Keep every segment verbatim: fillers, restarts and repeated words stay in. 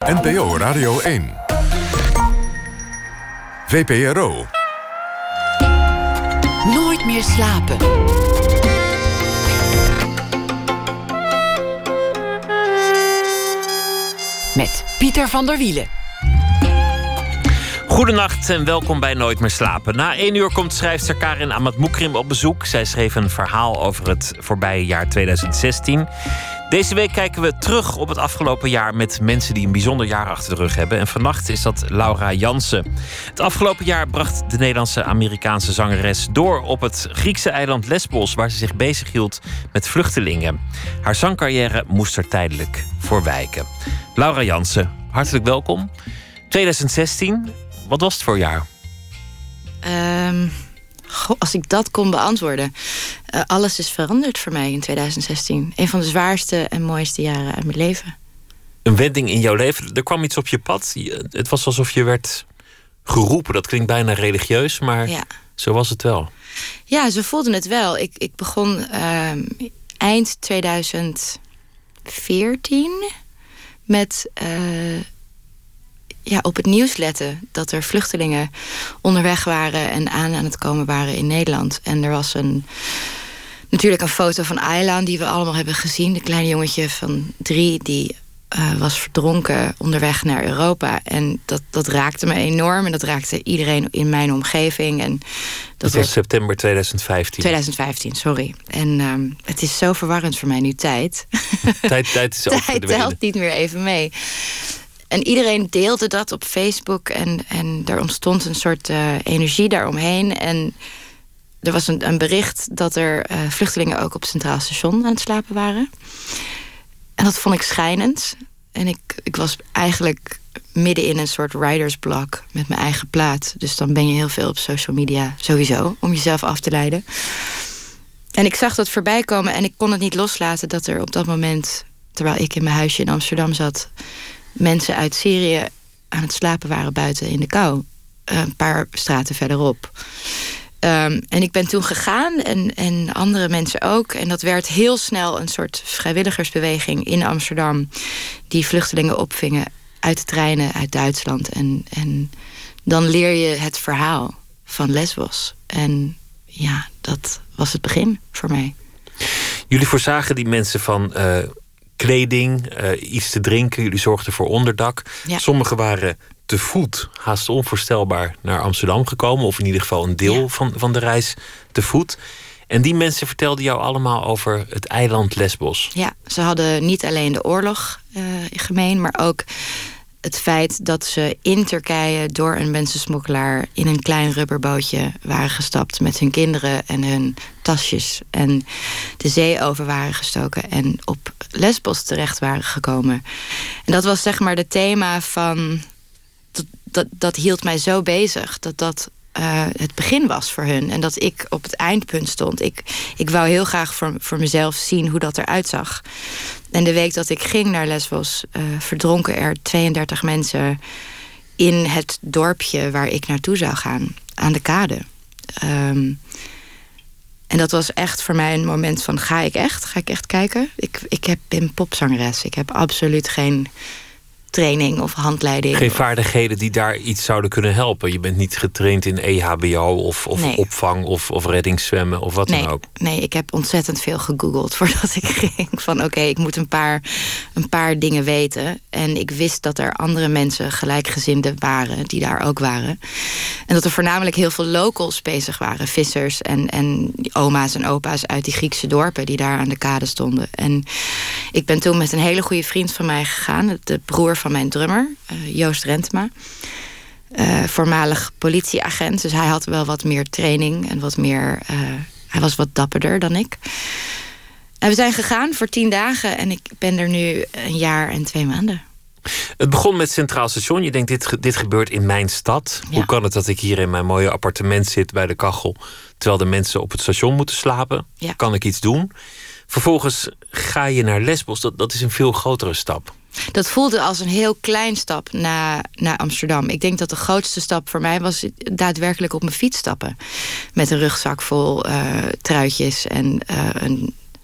N P O Radio één. V P R O. Nooit meer slapen. Met Pieter van der Wielen. Goedenacht en welkom bij Nooit meer slapen. Na één uur komt schrijfster Karin Ahmad-Moukrim op bezoek. Zij schreef een verhaal over het voorbije jaar tweeduizend zestien. Deze week kijken we terug op het afgelopen jaar met mensen die een bijzonder jaar achter de rug hebben. En vannacht is dat Laura Jansen. Het afgelopen jaar bracht de Nederlandse-Amerikaanse zangeres door op het Griekse eiland Lesbos, waar ze zich bezighield met vluchtelingen. Haar zangcarrière moest er tijdelijk voor wijken. Laura Jansen, hartelijk welkom. tweeduizend zestien, wat was het voor jaar? Um, goh, als ik dat kon beantwoorden. Uh, alles is veranderd voor mij in tweeduizend zestien. Een van de zwaarste en mooiste jaren uit mijn leven. Een wending in jouw leven. Er kwam iets op je pad. Het was alsof je werd geroepen. Dat klinkt bijna religieus, maar ja. Zo was het wel. Ja, zo voelde het wel. Ik, ik begon uh, eind tweeduizend veertien met Uh, Ja, op het nieuws letten dat er vluchtelingen onderweg waren en aan aan het komen waren in Nederland. En er was een, natuurlijk een foto van Aylan die we allemaal hebben gezien. De kleine jongetje van drie die uh, was verdronken onderweg naar Europa. En dat, dat raakte me enorm en dat raakte iedereen in mijn omgeving. En dat, dat was september tweeduizend vijftien. tweeduizend vijftien, sorry. En um, het is zo verwarrend voor mij nu tijd. Tijd, tijd is ook Tijd telt niet meer even mee. En iedereen deelde dat op Facebook. En, en er ontstond een soort uh, energie daaromheen. En er was een, een bericht dat er uh, vluchtelingen ook op Centraal Station aan het slapen waren. En dat vond ik schijnend. En ik, ik was eigenlijk midden in een soort writersblok met mijn eigen plaat. Dus dan ben je heel veel op social media sowieso, om jezelf af te leiden. En ik zag dat voorbij komen en ik kon het niet loslaten dat er op dat moment, terwijl ik in mijn huisje in Amsterdam zat, mensen uit Syrië aan het slapen waren buiten in de kou. Een paar straten verderop. Um, en ik ben toen gegaan en, en andere mensen ook. En dat werd heel snel een soort vrijwilligersbeweging in Amsterdam, die vluchtelingen opvingen uit de treinen uit Duitsland. En, en dan leer je het verhaal van Lesbos. En ja, dat was het begin voor mij. Jullie voorzagen die mensen van Uh... kleding, uh, iets te drinken. Jullie zorgden voor onderdak. Ja. Sommigen waren te voet, haast onvoorstelbaar, naar Amsterdam gekomen. Of in ieder geval een deel ja. van, van de reis te voet. En die mensen vertelden jou allemaal over het eiland Lesbos. Ja, ze hadden niet alleen de oorlog uh, gemeen, maar ook het feit dat ze in Turkije door een mensensmokkelaar in een klein rubberbootje waren gestapt met hun kinderen en hun tasjes en de zee over waren gestoken en op Lesbos terecht waren gekomen. En dat was zeg maar het thema van dat, dat, dat hield mij zo bezig dat dat uh, het begin was voor hun en dat ik op het eindpunt stond. Ik, ik wou heel graag voor, voor mezelf zien hoe dat eruit zag. En de week dat ik ging naar Lesbos uh, verdronken er tweeëndertig mensen in het dorpje waar ik naartoe zou gaan, aan de kade. Um, en dat was echt voor mij een moment van, ga ik echt? Ga ik echt kijken? Ik, ik heb, ben popzangeres. Ik heb absoluut geen training of handleiding. Geen vaardigheden die daar iets zouden kunnen helpen. Je bent niet getraind in E H B O of, of nee. opvang of, of reddingszwemmen of wat nee, dan ook. Nee, ik heb ontzettend veel gegoogeld voordat ik ging. Van oké, okay, ik moet een paar, een paar dingen weten. En ik wist dat er andere mensen, gelijkgezinden waren, die daar ook waren. En dat er voornamelijk heel veel locals bezig waren. Vissers en, en oma's en opa's uit die Griekse dorpen die daar aan de kade stonden. En ik ben toen met een hele goede vriend van mij gegaan, de broer van mijn drummer, uh, Joost Rentema. Uh, voormalig politieagent. Dus hij had wel wat meer training en wat meer. Uh, hij was wat dapperder dan ik. En we zijn gegaan voor tien dagen en ik ben er nu een jaar en twee maanden. Het begon met Centraal Station. Je denkt, dit, dit gebeurt in mijn stad. Ja. Hoe kan het dat ik hier in mijn mooie appartement zit bij de kachel, terwijl de mensen op het station moeten slapen? Ja. Kan ik iets doen? Vervolgens ga je naar Lesbos. Dat, dat is een veel grotere stap. Dat voelde als een heel klein stap naar, naar Amsterdam. Ik denk dat de grootste stap voor mij was daadwerkelijk op mijn fiets stappen. Met een rugzak vol uh, truitjes en uh, een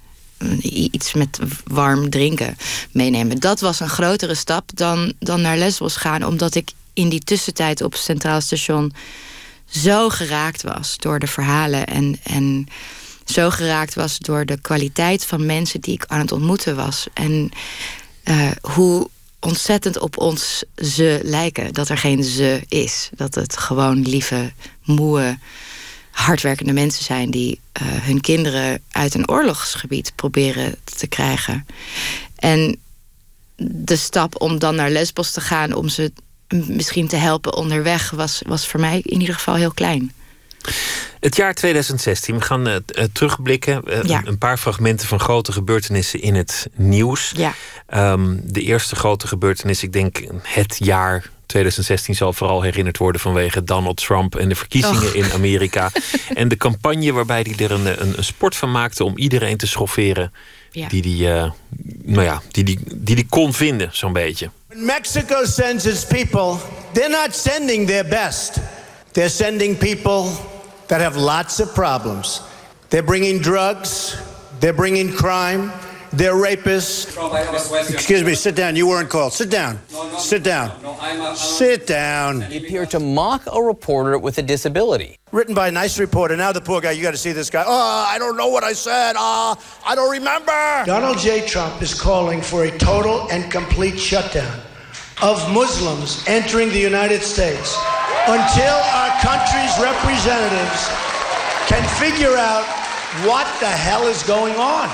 iets met warm drinken meenemen. Dat was een grotere stap dan, dan naar Lesbos gaan, omdat ik in die tussentijd op Centraal Station zo geraakt was door de verhalen en, en zo geraakt was door de kwaliteit van mensen die ik aan het ontmoeten was. En uh, hoe ontzettend op ons ze lijken. Dat er geen ze is. Dat het gewoon lieve, moe, hardwerkende mensen zijn die uh, hun kinderen uit een oorlogsgebied proberen te krijgen. En de stap om dan naar Lesbos te gaan, om ze misschien te helpen onderweg, was, was voor mij in ieder geval heel klein. Het jaar tweeduizend zestien, we gaan uh, terugblikken. Uh, Ja. Een paar fragmenten van grote gebeurtenissen in het nieuws. Ja. Um, de eerste grote gebeurtenis, ik denk het jaar tweeduizend zestien zal vooral herinnerd worden vanwege Donald Trump en de verkiezingen Och. in Amerika. En de campagne waarbij hij er een, een, een sport van maakte om iedereen te schofferen. Ja. Die die, uh, nou ja, die, die, die die kon vinden, zo'n beetje. When Mexico sends its people, they're not sending their best. They're sending people that have lots of problems. They're bringing drugs, they're bringing crime, they're rapists. Excuse me, sit down. You weren't called. Sit down. Sit down. Sit down. He appeared to mock a reporter with a disability. Written by a nice reporter. Now the poor guy, you got to see this guy. Oh, I don't know what I said. Ah, I don't remember. Donald J. Trump is calling for a total and complete shutdown of Muslims entering the United States until our country's representatives can figure out what the hell is going on.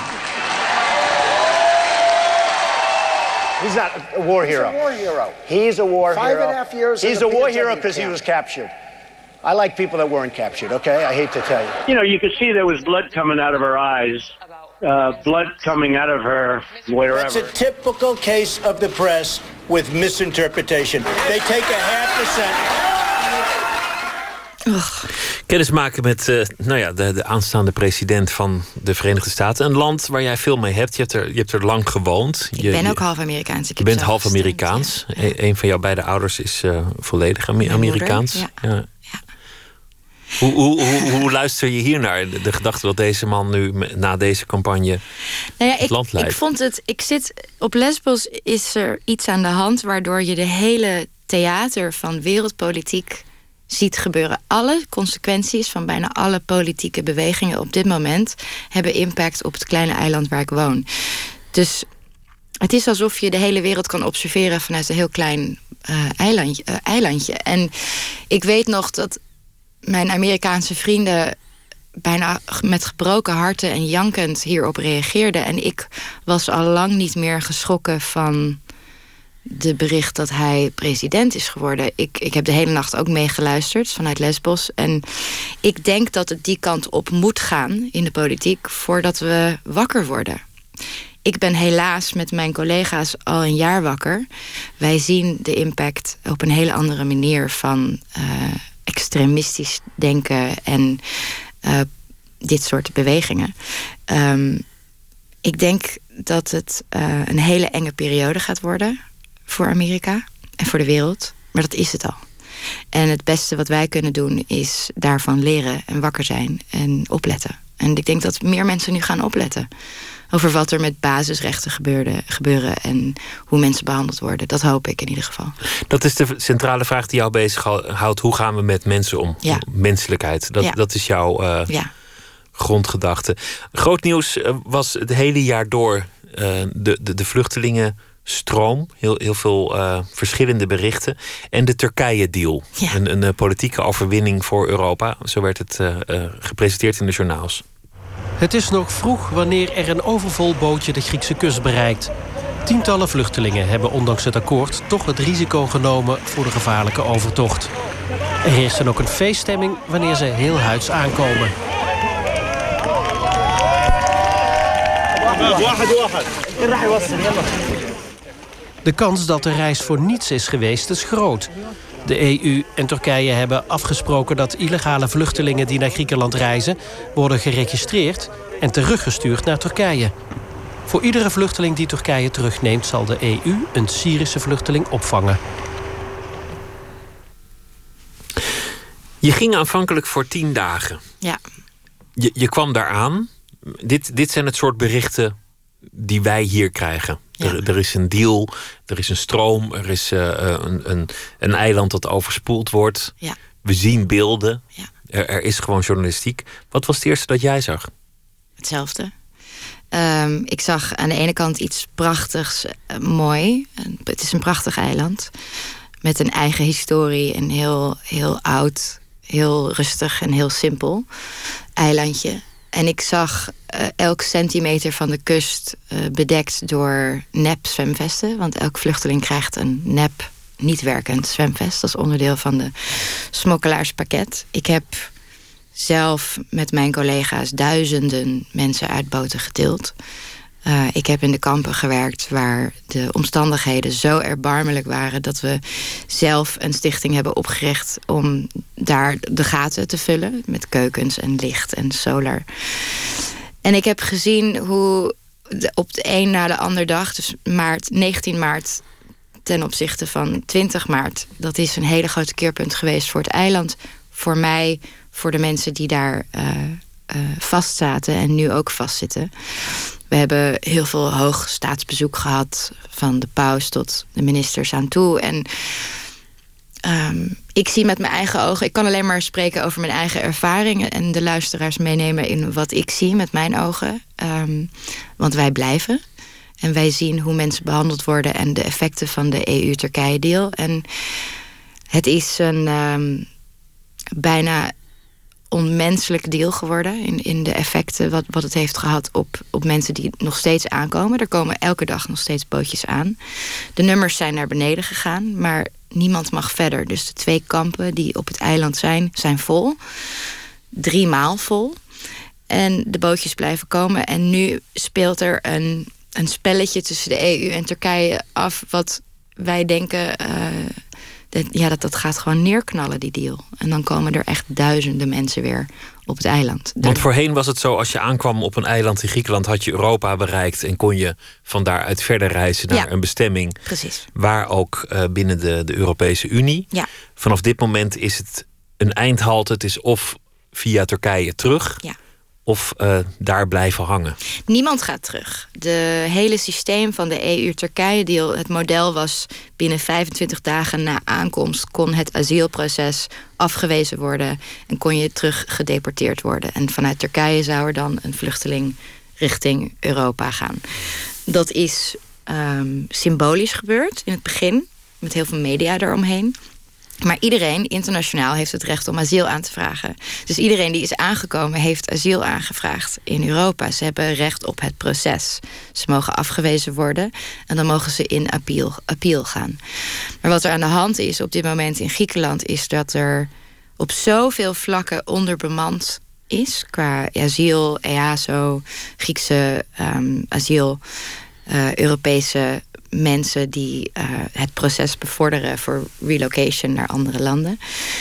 He's not a war hero. He's a war hero. He's a war Five hero. and a half years He's in a the war P S W hero because he camp. was captured. I like people that weren't captured, okay? I hate to tell you. You know, you could see there was blood coming out of her eyes, uh, blood coming out of her wherever. That's a typical case of the press with misinterpretation. They take a half percent. Kennis maken met uh, nou ja, de, de aanstaande president van de Verenigde Staten. Een land waar jij veel mee hebt. Je hebt er, je hebt er lang gewoond. Ik je, ben ook je, half Amerikaans. Ik je heb bent zelf half gestemd, Amerikaans. ja. E- een van jouw beide ouders is uh, volledig Ame- Mijn Amerikaans. moeder, Ja. Ja. Hoe, hoe, hoe, hoe luister je hier naar? De, de gedachte dat deze man nu me- na deze campagne Nou ja, het land ik, leidt. ik vond het. Ik zit op Lesbos, is er iets aan de hand waardoor je de hele theater van wereldpolitiek ziet gebeuren. Alle consequenties van bijna alle politieke bewegingen op dit moment hebben impact op het kleine eiland waar ik woon. Dus het is alsof je de hele wereld kan observeren vanuit een heel klein uh, eilandje, uh, eilandje. En ik weet nog dat mijn Amerikaanse vrienden bijna met gebroken harten en jankend hierop reageerden. En ik was al lang niet meer geschrokken van de bericht dat hij president is geworden. Ik, ik heb de hele nacht ook meegeluisterd vanuit Lesbos. En ik denk dat het die kant op moet gaan in de politiek voordat we wakker worden. Ik ben helaas met mijn collega's al een jaar wakker. Wij zien de impact op een hele andere manier van uh, extremistisch denken en uh, dit soort bewegingen. Um, ik denk dat het uh, een hele enge periode gaat worden voor Amerika en voor de wereld. Maar dat is het al. En het beste wat wij kunnen doen is daarvan leren en wakker zijn en opletten. En ik denk dat meer mensen nu gaan opletten over wat er met basisrechten gebeurde, gebeuren en hoe mensen behandeld worden. Dat hoop ik in ieder geval. Dat is de centrale vraag die jou bezighoudt. Hoe gaan we met mensen om? Ja. Menselijkheid. Dat, Ja. dat is jouw uh, Ja. grondgedachte. Groot nieuws uh, was het hele jaar door uh, de, de, de vluchtelingenstroom. Heel, heel veel uh, verschillende berichten. En de Turkije-deal. Ja. Een, een uh, politieke overwinning voor Europa. Zo werd het uh, uh, gepresenteerd in de journaals. Het is nog vroeg wanneer er een overvol bootje de Griekse kust bereikt. Tientallen vluchtelingen hebben ondanks het akkoord toch het risico genomen voor de gevaarlijke overtocht. Er heerst dan ook een feeststemming wanneer ze heel huids aankomen. De kans dat de reis voor niets is geweest is groot. De E U en Turkije hebben afgesproken dat illegale vluchtelingen die naar Griekenland reizen worden geregistreerd en teruggestuurd naar Turkije. Voor iedere vluchteling die Turkije terugneemt zal de E U een Syrische vluchteling opvangen. Je ging aanvankelijk voor tien dagen. Ja. Je, je kwam daar aan. Dit, dit zijn het soort berichten die wij hier krijgen. Ja. Er, er is een deal, er is een stroom, er is uh, een, een, een eiland dat overspoeld wordt. Ja. We zien beelden. Ja. Er, er is gewoon journalistiek. Wat was het eerste dat jij zag? Hetzelfde. Um, ik zag aan de ene kant iets prachtigs, uh, mooi. Het is een prachtig eiland. Met een eigen historie. Een heel, heel oud, heel rustig en heel simpel eilandje. En ik zag uh, elk centimeter van de kust uh, bedekt door nep zwemvesten. Want elk vluchteling krijgt een nep, niet werkend zwemvest. Dat is onderdeel van de smokkelaarspakket. Ik heb zelf met mijn collega's duizenden mensen uit boten getild. Uh, ik heb in de kampen gewerkt waar de omstandigheden zo erbarmelijk waren dat we zelf een stichting hebben opgericht om daar de gaten te vullen met keukens en licht en solar. En ik heb gezien hoe de, op de een na de ander dag, dus maart, negentien maart ten opzichte van twintig maart, dat is een hele grote keerpunt geweest voor het eiland, voor mij, voor de mensen die daar uh, uh, vastzaten en nu ook vastzitten. We hebben heel veel hoog staatsbezoek gehad, van de paus tot de ministers aan toe. En um, ik zie met mijn eigen ogen, ik kan alleen maar spreken over mijn eigen ervaringen en de luisteraars meenemen in wat ik zie met mijn ogen. Um, want wij blijven. En wij zien hoe mensen behandeld worden en de effecten van de E U-Turkije-deal. En het is een um, bijna onmenselijk deal geworden in, in de effecten wat, wat het heeft gehad op, op mensen die nog steeds aankomen. Er komen elke dag nog steeds bootjes aan. De nummers zijn naar beneden gegaan, maar niemand mag verder. Dus de twee kampen die op het eiland zijn, zijn vol. Drie maal vol. En de bootjes blijven komen. En nu speelt er een, een spelletje tussen de E U en Turkije af, wat wij denken, Uh, dat, ja, dat, dat gaat gewoon neerknallen, die deal. En dan komen er echt duizenden mensen weer op het eiland. Want voorheen was het zo, als je aankwam op een eiland in Griekenland, had je Europa bereikt en kon je van daaruit verder reizen naar ja, een bestemming. Precies. Waar ook uh, binnen de, de Europese Unie. Ja. Vanaf dit moment is het een eindhalte. Het is of via Turkije terug, ja, of uh, daar blijven hangen. Niemand gaat terug. De hele systeem van de E U-Turkije-deal, het model was binnen vijfentwintig dagen na aankomst kon het asielproces afgewezen worden en kon je terug gedeporteerd worden. En vanuit Turkije zou er dan een vluchteling richting Europa gaan. Dat is um, symbolisch gebeurd in het begin, met heel veel media eromheen. Maar iedereen internationaal heeft het recht om asiel aan te vragen. Dus iedereen die is aangekomen heeft asiel aangevraagd in Europa. Ze hebben recht op het proces. Ze mogen afgewezen worden en dan mogen ze in appeal, appeal gaan. Maar wat er aan de hand is op dit moment in Griekenland is dat er op zoveel vlakken onderbemand is qua asiel, E A S O, Griekse um, asiel, uh, Europese mensen die uh, het proces bevorderen voor relocation naar andere landen,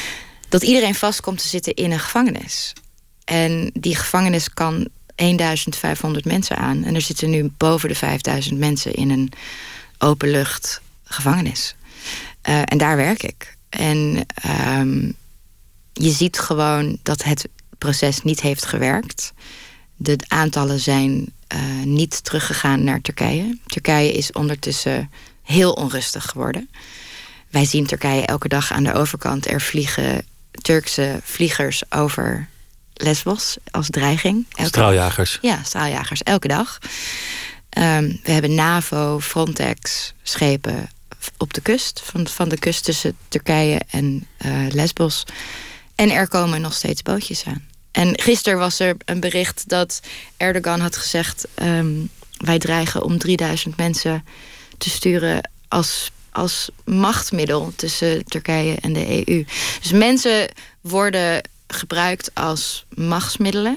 dat iedereen vast komt te zitten in een gevangenis. En die gevangenis kan eenduizend vijfhonderd mensen aan. En er zitten nu boven de vijfduizend mensen in een openlucht gevangenis. Uh, en daar werk ik. En um, je ziet gewoon dat het proces niet heeft gewerkt. De aantallen zijn uh, niet teruggegaan naar Turkije. Turkije is ondertussen heel onrustig geworden. Wij zien Turkije elke dag aan de overkant. Er vliegen Turkse vliegers over Lesbos als dreiging. Elke straaljagers. Dag. Ja, straaljagers, elke dag. Um, we hebben NAVO, Frontex, schepen op de kust. Van, van de kust tussen Turkije en uh, Lesbos. En er komen nog steeds bootjes aan. En gisteren was er een bericht dat Erdogan had gezegd, Um, wij dreigen om drieduizend mensen te sturen als, als machtsmiddel tussen Turkije en de E U. Dus mensen worden gebruikt als machtsmiddelen.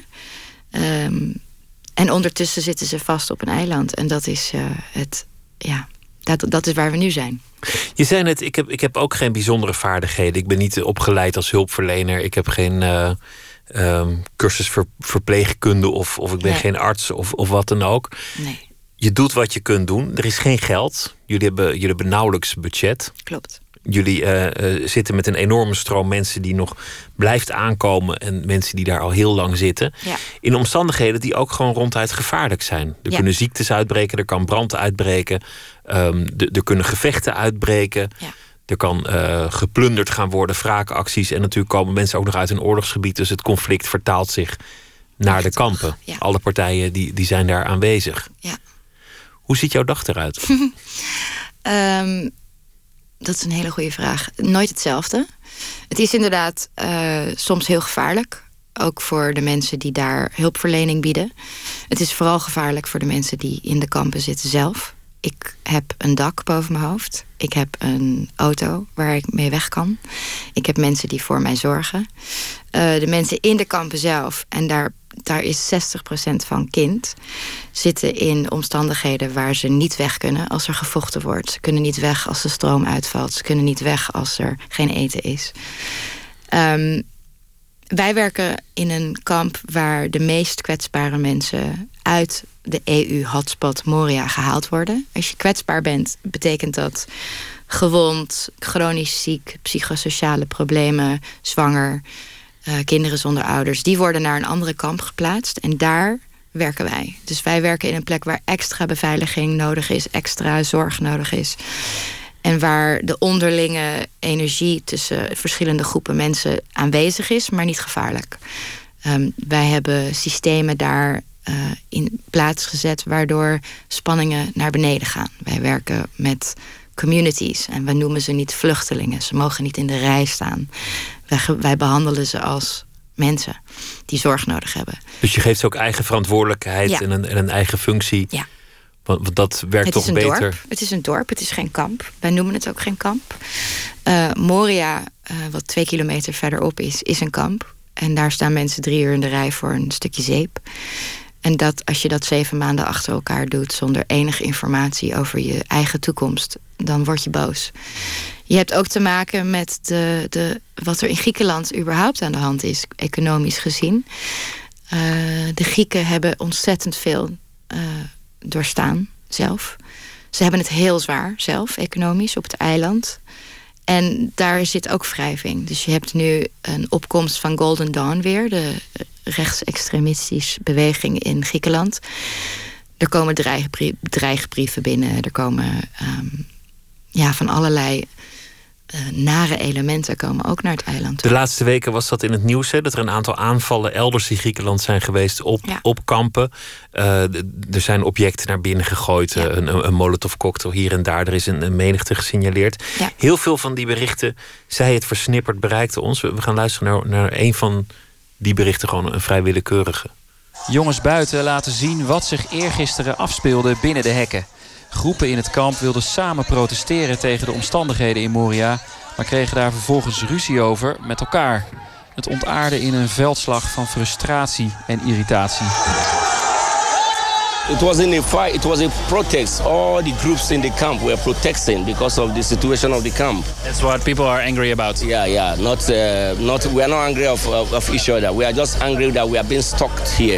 Um, en ondertussen zitten ze vast op een eiland. En dat is uh, het, ja, dat, dat is waar we nu zijn. Je zei net, ik heb, ik heb ook geen bijzondere vaardigheden. Ik ben niet opgeleid als hulpverlener. Ik heb geen Uh... Um, cursus ver, verpleegkunde of, of ik ben nee. geen arts of, of wat dan ook. Nee. Je doet wat je kunt doen. Er is geen geld. Jullie hebben, jullie hebben nauwelijks budget. Klopt. jullie uh, uh, zitten met een enorme stroom mensen die nog blijft aankomen en mensen die daar al heel lang zitten. Ja. In omstandigheden die ook gewoon ronduit gevaarlijk zijn. Er Ja. kunnen ziektes uitbreken, er kan brand uitbreken, um, de, er kunnen gevechten uitbreken. Ja. Er kan uh, geplunderd gaan worden, wraakacties. En natuurlijk komen mensen ook nog uit een oorlogsgebied. Dus het conflict vertaalt zich naar de kampen. Ja. Alle partijen die, die zijn daar aanwezig. Ja. Hoe ziet jouw dag eruit? um, dat is een hele goede vraag. Nooit hetzelfde. Het is inderdaad uh, soms heel gevaarlijk. Ook voor de mensen die daar hulpverlening bieden. Het is vooral gevaarlijk voor de mensen die in de kampen zitten zelf. Ik heb een dak boven mijn hoofd. Ik heb een auto waar ik mee weg kan. Ik heb mensen die voor mij zorgen. Uh, de mensen in de kampen zelf, en daar, daar is zestig procent van kind, zitten in omstandigheden waar ze niet weg kunnen als er gevochten wordt. Ze kunnen niet weg als de stroom uitvalt. Ze kunnen niet weg als er geen eten is. Um, wij werken in een kamp waar de meest kwetsbare mensen uit de E U-hotspot Moria gehaald worden. Als je kwetsbaar bent, betekent dat gewond, chronisch ziek, psychosociale problemen, zwanger, uh, kinderen zonder ouders. Die worden naar een andere kamp geplaatst en daar werken wij. Dus wij werken in een plek waar extra beveiliging nodig is, extra zorg nodig is. En waar de onderlinge energie tussen verschillende groepen mensen aanwezig is, maar niet gevaarlijk. Um, wij hebben systemen daar uh, in plaats gezet waardoor spanningen naar beneden gaan. Wij werken met communities en we noemen ze niet vluchtelingen. Ze mogen niet in de rij staan. Wij, wij behandelen ze als mensen die zorg nodig hebben. Dus je geeft ze ook eigen verantwoordelijkheid Ja. en, een, en een eigen functie. Ja. Want dat werkt Het toch is een beter. dorp. Het is een dorp, het is geen kamp. Wij noemen het ook geen kamp. Uh, Moria, uh, wat twee kilometer verderop is, is een kamp. En daar staan mensen drie uur in de rij voor een stukje zeep. En dat, als je dat zeven maanden achter elkaar doet zonder enige informatie over je eigen toekomst, dan word je boos. Je hebt ook te maken met de, de, wat er in Griekenland überhaupt aan de hand is, economisch gezien. Uh, de Grieken hebben ontzettend veel uh, doorstaan zelf. Ze hebben het heel zwaar zelf, economisch, op het eiland. En daar zit ook wrijving. Dus je hebt nu een opkomst van Golden Dawn weer, de rechtsextremistische beweging in Griekenland. Er komen dreigbrie- dreigbrieven binnen. Er komen um, ja, van allerlei uh, nare elementen komen ook naar het eiland toe. De laatste weken was dat in het nieuws, hè, dat er een aantal aanvallen elders in Griekenland zijn geweest op, Ja. op kampen. Uh, d- er zijn objecten naar binnen gegooid, Ja. een, een, een molotovcocktail hier en daar. Er is een, een menigte gesignaleerd. Ja. Heel veel van die berichten, zij het versnipperd, bereikten ons. We, we gaan luisteren naar, naar een van die berichten, gewoon een vrij willekeurige. Jongens buiten laten zien wat zich eergisteren afspeelde binnen de hekken. Groepen in het kamp wilden samen protesteren tegen de omstandigheden in Moria, maar kregen daar vervolgens ruzie over met elkaar. Het ontaarde in een veldslag van frustratie en irritatie. It wasn't a fight, it was a protest. All the groups in the camp were protesting because of the situation of the camp. That's what people are angry about. Yeah, yeah. Not, uh, not, we are not angry of, of, of each other. We are just angry that we are being stalked here.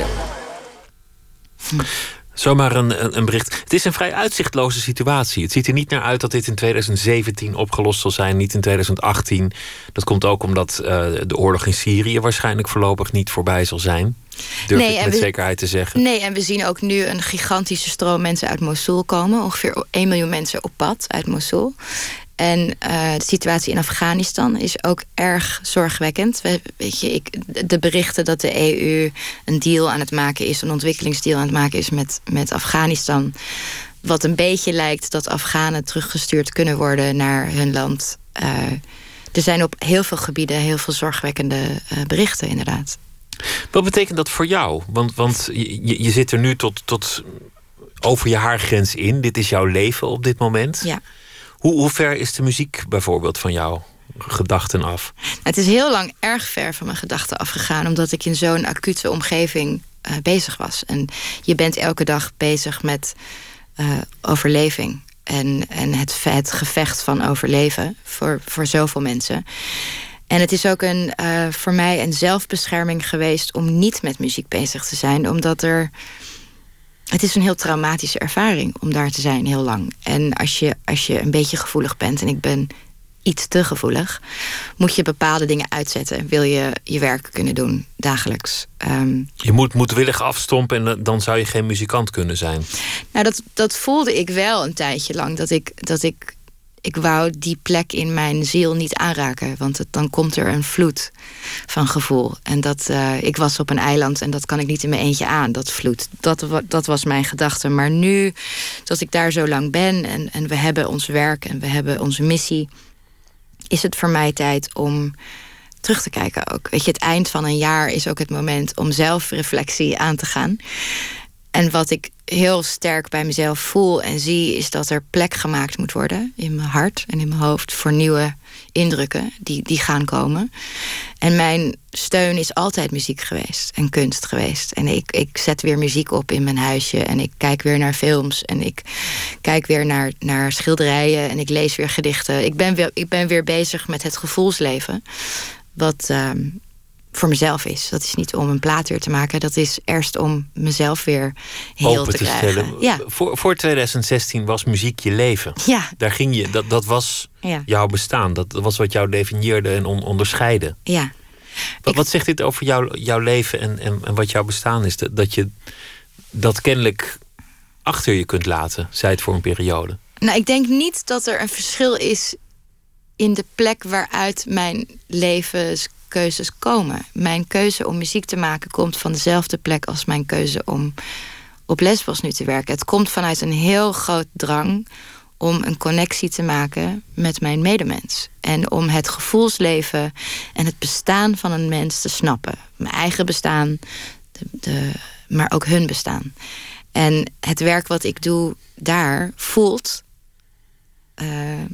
Zomaar een, een, een bericht. Het is een vrij uitzichtloze situatie. Het ziet er niet naar uit dat dit in twintig zeventien opgelost zal zijn. Niet in twintig achttien. Dat komt ook omdat uh, de oorlog in Syrië waarschijnlijk voorlopig niet voorbij zal zijn. Durf Nee, ik en met we- zekerheid te zeggen. Nee, en we zien ook nu een gigantische stroom mensen uit Mosul komen. Ongeveer één miljoen mensen op pad uit Mosul. En uh, de situatie in Afghanistan is ook erg zorgwekkend. We, weet je, ik, de berichten dat de E U een deal aan het maken is, een ontwikkelingsdeal aan het maken is met, met Afghanistan. Wat een beetje lijkt dat Afghanen teruggestuurd kunnen worden naar hun land. Uh, er zijn op heel veel gebieden heel veel zorgwekkende uh, berichten, inderdaad. Wat betekent dat voor jou? Want, want je, je zit er nu tot, tot over je haargrens in. Dit is jouw leven op dit moment. Ja. Hoe, hoe ver is de muziek bijvoorbeeld van jouw gedachten af? Het is heel lang erg ver van mijn gedachten afgegaan, omdat ik in zo'n acute omgeving uh, bezig was. En je bent elke dag bezig met uh, overleving. En, en het, het gevecht van overleven voor, voor zoveel mensen. En het is ook een, uh, voor mij een zelfbescherming geweest om niet met muziek bezig te zijn. Omdat er... Het is een heel traumatische ervaring om daar te zijn heel lang. En als je, als je een beetje gevoelig bent, en ik ben iets te gevoelig. Moet je bepaalde dingen uitzetten. Wil je je werk kunnen doen dagelijks. Um, je moet moedwillig afstompen en dan zou je geen muzikant kunnen zijn. Nou, dat, dat voelde ik wel een tijdje lang. Dat ik, dat ik, ik wou die plek in mijn ziel niet aanraken. Want het, dan komt er een vloed van gevoel. En dat, uh, ik was op een eiland en dat kan ik niet in mijn eentje aan, dat vloed. Dat, dat was mijn gedachte. Maar nu, dat ik daar zo lang ben en, en we hebben ons werk en we hebben onze missie, is het voor mij tijd om terug te kijken ook. Weet je, het eind van een jaar is ook het moment om zelfreflectie aan te gaan. En wat ik heel sterk bij mezelf voel en zie, is dat er plek gemaakt moet worden in mijn hart en in mijn hoofd voor nieuwe indrukken die, die gaan komen. En mijn steun is altijd muziek geweest en kunst geweest. En ik, ik zet weer muziek op in mijn huisje en ik kijk weer naar films en ik kijk weer naar, naar schilderijen en ik lees weer gedichten. Ik ben weer, ik ben weer bezig met het gevoelsleven, wat Um, voor mezelf is. Dat is niet om een plaat weer te maken. Dat is eerst om mezelf weer heel open te, te krijgen. stellen. Ja. Voor, voor twintig zestien was muziek je leven. Ja. Daar ging je, dat, dat was ja. jouw bestaan. Dat was wat jou definieerde en on, onderscheidde. Ja. Wat, Ik... wat zegt dit over jou, jouw leven en, en, en wat jouw bestaan is? Dat je dat kennelijk achter je kunt laten, zei het voor een periode. Nou, ik denk niet dat er een verschil is in de plek waaruit mijn levenskeuzes komen. Mijn keuze om muziek te maken komt van dezelfde plek als mijn keuze om op Lesbos nu te werken. Het komt vanuit een heel groot drang om een connectie te maken met mijn medemens. En om het gevoelsleven en het bestaan van een mens te snappen. Mijn eigen bestaan, de, de, maar ook hun bestaan. En het werk wat ik doe daar voelt Uh,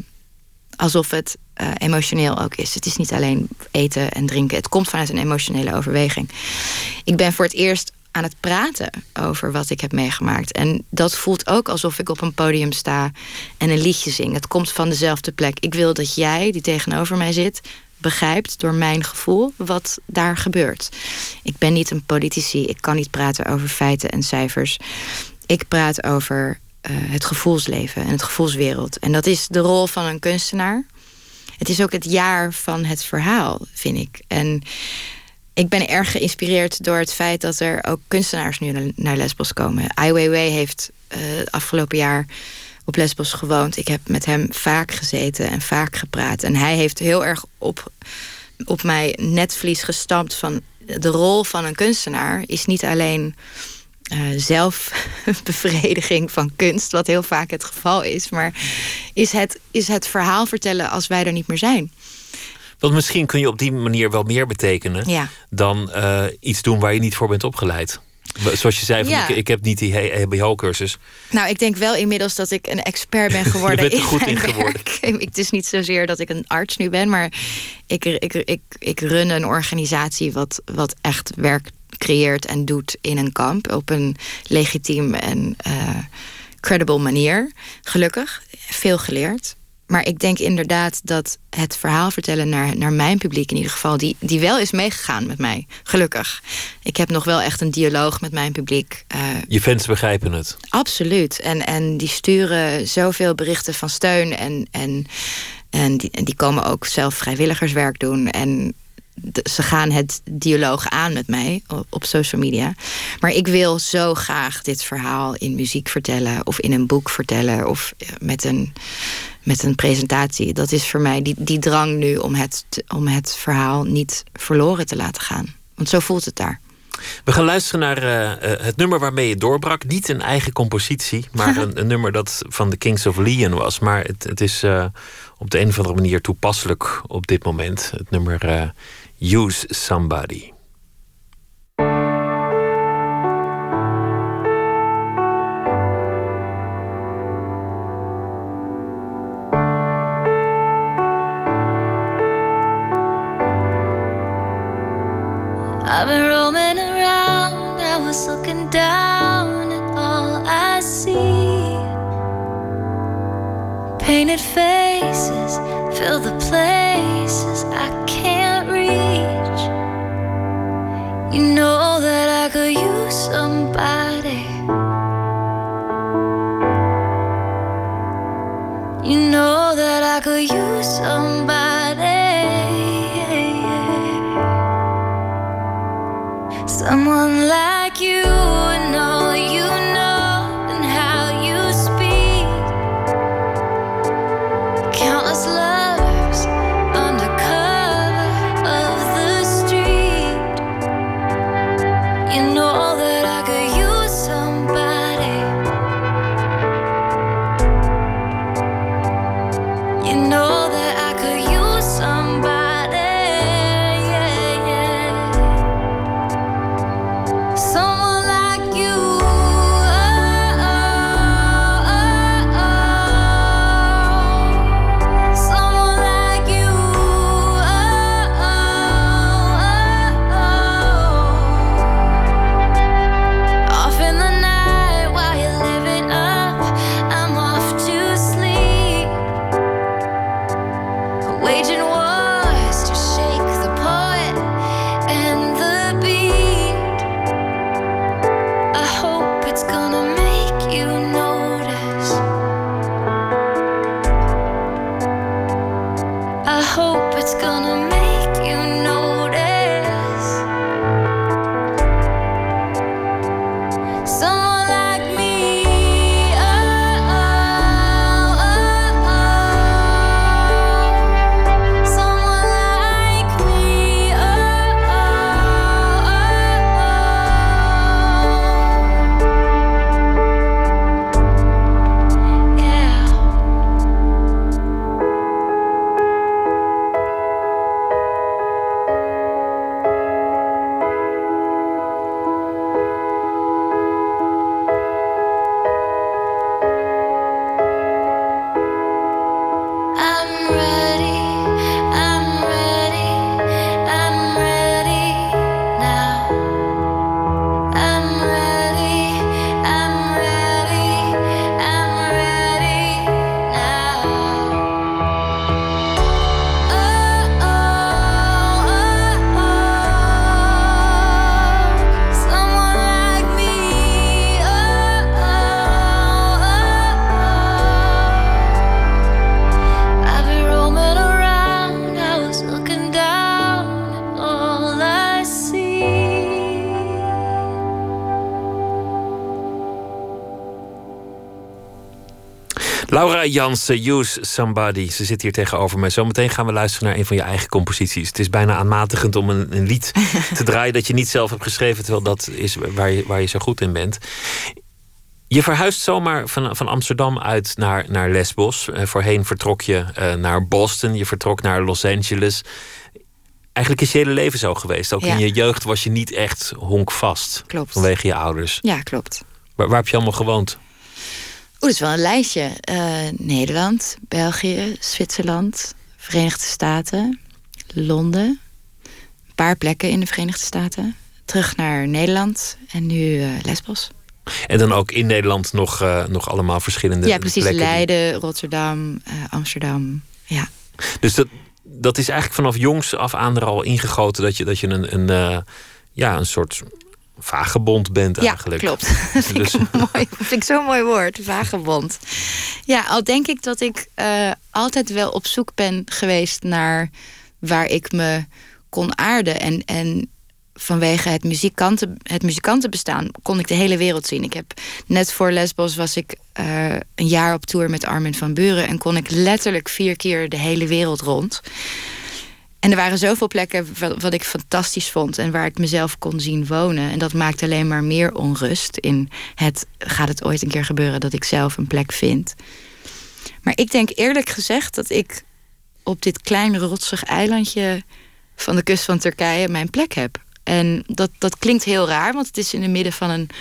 alsof het uh, emotioneel ook is. Het is niet alleen eten en drinken. Het komt vanuit een emotionele overweging. Ik ben voor het eerst aan het praten over wat ik heb meegemaakt. En dat voelt ook alsof ik op een podium sta en een liedje zing. Het komt van dezelfde plek. Ik wil dat jij, die tegenover mij zit, begrijpt door mijn gevoel wat daar gebeurt. Ik ben niet een politici. Ik kan niet praten over feiten en cijfers. Ik praat over Uh, het gevoelsleven en het gevoelswereld. En dat is de rol van een kunstenaar. Het is ook het jaar van het verhaal, vind ik. En ik ben erg geïnspireerd door het feit dat er ook kunstenaars nu naar Lesbos komen. Ai Weiwei heeft uh, afgelopen jaar op Lesbos gewoond. Ik heb met hem vaak gezeten en vaak gepraat. En hij heeft heel erg op, op mij netvlies gestampt van de rol van een kunstenaar is niet alleen Uh, zelfbevrediging van kunst, wat heel vaak het geval is, maar is het, is het verhaal vertellen als wij er niet meer zijn. Want misschien kun je op die manier wel meer betekenen ja. dan uh, iets doen waar je niet voor bent opgeleid. Zoals je zei, van, ja. ik, ik heb niet die H B O-cursus. Nou, ik denk wel inmiddels dat ik een expert ben geworden. Je bent er in goed mijn in geworden. werk. Het is niet zozeer dat ik een arts nu ben, maar ik, ik, ik, ik run een organisatie wat, wat echt werk creëert en doet in een kamp op een legitiem en uh, credible manier. Gelukkig, veel geleerd. Maar ik denk inderdaad dat het verhaal vertellen naar, naar mijn publiek in ieder geval, die, die wel is meegegaan met mij. Gelukkig. Ik heb nog wel echt een dialoog met mijn publiek. Uh, Je fans begrijpen het. Absoluut. En, en die sturen zoveel berichten van steun. En, en, en, die, en die komen ook zelf vrijwilligerswerk doen. En de, ze gaan het dialoog aan met mij op, op social media. Maar ik wil zo graag dit verhaal in muziek vertellen, of in een boek vertellen, of met een, met een presentatie. Dat is voor mij die, die drang nu om het, om het verhaal niet verloren te laten gaan. Want zo voelt het daar. We gaan luisteren naar uh, het nummer waarmee je doorbrak. Niet een eigen compositie, maar een, een nummer dat van de Kings of Leon was. Maar het, het is uh, op de een of andere manier toepasselijk op dit moment. Het nummer uh, Use Somebody. I've been roaming around, I was looking down at all I see. Painted faces fill the places I can't reach. You know that I could use somebody. You know that I could use somebody. hope it's gonna make you notice. Someone like me, oh, oh, oh, oh. Someone like me, oh, oh, oh, oh. Yeah. I'm ready, I'm ready, I'm ready now. I'm ready, I'm ready, I'm ready now. Oh, oh, oh, oh. Someone like me, oh, oh, oh, oh. I've been roaming around, I was looking down at all I see. Laura Jansen, Use Somebody. Ze zit hier tegenover me. Zometeen gaan we luisteren naar een van je eigen composities. Het is bijna aanmatigend om een, een lied te draaien dat je niet zelf hebt geschreven, terwijl dat is waar je, waar je zo goed in bent. Je verhuist zomaar van, van Amsterdam uit naar, naar Lesbos. Uh, voorheen vertrok je uh, naar Boston. Je vertrok naar Los Angeles. Eigenlijk is je hele leven zo geweest. Ook Ja. in je jeugd was je niet echt honkvast. Klopt. Vanwege je ouders. Ja, klopt. Waar, waar heb je allemaal gewoond? Oeh, dat is wel een lijstje. Uh, Nederland, België, Zwitserland, Verenigde Staten, Londen. Een paar plekken in de Verenigde Staten. Terug naar Nederland en nu uh, Lesbos. En dan ook in Nederland nog, uh, nog allemaal verschillende Ja, precies. plekken. die- Leiden, Rotterdam, uh, Amsterdam. Ja. Dus dat, dat is eigenlijk vanaf jongs af aan er al ingegoten dat je, dat je een, een, uh, ja, een soort vagebond bent eigenlijk. Ja, klopt. Dat vind, Dus- ik een mooi, vind ik zo'n mooi woord, vagebond. Ja, al denk ik dat ik uh, altijd wel op zoek ben geweest naar waar ik me kon aarden. En, en vanwege het, muzikanten, het muzikantenbestaan kon ik de hele wereld zien. Ik heb net voor Lesbos was ik uh, een jaar op tour met Armin van Buuren en kon ik letterlijk vier keer de hele wereld rond. En er waren zoveel plekken wat, wat ik fantastisch vond en waar ik mezelf kon zien wonen. En dat maakt alleen maar meer onrust in het, gaat het ooit een keer gebeuren dat ik zelf een plek vind. Maar ik denk eerlijk gezegd dat ik op dit kleine rotsig eilandje van de kust van Turkije mijn plek heb. En dat, dat klinkt heel raar, want het is in het midden van een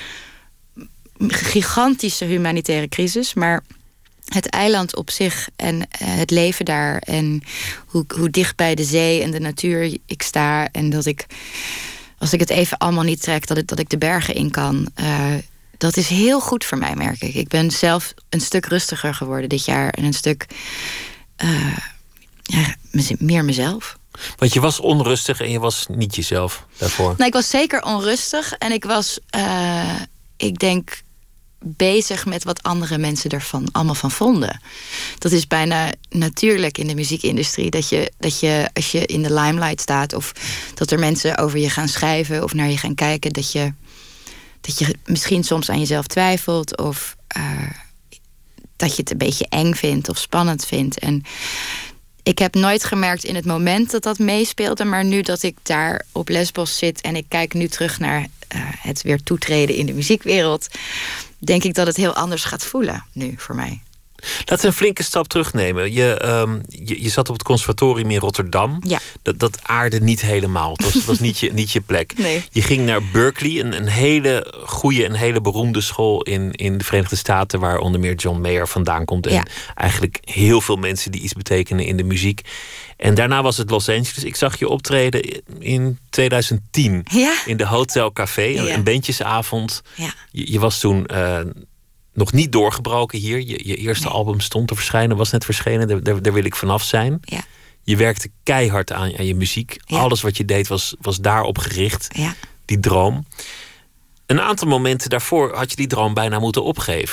gigantische humanitaire crisis. Maar het eiland op zich en uh, het leven daar en hoe, hoe dicht bij de zee en de natuur ik sta. En dat ik, als ik het even allemaal niet trek, dat ik, dat ik de bergen in kan. Uh, dat is heel goed voor mij, merk ik. Ik ben zelf een stuk rustiger geworden dit jaar. En een stuk uh, ja, meer mezelf. Want je was onrustig en je was niet jezelf daarvoor. Nou, ik was zeker onrustig. En ik was, uh, ik denk, bezig met wat andere mensen ervan allemaal van vonden. Dat is bijna natuurlijk in de muziekindustrie. Dat je, dat je als je in de limelight staat, of dat er mensen over je gaan schrijven of naar je gaan kijken, dat je, dat je misschien soms aan jezelf twijfelt, of uh, dat je het een beetje eng vindt of spannend vindt. En ik heb nooit gemerkt in het moment dat dat meespeelde, maar nu dat ik daar op Lesbos zit en ik kijk nu terug naar uh, het weer toetreden in de muziekwereld, denk ik dat het heel anders gaat voelen nu voor mij. Laten we een flinke stap terugnemen. Je, um, je, je zat op het conservatorium in Rotterdam. Ja. Dat, dat aarde niet helemaal. Het was, het was niet, je, niet je plek. Nee. Je ging naar Berkeley, een, een hele goede en hele beroemde school in, in de Verenigde Staten, waar onder meer John Mayer vandaan komt. En ja. eigenlijk heel veel mensen die iets betekenen in de muziek. En daarna was het Los Angeles. Ik zag je optreden in twintig tien ja. in de Hotel Café, een, ja. een bandjesavond. Ja. Je, je was toen Uh, nog niet doorgebroken hier. Je, je eerste nee. album stond te verschijnen, was net verschenen. Daar, daar, daar wil ik vanaf zijn. Ja. Je werkte keihard aan, aan je muziek. Ja. Alles wat je deed was, was daarop gericht. Ja. Die droom. Een aantal momenten daarvoor had je die droom bijna moeten opgeven.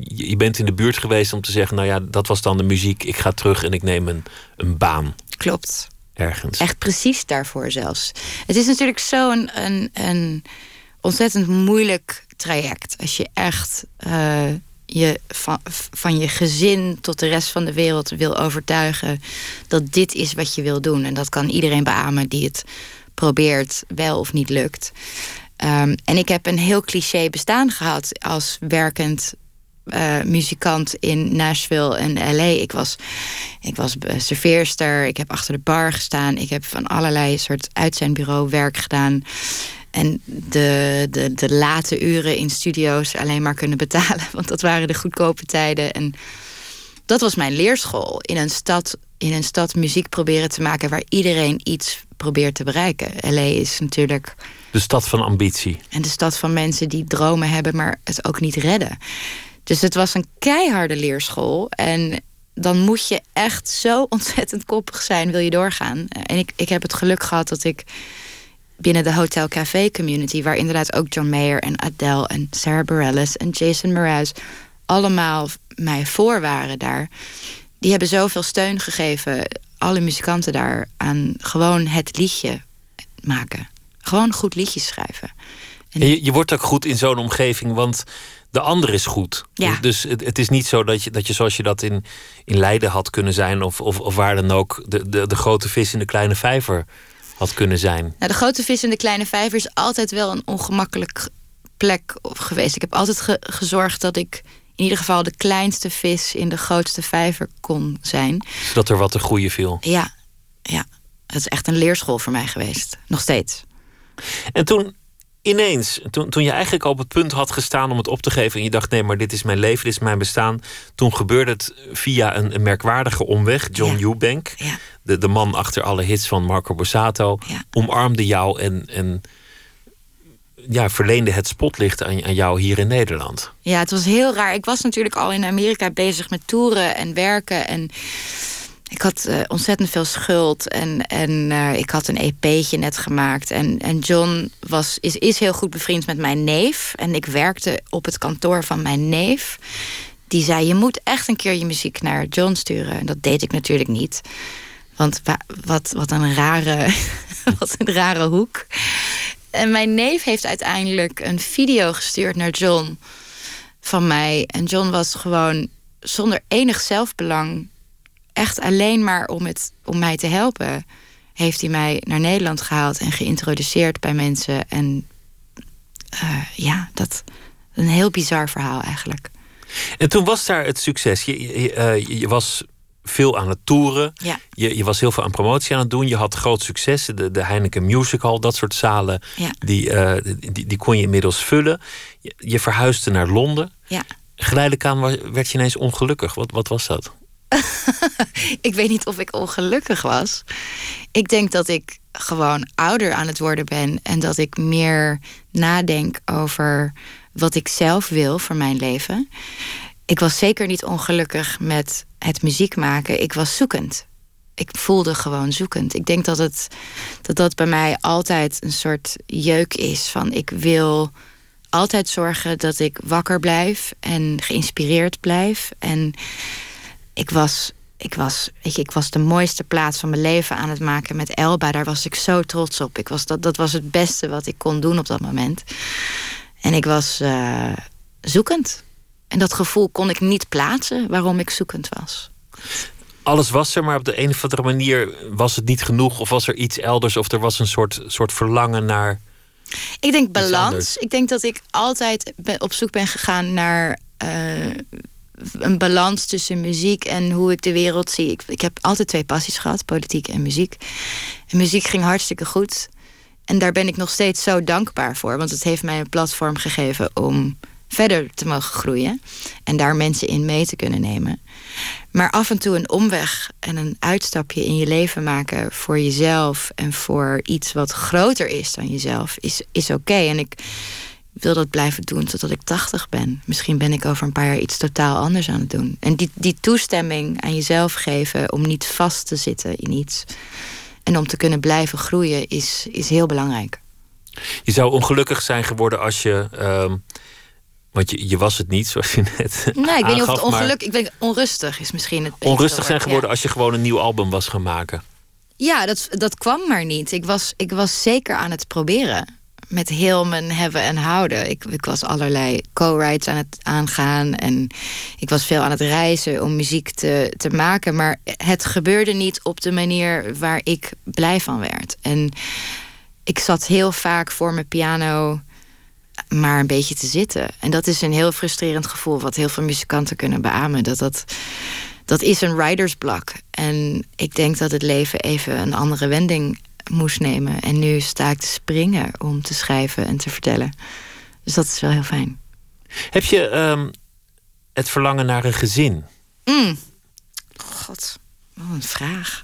je, je bent in de buurt geweest om te zeggen, nou ja, dat was dan de muziek. Ik ga terug en ik neem een, een baan. Klopt. Ergens. Echt precies daarvoor zelfs. Het is natuurlijk zo'n een, een ontzettend moeilijk traject. Als je echt uh, je van, van je gezin tot de rest van de wereld wil overtuigen dat dit is wat je wil doen. En dat kan iedereen beamen die het probeert, wel of niet lukt. Um, en ik heb een heel cliché bestaan gehad als werkend uh, muzikant in Nashville en L A. Ik was, ik was serveerster, ik heb achter de bar gestaan, ik heb van allerlei soort uitzendbureau werk gedaan. En de, de, de late uren in studio's alleen maar kunnen betalen, want dat waren de goedkope tijden. En dat was mijn leerschool. In een stad, in een stad muziek proberen te maken waar iedereen iets probeert te bereiken. L A is natuurlijk de stad van ambitie. En de stad van mensen die dromen hebben, maar het ook niet redden. Dus het was een keiharde leerschool. En dan moet je echt zo ontzettend koppig zijn, wil je doorgaan. En ik, ik heb het geluk gehad dat ik binnen de Hotel Café community, waar inderdaad ook John Mayer en Adele en Sarah Bareilles en Jason Mraz allemaal mij voor waren daar. Die hebben zoveel steun gegeven, alle muzikanten daar, aan gewoon het liedje maken. Gewoon goed liedjes schrijven. En en je, je wordt ook goed in zo'n omgeving, want de ander is goed. Ja. Dus het, het is niet zo dat je, dat je zoals je dat in, in Leiden had kunnen zijn, of, of, of waar dan ook, de, de, de grote vis in de kleine vijver had kunnen zijn. Nou, de grote vis in de kleine vijver is altijd wel een ongemakkelijk plek geweest. Ik heb altijd ge- gezorgd dat ik in ieder geval de kleinste vis in de grootste vijver kon zijn. Zodat er wat te groeien viel. Ja, ja. Dat is echt een leerschool voor mij geweest. Nog steeds. En toen ineens, toen, toen je eigenlijk al op het punt had gestaan om het op te geven en je dacht, nee, maar dit is mijn leven, dit is mijn bestaan. Toen gebeurde het via een, een merkwaardige omweg. John ja. Eubank, ja. de, de man achter alle hits van Marco Borsato, ja. omarmde jou en, en ja, verleende het spotlicht aan, aan jou hier in Nederland. Ja, het was heel raar. Ik was natuurlijk al in Amerika bezig met toeren en werken. En ik had uh, ontzettend veel schuld. En, en uh, ik had een E P'tje net gemaakt. En, en John was, is, is heel goed bevriend met mijn neef. En ik werkte op het kantoor van mijn neef. Die zei, je moet echt een keer je muziek naar John sturen. En dat deed ik natuurlijk niet. Want wa, wat, wat, een rare, wat een rare hoek. En mijn neef heeft uiteindelijk een video gestuurd naar John van mij. En John was gewoon zonder enig zelfbelang, echt alleen maar om, het, om mij te helpen, heeft hij mij naar Nederland gehaald en geïntroduceerd bij mensen. En uh, ja, dat een heel bizar verhaal eigenlijk. En toen was daar het succes. Je, je, uh, je was veel aan het toeren. Ja. Je, je was heel veel aan promotie aan het doen. Je had groot succes. De, de Heineken Musical, dat soort zalen, ja. die, uh, die, die kon je inmiddels vullen. Je, je verhuisde naar Londen. Ja. Geleidelijk aan werd je ineens ongelukkig. Wat, wat was dat? Ik weet niet of ik ongelukkig was. Ik denk dat ik gewoon ouder aan het worden ben en dat ik meer nadenk over wat ik zelf wil voor mijn leven. Ik was zeker niet ongelukkig met het muziek maken. Ik was zoekend. Ik voelde gewoon zoekend. Ik denk dat het, dat, dat bij mij altijd een soort jeuk is van ik wil altijd zorgen dat ik wakker blijf en geïnspireerd blijf. En ik was, ik was, weet je, ik was de mooiste plaats van mijn leven aan het maken met Elba. Daar was ik zo trots op. Ik was, dat, dat was het beste wat ik kon doen op dat moment. En ik was uh, zoekend. En dat gevoel kon ik niet plaatsen waarom ik zoekend was. Alles was er, maar op de een of andere manier was het niet genoeg. Of was er iets elders, of er was een soort, soort verlangen naar. Ik denk balans. Ik denk dat ik altijd op zoek ben gegaan naar uh, een balans tussen muziek en hoe ik de wereld zie. Ik, ik heb altijd twee passies gehad, politiek en muziek. En muziek ging hartstikke goed. En daar ben ik nog steeds zo dankbaar voor. Want het heeft mij een platform gegeven om verder te mogen groeien. En daar mensen in mee te kunnen nemen. Maar af en toe een omweg en een uitstapje in je leven maken voor jezelf en voor iets wat groter is dan jezelf, is, is oké. Okay. En ik wil dat blijven doen totdat ik tachtig ben. Misschien ben ik over een paar jaar iets totaal anders aan het doen. En die, die toestemming aan jezelf geven om niet vast te zitten in iets en om te kunnen blijven groeien is, is heel belangrijk. Je zou ongelukkig zijn geworden als je uh, Want je, je was het niet, zoals je net Nee, ik weet niet of het aangaf, maar ongeluk... Ik denk onrustig is misschien het betere onrustig zijn woord, geworden ja. als je gewoon een nieuw album was gaan maken. Ja, dat, dat kwam maar niet. Ik was, ik was zeker aan het proberen. Met heel mijn hebben en houden. Ik, ik was allerlei co-writes aan het aangaan. En ik was veel aan het reizen om muziek te, te maken. Maar het gebeurde niet op de manier waar ik blij van werd. En ik zat heel vaak voor mijn piano maar een beetje te zitten. En dat is een heel frustrerend gevoel, wat heel veel muzikanten kunnen beamen. Dat, dat, dat is een writersblok. En ik denk dat het leven even een andere wending moest nemen. En nu sta ik te springen om te schrijven en te vertellen. Dus dat is wel heel fijn. Heb je um, het verlangen naar een gezin? Mm. God, wat een vraag.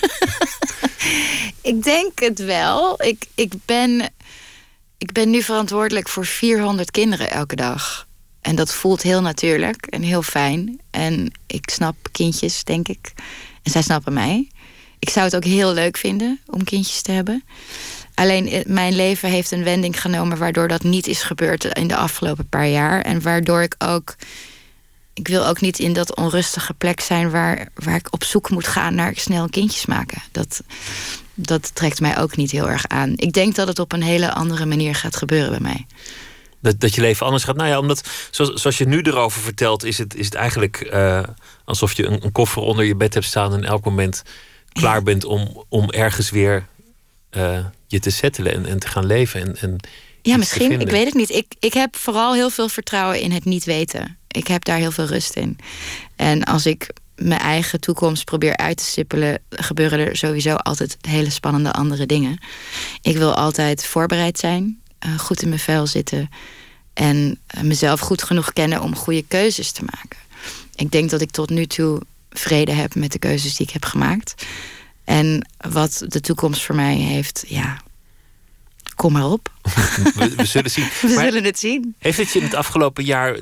Ik denk het wel. Ik, ik, ben, ik ben nu verantwoordelijk voor vierhonderd kinderen elke dag. En dat voelt heel natuurlijk en heel fijn. En ik snap kindjes, denk ik. En zij snappen mij. Ik zou het ook heel leuk vinden om kindjes te hebben. Alleen mijn leven heeft een wending genomen waardoor dat niet is gebeurd in de afgelopen paar jaar. En waardoor ik ook... Ik wil ook niet in dat onrustige plek zijn waar, waar ik op zoek moet gaan naar snel kindjes maken. Dat, dat trekt mij ook niet heel erg aan. Ik denk dat het op een hele andere manier gaat gebeuren bij mij. Dat, dat je leven anders gaat. Nou ja, omdat zoals, zoals je nu erover vertelt, is het, is het eigenlijk uh, alsof je een, een koffer onder je bed hebt staan en elk moment klaar ja. bent om, om ergens weer uh, je te settelen en, en te gaan leven. En, en ja, misschien. Ik weet het niet. Ik, ik heb vooral heel veel vertrouwen in het niet weten. Ik heb daar heel veel rust in. En als ik mijn eigen toekomst probeer uit te stippelen, gebeuren er sowieso altijd hele spannende andere dingen. Ik wil altijd voorbereid zijn, uh, goed in mijn vel zitten en uh, mezelf goed genoeg kennen om goede keuzes te maken. Ik denk dat ik tot nu toe vrede heb met de keuzes die ik heb gemaakt. En wat de toekomst voor mij heeft, ja, kom maar op. We, we zullen zien. We maar zullen het zien. Heeft het je in het afgelopen jaar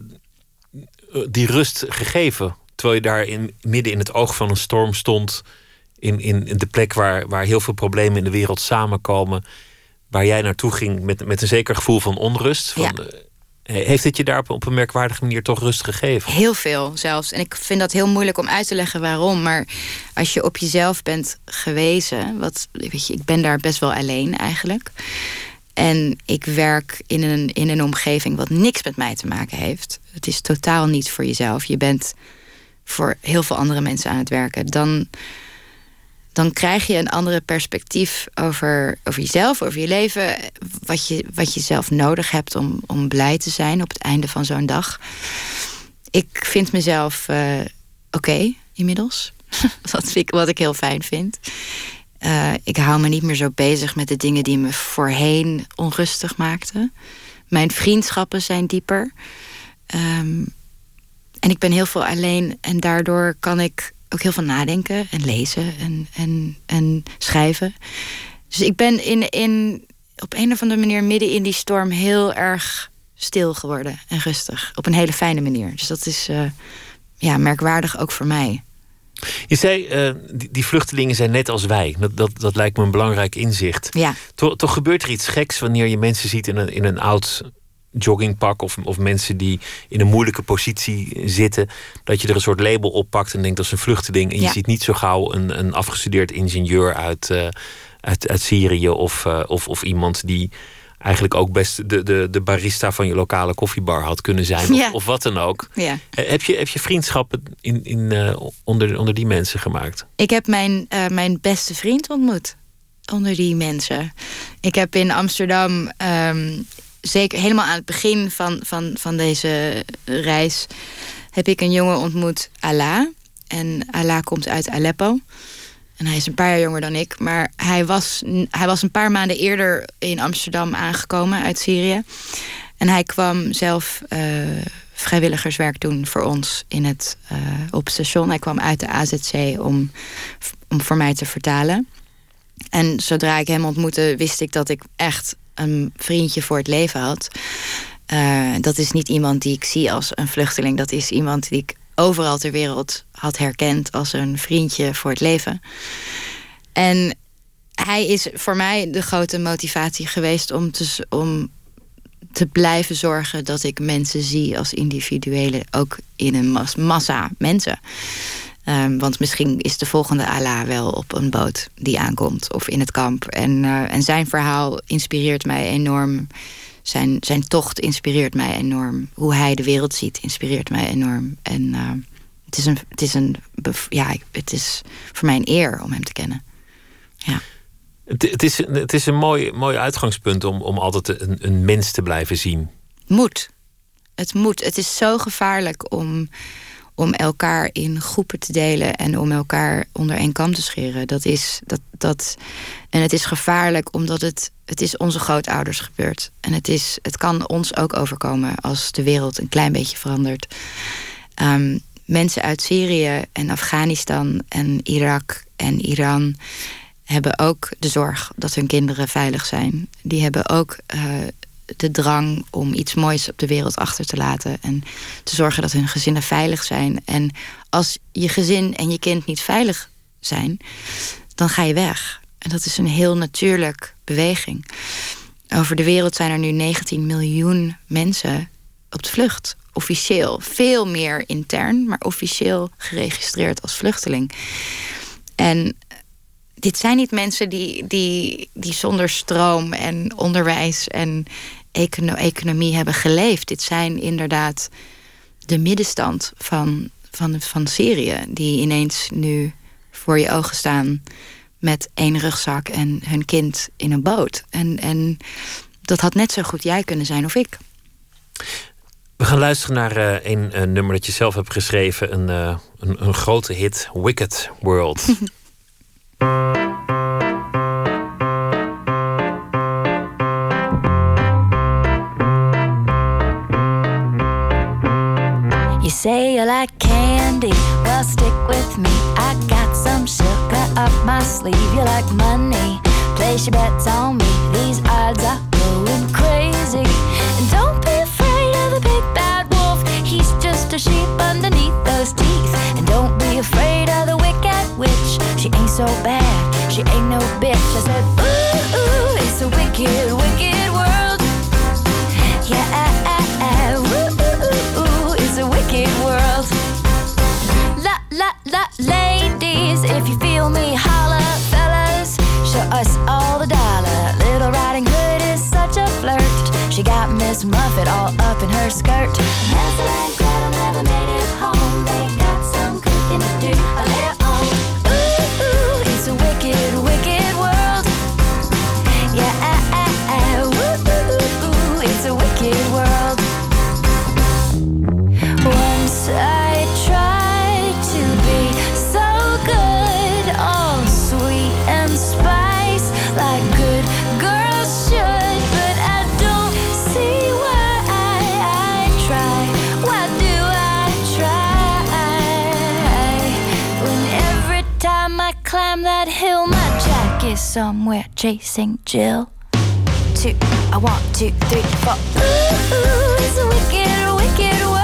die rust gegeven, terwijl je daar in, midden in het oog van een storm stond, in, in de plek waar, waar heel veel problemen in de wereld samenkomen, waar jij naartoe ging met, met een zeker gevoel van onrust? Van, ja. uh, heeft het je daar op, op een merkwaardige manier toch rust gegeven? Heel veel zelfs. En ik vind dat heel moeilijk om uit te leggen waarom. Maar als je op jezelf bent gewezen, wat, weet je, ik ben daar best wel alleen eigenlijk. En ik werk in een, in een omgeving wat niks met mij te maken heeft. Het is totaal niet voor jezelf. Je bent voor heel veel andere mensen aan het werken. Dan, dan krijg je een andere perspectief over, over jezelf, over je leven. Wat je, wat je zelf nodig hebt om, om blij te zijn op het einde van zo'n dag. Ik vind mezelf uh, oké okay, inmiddels. Dat vind ik, wat ik heel fijn vind. Uh, ik hou me niet meer zo bezig met de dingen die me voorheen onrustig maakten. Mijn vriendschappen zijn dieper. Um, en ik ben heel veel alleen. En daardoor kan ik ook heel veel nadenken en lezen en, en, en schrijven. Dus ik ben in, in, op een of andere manier midden in die storm heel erg stil geworden en rustig. Op een hele fijne manier. Dus dat is uh, ja, merkwaardig ook voor mij. Je zei, uh, die, die vluchtelingen zijn net als wij. Dat, dat, dat lijkt me een belangrijk inzicht. Ja. Toch, toch gebeurt er iets geks wanneer je mensen ziet in een, in een oud joggingpak, of, of mensen die in een moeilijke positie zitten, dat je er een soort label op pakt en denkt dat is een vluchteling. En je ja. ziet niet zo gauw een, een afgestudeerd ingenieur uit, uh, uit, uit Syrië of, uh, of, of iemand die eigenlijk ook best de, de, de barista van je lokale koffiebar had kunnen zijn. Ja. Of, of wat dan ook. Ja. Heb je, heb je vriendschappen in, in, uh, onder, onder die mensen gemaakt? Ik heb mijn, uh, mijn beste vriend ontmoet onder die mensen. Ik heb in Amsterdam, um, zeker helemaal aan het begin van, van, van deze reis, heb ik een jongen ontmoet, Alaa. En Alaa komt uit Aleppo. En hij is een paar jaar jonger dan ik. Maar hij was, hij was een paar maanden eerder in Amsterdam aangekomen uit Syrië. En hij kwam zelf uh, vrijwilligerswerk doen voor ons in het, uh, op het station. Hij kwam uit de A Z C om, om voor mij te vertalen. En zodra ik hem ontmoette, wist ik dat ik echt een vriendje voor het leven had. Uh, dat is niet iemand die ik zie als een vluchteling. Dat is iemand die ik overal ter wereld had herkend als een vriendje voor het leven. En hij is voor mij de grote motivatie geweest om, te, om te blijven zorgen dat ik mensen zie als individuele, ook in een mas- massa mensen. Um, want misschien is de volgende Allah wel op een boot die aankomt of in het kamp. En, uh, en zijn verhaal inspireert mij enorm. Zijn, zijn tocht inspireert mij enorm. Hoe hij de wereld ziet inspireert mij enorm. En uh, het is een, het is een, ja, het is voor mij een eer om hem te kennen. Ja. Het, het, is, het is een mooi, mooi uitgangspunt om, om altijd een, een mens te blijven zien. Moet. Het moet. Het is zo gevaarlijk om, om elkaar in groepen te delen en om elkaar onder één kam te scheren. Dat is, dat, dat, en het is gevaarlijk omdat het, het is onze grootouders gebeurd. En het, is, het kan ons ook overkomen als de wereld een klein beetje verandert. Um, mensen uit Syrië en Afghanistan en Irak en Iran hebben ook de zorg dat hun kinderen veilig zijn. Die hebben ook uh, de drang om iets moois op de wereld achter te laten en te zorgen dat hun gezinnen veilig zijn. En als je gezin en je kind niet veilig zijn, dan ga je weg. En dat is een heel natuurlijk beweging. Over de wereld zijn er nu negentien miljoen mensen op de vlucht. Officieel. Veel meer intern, maar officieel geregistreerd als vluchteling. En dit zijn niet mensen die, die, die zonder stroom en onderwijs en econo- economie hebben geleefd. Dit zijn inderdaad de middenstand van, van, van Syrië, die ineens nu voor je ogen staan met één rugzak en hun kind in een boot. En, en dat had net zo goed jij kunnen zijn of ik. We gaan luisteren naar uh, een uh, nummer dat je zelf hebt geschreven. Een, uh, een, een grote hit, Wicked World. You say you like candy, well stick with me. I got some sugar up my sleeve. You like money, place your bets on me. These odds are going crazy. And don't be afraid of the big bad wolf. He's just a sheep underneath those teeth. And don't be afraid of the wicked witch. She ain't so bad, she ain't no bitch. I said, ooh, ooh, it's a wicked, wicked world. Yeah, ooh, ooh, ooh, it's a wicked world. La, la, la, ladies, if you feel me, holla, fellas, show us all the dollar. Little Riding Hood is such a flirt. She got Miss Muffet all up in her skirt. Hansel and Gretel never made it home. They got some cooking to do of their own. Ooh, ooh, it's a wicked, wicked world. Yeah, ooh, ooh, ooh, it's a wicked world. Once I tried to be so good, all sweet and spice, like good girls should. But I don't see why I, I try. Why do I try? When every time I climb that hill, my Jack is somewhere chasing Jill. Two, I want two, three, four. Ooh, ooh, it's a wicked, wicked world.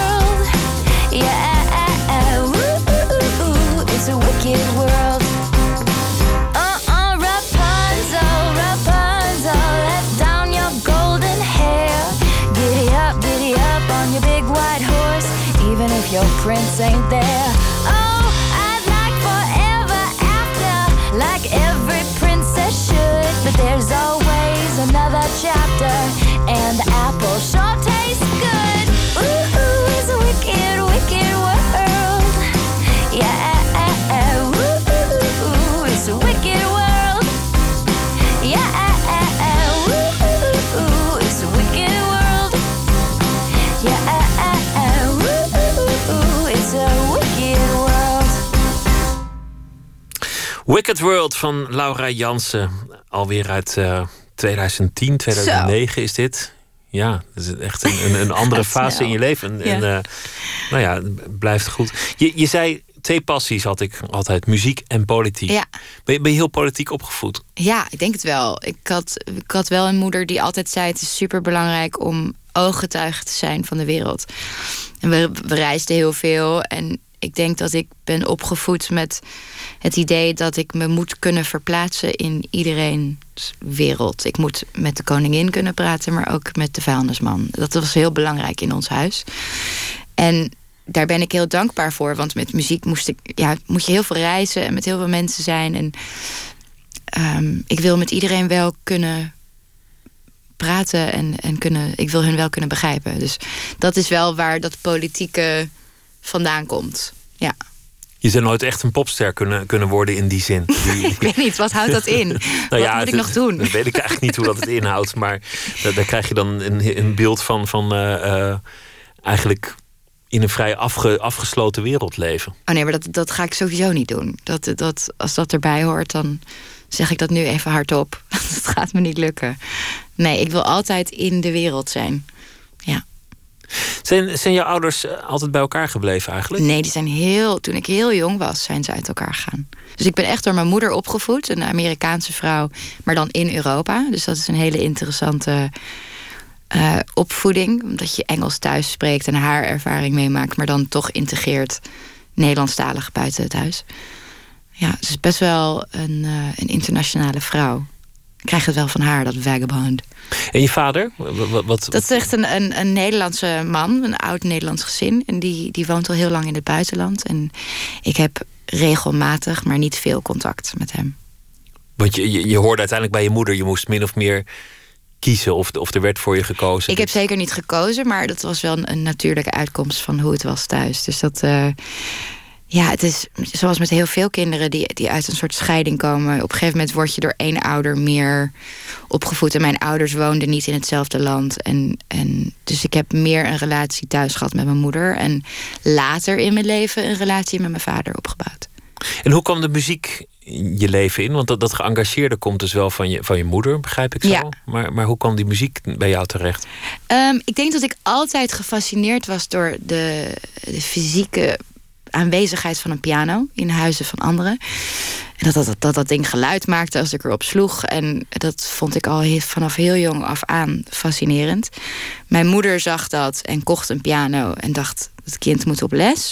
Yeah, ooh, ooh, ooh, it's a wicked world. Uh-uh, Rapunzel, Rapunzel, let down your golden hair. Giddy up, giddy up on your big white horse, even if your prince ain't there. Oh, I'd like forever after, like every princess should. But there's always another chapter, and the apple sure tastes good. Ooh, ooh, it's a wicked, wicked world. Yeah, ooh, ooh, ooh, it's a wicked world. Yeah, ooh, ooh, ooh, it's a wicked world. Yeah, ooh, ooh, ooh, it's a wicked world. Wicked World van Laura Jansen. Alweer uit uh, twintig tien, tweeduizend negen Zo. Is dit. Ja, dat is echt een, een, een andere fase snel in je leven. En, ja. en uh, nou ja, het blijft goed. Je, je zei, twee passies had ik altijd. Muziek en politiek. Ja. Ben, je, ben je heel politiek opgevoed? Ja, ik denk het wel. Ik had, ik had wel een moeder die altijd zei, het is superbelangrijk om ooggetuige te zijn van de wereld. En we, we reisden heel veel. En ik denk dat ik ben opgevoed met het idee dat ik me moet kunnen verplaatsen in iedereen's wereld. Ik moet met de koningin kunnen praten, maar ook met de vuilnisman. Dat was heel belangrijk in ons huis. En daar ben ik heel dankbaar voor, want met muziek moest ik, ja, moet je heel veel reizen en met heel veel mensen zijn. En um, ik wil met iedereen wel kunnen praten en, en kunnen, ik wil hun wel kunnen begrijpen. Dus dat is wel waar dat politieke vandaan komt. Ja. Je zou nooit echt een popster kunnen, kunnen worden in die zin. Die... ik weet niet, wat houdt dat in? nou wat ja, moet ik het, nog doen? Dan weet ik eigenlijk niet hoe dat het inhoudt. Maar daar, daar krijg je dan een, een beeld van, van uh, uh, eigenlijk in een vrij afge, afgesloten wereld leven. Oh nee, maar dat, dat ga ik sowieso niet doen. Dat, dat, als dat erbij hoort, dan zeg ik dat nu even hardop. Dat gaat me niet lukken. Nee, ik wil altijd in de wereld zijn. Ja. Zijn, zijn jouw ouders altijd bij elkaar gebleven eigenlijk? Nee, die zijn heel, toen ik heel jong was, zijn ze uit elkaar gegaan. Dus ik ben echt door mijn moeder opgevoed. Een Amerikaanse vrouw, maar dan in Europa. Dus dat is een hele interessante uh, opvoeding. Omdat je Engels thuis spreekt en haar ervaring meemaakt, maar dan toch integreert Nederlandstalig buiten het huis. Ja, ze is best wel een, uh, een internationale vrouw. Ik krijg het wel van haar, dat vagabond. En je vader? Wat, wat... Dat is echt een, een, een Nederlandse man, een oud Nederlands gezin. En die, die woont al heel lang in het buitenland. En ik heb regelmatig, maar niet veel contact met hem. Want je, je, je hoorde uiteindelijk bij je moeder, je moest min of meer kiezen of, of er werd voor je gekozen. Ik heb zeker niet gekozen, maar dat was wel een, een natuurlijke uitkomst van hoe het was thuis. Dus dat... Uh, Ja, het is zoals met heel veel kinderen die, die uit een soort scheiding komen. Op een gegeven moment word je door één ouder meer opgevoed. En mijn ouders woonden niet in hetzelfde land. En, en dus ik heb meer een relatie thuis gehad met mijn moeder. En later in mijn leven een relatie met mijn vader opgebouwd. En hoe kwam de muziek je leven in? Want dat, dat geëngageerde komt dus wel van je, van je moeder, begrijp ik zo. Ja. Maar, maar hoe kwam die muziek bij jou terecht? Um, ik denk dat ik altijd gefascineerd was door de, de fysieke aanwezigheid van een piano in huizen van anderen. En dat dat, dat dat ding geluid maakte als ik erop sloeg. En dat vond ik al heel, vanaf heel jong af aan fascinerend. Mijn moeder zag dat en kocht een piano en dacht, het kind moet op les.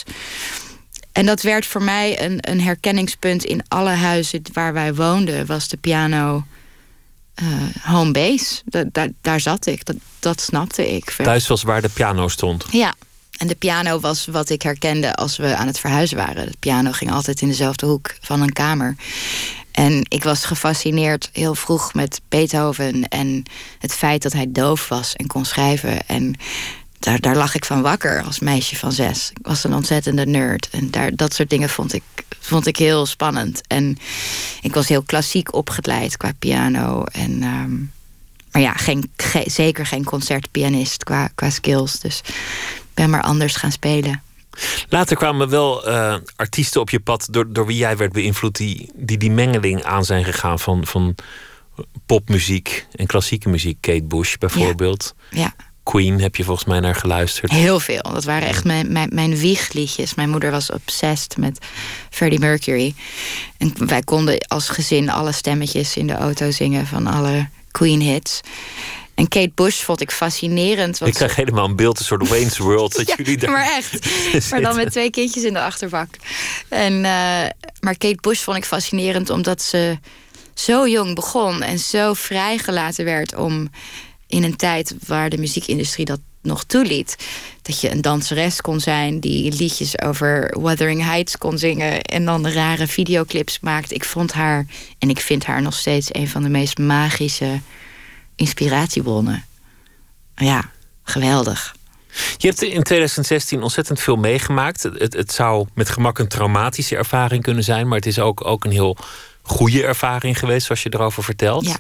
En dat werd voor mij een, een herkenningspunt in alle huizen waar wij woonden, was de piano uh, home base. Da, da, daar zat ik, dat, dat snapte ik. Thuis was waar de piano stond? Ja. En de piano was wat ik herkende als we aan het verhuizen waren. De piano ging altijd in dezelfde hoek van een kamer. En ik was gefascineerd heel vroeg met Beethoven en het feit dat hij doof was en kon schrijven. En daar, daar lag ik van wakker als meisje van zes. Ik was een ontzettende nerd. En daar, dat soort dingen vond ik, vond ik heel spannend. En ik was heel klassiek opgeleid qua piano. En, um, maar ja, geen, ge, zeker geen concertpianist qua, qua skills. Dus ben maar anders gaan spelen. Later kwamen wel uh, artiesten op je pad door, door wie jij werd beïnvloed, die, die die mengeling aan zijn gegaan van, van popmuziek en klassieke muziek. Kate Bush bijvoorbeeld. Ja. Ja. Queen heb je volgens mij naar geluisterd. Heel veel. Dat waren echt mijn, mijn, mijn wiegliedjes. Mijn moeder was obsessed met Freddie Mercury. En wij konden als gezin alle stemmetjes in de auto zingen van alle Queen-hits. En Kate Bush vond ik fascinerend. Ik krijg helemaal een beeld, een soort Wayne's World. Dat ja, jullie daar maar echt. Maar dan met twee kindjes in de achterbak. En, uh, maar Kate Bush vond ik fascinerend omdat ze zo jong begon en zo vrijgelaten werd om in een tijd waar de muziekindustrie dat nog toeliet, dat je een danseres kon zijn die liedjes over Wuthering Heights kon zingen en dan rare videoclips maakt. Ik vond haar, en ik vind haar nog steeds een van de meest magische inspiratiebronnen. Ja, geweldig. Je hebt in twintig zestien ontzettend veel meegemaakt. Het, het zou met gemak een traumatische ervaring kunnen zijn, maar het is ook, ook een heel goede ervaring geweest, zoals je erover vertelt. Ja.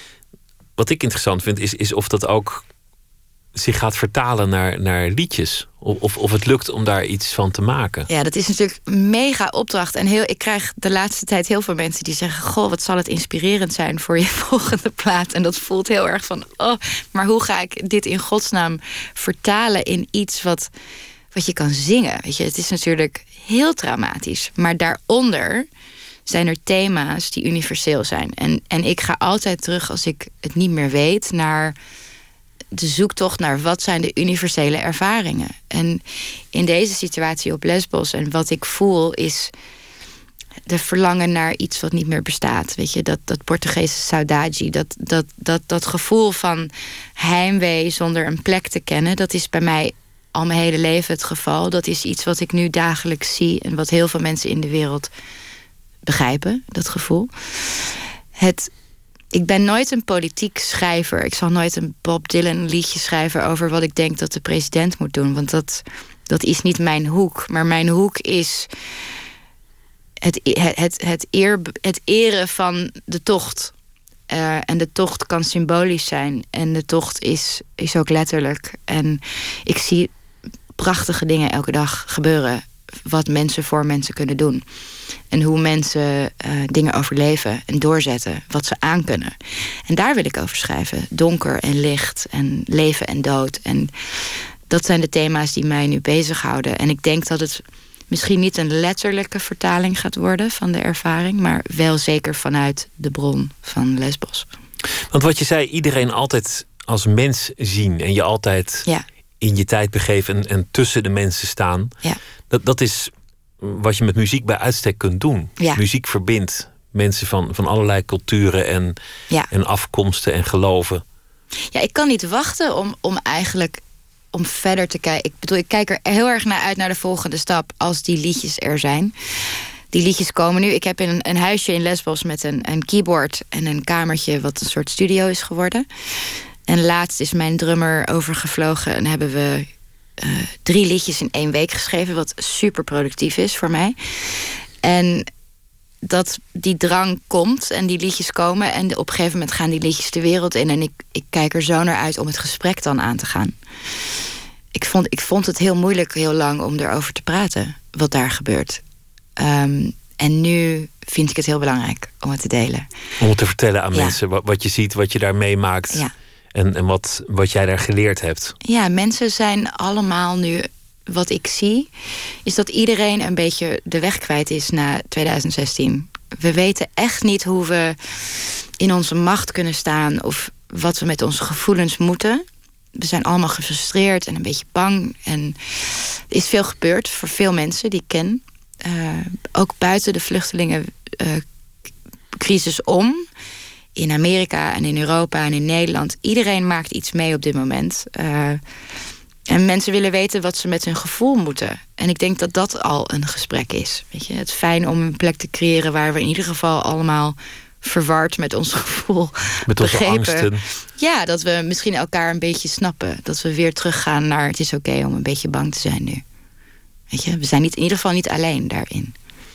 Wat ik interessant vind, is, is of dat ook zich gaat vertalen naar, naar liedjes. Of, of het lukt om daar iets van te maken. Ja, dat is natuurlijk een mega opdracht. En heel, ik krijg de laatste tijd heel veel mensen die zeggen, goh, wat zal het inspirerend zijn voor je volgende plaat. En dat voelt heel erg van, oh, maar hoe ga ik dit in godsnaam vertalen in iets wat, wat je kan zingen? Weet je, het is natuurlijk heel traumatisch. Maar daaronder zijn er thema's die universeel zijn. En, en ik ga altijd terug, als ik het niet meer weet, naar de zoektocht naar wat zijn de universele ervaringen. En in deze situatie op Lesbos en wat ik voel is de verlangen naar iets wat niet meer bestaat. Weet je, dat, dat Portugese saudade, dat, dat, dat, dat gevoel van heimwee zonder een plek te kennen, dat is bij mij al mijn hele leven het geval. Dat is iets wat ik nu dagelijks zie en wat heel veel mensen in de wereld begrijpen, dat gevoel. Het, ik ben nooit een politiek schrijver. Ik zal nooit een Bob Dylan liedje schrijven over wat ik denk dat de president moet doen. Want dat, dat is niet mijn hoek. Maar mijn hoek is het, het, het, het, eer, het eren van de tocht. Uh, en de tocht kan symbolisch zijn. En de tocht is, is ook letterlijk. En ik zie prachtige dingen elke dag gebeuren. Wat mensen voor mensen kunnen doen. En hoe mensen uh, dingen overleven en doorzetten. Wat ze aankunnen. En daar wil ik over schrijven. Donker en licht en leven en dood. En dat zijn de thema's die mij nu bezighouden. En ik denk dat het misschien niet een letterlijke vertaling gaat worden van de ervaring. Maar wel zeker vanuit de bron van Lesbos. Want wat je zei, iedereen altijd als mens zien. En je altijd ja. in je tijd begeven en, en tussen de mensen staan. Ja. Dat, dat is wat je met muziek bij uitstek kunt doen. Ja. Muziek verbindt mensen van, van allerlei culturen en, ja. en afkomsten en geloven. Ja, ik kan niet wachten om, om eigenlijk om verder te kijken. Ik bedoel, ik kijk er heel erg naar uit naar de volgende stap als die liedjes er zijn. Die liedjes komen nu. Ik heb in een, een huisje in Lesbos met een, een keyboard en een kamertje wat een soort studio is geworden. En laatst is mijn drummer overgevlogen en hebben we Uh, drie liedjes in één week geschreven, wat super productief is voor mij. En dat die drang komt en die liedjes komen en op een gegeven moment gaan die liedjes de wereld in en ik, ik kijk er zo naar uit om het gesprek dan aan te gaan. Ik vond, ik vond het heel moeilijk heel lang om erover te praten, wat daar gebeurt. Um, en nu vind ik het heel belangrijk om het te delen. Om het te vertellen aan ja. mensen wat, wat je ziet, wat je daar meemaakt. Ja. En, en wat, wat jij daar geleerd hebt. Ja, mensen zijn allemaal nu... Wat ik zie, is dat iedereen een beetje de weg kwijt is na twintig zestien. We weten echt niet hoe we in onze macht kunnen staan of wat we met onze gevoelens moeten. We zijn allemaal gefrustreerd en een beetje bang. En er is veel gebeurd voor veel mensen die ik ken. Uh, ook buiten de vluchtelingencrisis uh, om... in Amerika en in Europa en in Nederland. Iedereen maakt iets mee op dit moment. Uh, en mensen willen weten wat ze met hun gevoel moeten. En ik denk dat dat al een gesprek is. Weet je? Het is fijn om een plek te creëren waar we in ieder geval allemaal verward met ons gevoel met onze begrepen. angsten. Ja, dat we misschien elkaar een beetje snappen. Dat we weer teruggaan naar het is oké om een beetje bang te zijn nu. Weet je? We zijn niet, in ieder geval niet alleen daarin.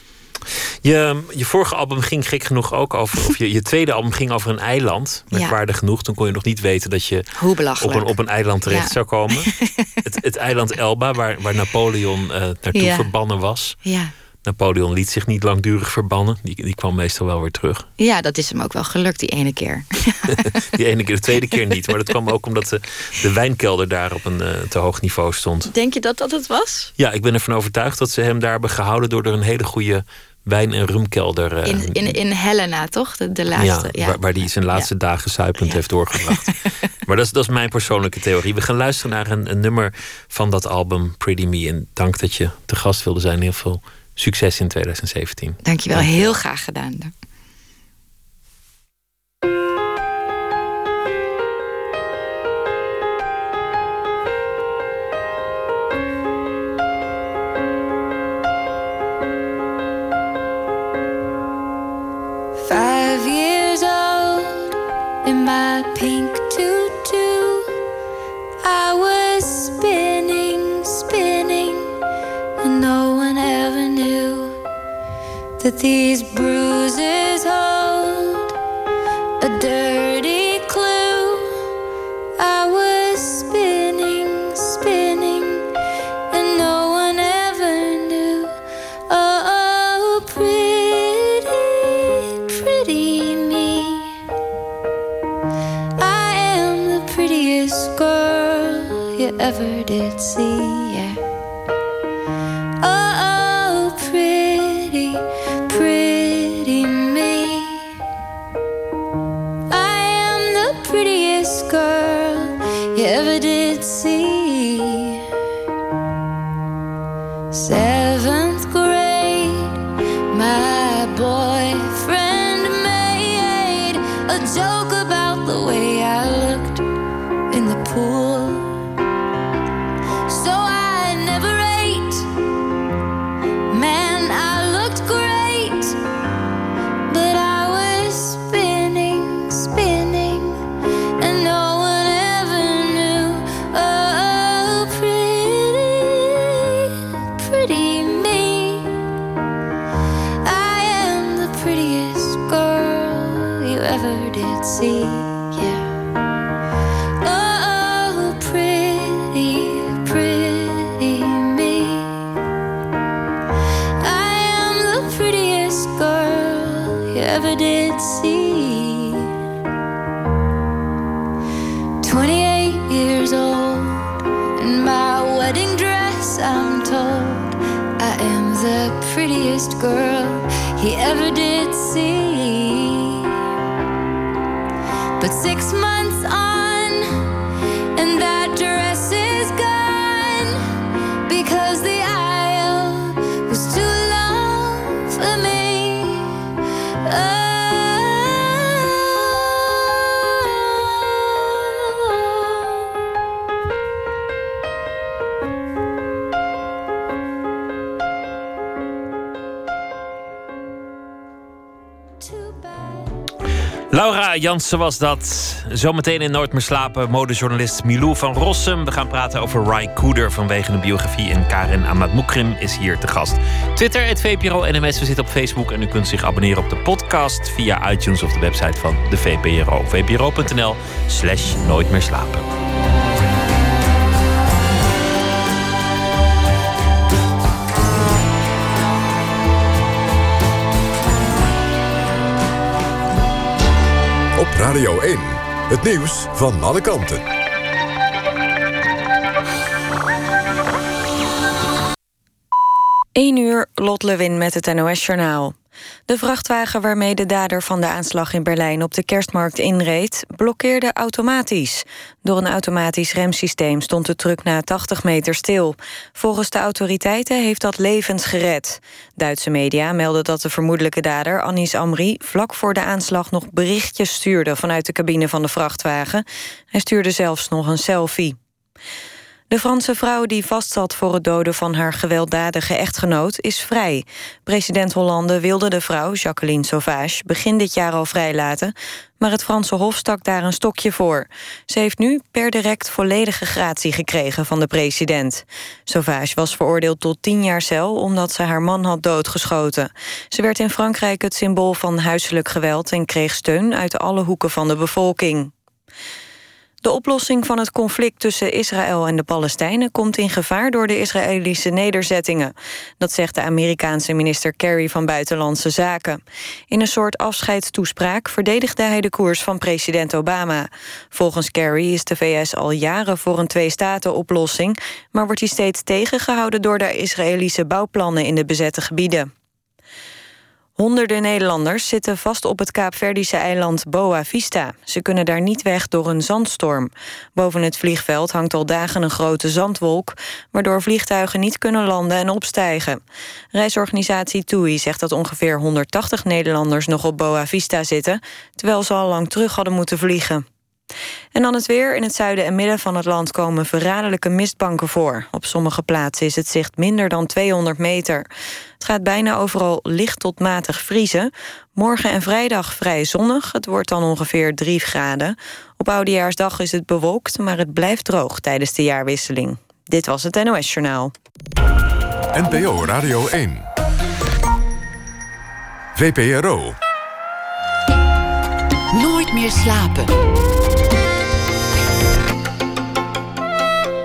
Je, je vorige album ging gek genoeg ook over... of je, je tweede album ging over een eiland. Merkwaardig ja. genoeg. Toen kon je nog niet weten dat je op een, op een eiland terecht ja. zou komen. het, het eiland Elba, waar, waar Napoleon uh, naartoe ja. verbannen was. Ja. Napoleon liet zich niet langdurig verbannen. Die, die kwam meestal wel weer terug. Ja, dat is hem ook wel gelukt die ene keer. die ene keer, de tweede keer niet. Maar dat kwam ook omdat de, de wijnkelder daar op een uh, te hoog niveau stond. Denk je dat dat het was? Ja, ik ben ervan overtuigd dat ze hem daar hebben gehouden... door er een hele goede wijn- en rumkelder... Uh, in, in, in Helena, toch? De, de laatste. Ja, ja. Waar, waar die zijn laatste ja. dagen suipend ja. heeft doorgebracht. Maar dat is, dat is mijn persoonlijke theorie. We gaan luisteren naar een, een nummer van dat album Pretty Me. En dank dat je te gast wilde zijn. Heel veel succes in twintig zeventien. Dank je wel, heel graag gedaan. Five years old in my pink tutu, I was spinning, spinning, and no one ever knew that these bruises hold a dirty clue. I was spinning, spinning, and no one ever knew. Oh, pretty, pretty me. I am the prettiest girl you ever did see, yeah. Oh, pretty, pretty me. I am the prettiest girl you ever did see. Seventh grade, my boyfriend made a joke about the way I looked in the pool. So I never ate. Man, I looked great, but I was spinning, spinning, and no one ever knew. Oh, pretty, pretty me. I am the prettiest girl you ever did see. Yeah. Oh, pretty, pretty me. I am the prettiest girl you ever did see. Twenty-eight years old, in my wedding dress, I'm told I am the prettiest girl he ever did see. But six months on, and that dress is gone, because the aisle was too long for me. Oh. Laura Jansen was dat. Zometeen in Nooit meer slapen modejournalist Milou van Rossum. We gaan praten over Ry Cooder vanwege een biografie. En Karin Ahmad-Moukrim is hier te gast. Twitter, het V P R O N M S. We zitten op Facebook en u kunt zich abonneren op de podcast via iTunes of de website van de V P R O. V P R O punt N L slash Nooit meer slapen. Op Radio één, het nieuws van alle kanten. één uur, Lot Lewin met het N O S-journaal. De vrachtwagen waarmee de dader van de aanslag in Berlijn op de Kerstmarkt inreed, blokkeerde automatisch. Door een automatisch remsysteem stond de truck na tachtig meter stil. Volgens de autoriteiten heeft dat levens gered. Duitse media melden dat de vermoedelijke dader, Anis Amri, vlak voor de aanslag nog berichtjes stuurde vanuit de cabine van de vrachtwagen. Hij stuurde zelfs nog een selfie. De Franse vrouw die vastzat voor het doden van haar gewelddadige echtgenoot is vrij. President Hollande wilde de vrouw, Jacqueline Sauvage, begin dit jaar al vrijlaten, maar het Franse Hof stak daar een stokje voor. Ze heeft nu per direct volledige gratie gekregen van de president. Sauvage was veroordeeld tot tien jaar cel omdat ze haar man had doodgeschoten. Ze werd in Frankrijk het symbool van huiselijk geweld en kreeg steun uit alle hoeken van de bevolking. De oplossing van het conflict tussen Israël en de Palestijnen komt in gevaar door de Israëlische nederzettingen. Dat zegt de Amerikaanse minister Kerry van Buitenlandse Zaken. In een soort afscheidstoespraak verdedigde hij de koers van president Obama. Volgens Kerry is de V S al jaren voor een twee-staten-oplossing, maar wordt hij steeds tegengehouden door de Israëlische bouwplannen in de bezette gebieden. Honderden Nederlanders zitten vast op het Kaapverdische eiland Boa Vista. Ze kunnen daar niet weg door een zandstorm. Boven het vliegveld hangt al dagen een grote zandwolk, waardoor vliegtuigen niet kunnen landen en opstijgen. Reisorganisatie T U I zegt dat ongeveer honderdtachtig Nederlanders nog op Boa Vista zitten, terwijl ze al lang terug hadden moeten vliegen. En dan het weer. In het zuiden en midden van het land komen verraderlijke mistbanken voor. Op sommige plaatsen is het zicht minder dan tweehonderd meter. Het gaat bijna overal licht tot matig vriezen. Morgen en vrijdag vrij zonnig. Het wordt dan ongeveer drie graden. Op Oudejaarsdag is het bewolkt, maar het blijft droog tijdens de jaarwisseling. Dit was het N O S-journaal. N P O Radio één. V P R O. Nooit meer slapen.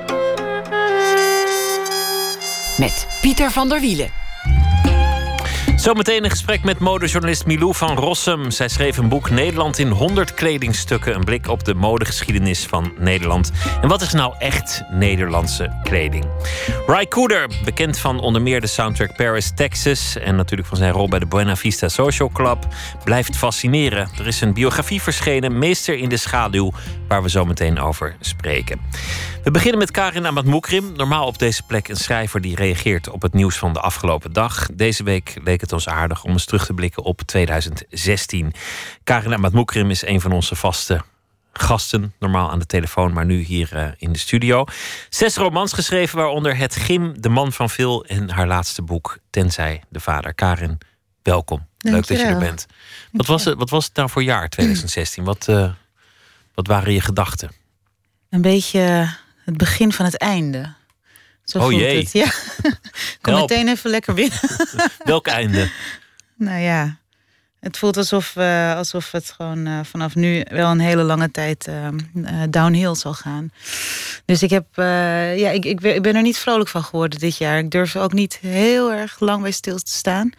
Met Pieter van der Wielen. Zometeen een gesprek met modejournalist Milou van Rossum. Zij schreef een boek Nederland in honderd kledingstukken. Een blik op de modegeschiedenis van Nederland. En wat is nou echt Nederlandse kleding? Ry Cooder, bekend van onder meer de soundtrack Paris, Texas... en natuurlijk van zijn rol bij de Buena Vista Social Club... blijft fascineren. Er is een biografie verschenen, Meester in de Schaduw... waar we zo meteen over spreken. We beginnen met Karin Ahmad-Moukrim. Normaal op deze plek een schrijver die reageert op het nieuws van de afgelopen dag. Deze week leek het ons aardig om eens terug te blikken op tweeduizend zestien. Karin Ahmad-Moukrim is een van onze vaste gasten. Normaal aan de telefoon, maar nu hier uh, in de studio. Zes romans geschreven, waaronder Het Gim, De Man van Veel... en haar laatste boek, Tenzij de Vader. Karin, welkom. Dank Leuk dat je wel. er bent. Wat was, het, wat was het nou voor jaar tweeduizend zestien? Wat, uh, wat waren je gedachten? Een beetje het begin van het einde. Zo oh voelt jee. het. Ja. Kom Help. meteen even lekker binnen. Welk einde? Nou ja, het voelt alsof, uh, alsof het gewoon uh, vanaf nu wel een hele lange tijd uh, uh, downhill zal gaan. Dus ik, heb, uh, ja, ik, ik, ik ben er niet vrolijk van geworden dit jaar. Ik durf er ook niet heel erg lang bij stil te staan.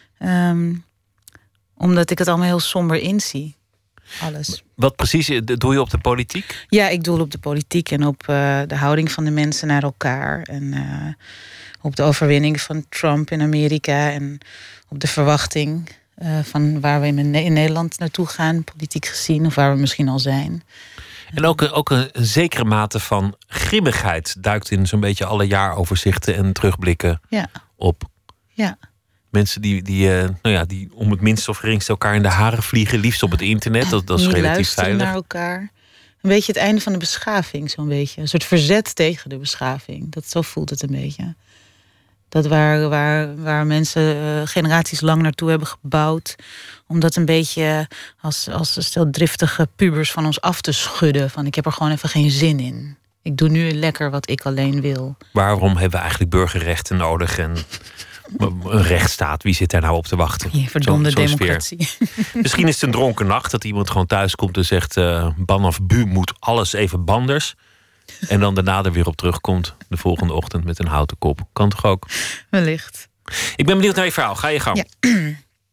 Um, omdat ik het allemaal heel somber inzie. Alles. Wat precies doe je op de politiek? Ja, ik doel op de politiek en op uh, de houding van de mensen naar elkaar. En uh, op de overwinning van Trump in Amerika. En op de verwachting uh, van waar we in, in Nederland naartoe gaan, politiek gezien. Of waar we misschien al zijn. En ook, een, ook een, een zekere mate van grimmigheid duikt in zo'n beetje alle jaaroverzichten en terugblikken ja. op. Ja. Mensen die, die, uh, nou ja, die om het minst of geringst elkaar in de haren vliegen. Liefst op het internet, dat, dat is Niet relatief luisteren veilig. naar elkaar. Een beetje het einde van de beschaving, zo'n beetje. Een soort verzet tegen de beschaving. Dat, zo voelt het een beetje. Dat waar, waar, waar mensen uh, generaties lang naartoe hebben gebouwd. Om dat een beetje als, als stel driftige pubers van ons af te schudden. Van ik heb er gewoon even geen zin in. Ik doe nu lekker wat ik alleen wil. Waarom hebben we eigenlijk burgerrechten nodig en een rechtsstaat? Wie zit daar nou op te wachten? Je verdomde Zo, zo'n democratie. Sfeer. Misschien is het een dronken nacht dat iemand gewoon thuis komt en zegt... Uh, vanaf bu moet alles even banders. En dan daarna er weer op terugkomt de volgende ochtend met een houten kop. Kan toch ook? Wellicht. Ik ben benieuwd naar je verhaal. Ga je gang. Ja.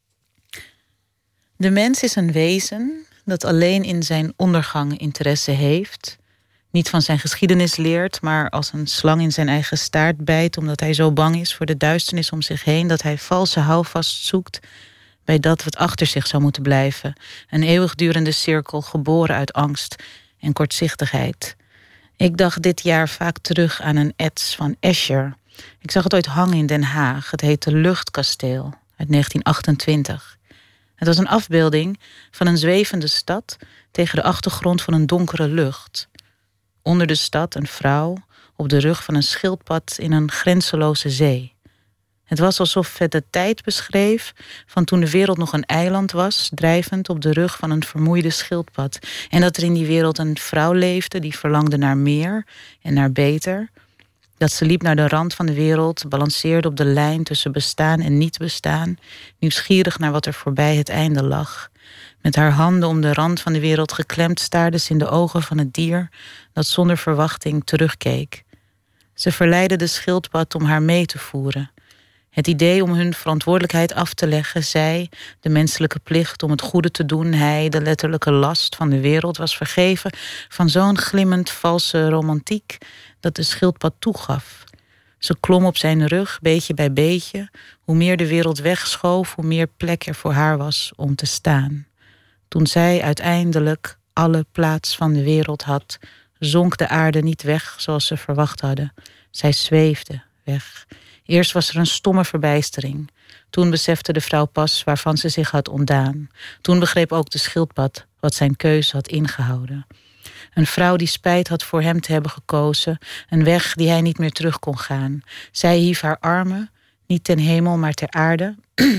De mens is een wezen dat alleen in zijn ondergang interesse heeft. Niet van zijn geschiedenis leert, maar als een slang in zijn eigen staart bijt, omdat hij zo bang is voor de duisternis om zich heen, dat hij valse houvast zoekt bij dat wat achter zich zou moeten blijven. Een eeuwigdurende cirkel, geboren uit angst en kortzichtigheid. Ik dacht dit jaar vaak terug aan een ets van Escher. Ik zag het ooit hangen in Den Haag. Het heette Luchtkasteel uit negentien achtentwintig. Het was een afbeelding van een zwevende stad tegen de achtergrond van een donkere lucht. Onder de stad een vrouw op de rug van een schildpad in een grenzeloze zee. Het was alsof het de tijd beschreef van toen de wereld nog een eiland was, drijvend op de rug van een vermoeide schildpad. En dat er in die wereld een vrouw leefde die verlangde naar meer en naar beter. Dat ze liep naar de rand van de wereld, balanceerde op de lijn tussen bestaan en niet bestaan, nieuwsgierig naar wat er voorbij het einde lag. Met haar handen om de rand van de wereld geklemd staarde ze in de ogen van het dier dat zonder verwachting terugkeek. Ze verleidde de schildpad om haar mee te voeren. Het idee om hun verantwoordelijkheid af te leggen, zij, de menselijke plicht om het goede te doen, hij, de letterlijke last van de wereld, was vergeven van zo'n glimmend valse romantiek dat de schildpad toegaf. Ze klom op zijn rug, beetje bij beetje. Hoe meer de wereld wegschoof, hoe meer plek er voor haar was om te staan. Toen zij uiteindelijk alle plaats van de wereld had, zonk de aarde niet weg zoals ze verwacht hadden. Zij zweefde weg. Eerst was er een stomme verbijstering. Toen besefte de vrouw pas waarvan ze zich had ontdaan. Toen begreep ook de schildpad wat zijn keuze had ingehouden. Een vrouw die spijt had voor hem te hebben gekozen. Een weg die hij niet meer terug kon gaan. Zij hief haar armen, niet ten hemel maar ter aarde,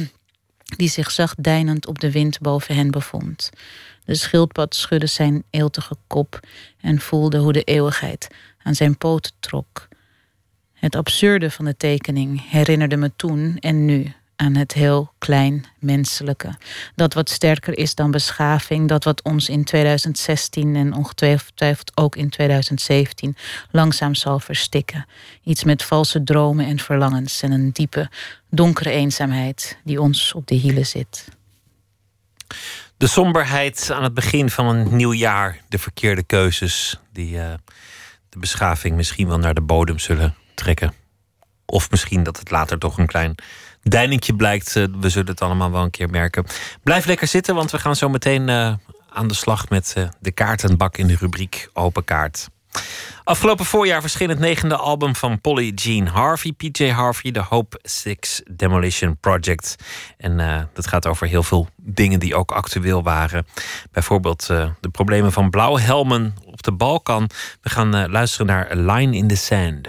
die zich zacht deinend op de wind boven hen bevond. De schildpad schudde zijn eeltige kop en voelde hoe de eeuwigheid aan zijn poten trok. Het absurde van de tekening herinnerde me toen en nu aan het heel klein menselijke. Dat wat sterker is dan beschaving. Dat wat ons in tweeduizend zestien en ongetwijfeld ook in tweeduizend zeventien langzaam zal verstikken. Iets met valse dromen en verlangens en een diepe, donkere eenzaamheid die ons op de hielen zit. De somberheid aan het begin van een nieuw jaar. De verkeerde keuzes die uh, de beschaving misschien wel naar de bodem zullen trekken. Of misschien dat het later toch een klein deiningje blijkt. Uh, we zullen het allemaal wel een keer merken. Blijf lekker zitten, want we gaan zo meteen uh, aan de slag met uh, de kaartenbak in de rubriek Open Kaart. Afgelopen voorjaar verscheen het negende album van Polly Jean Harvey, P J Harvey, The Hope Six Demolition Project. En uh, dat gaat over heel veel dingen die ook actueel waren. Bijvoorbeeld uh, de problemen van blauwhelmen op de Balkan. We gaan uh, luisteren naar A Line in the Sand.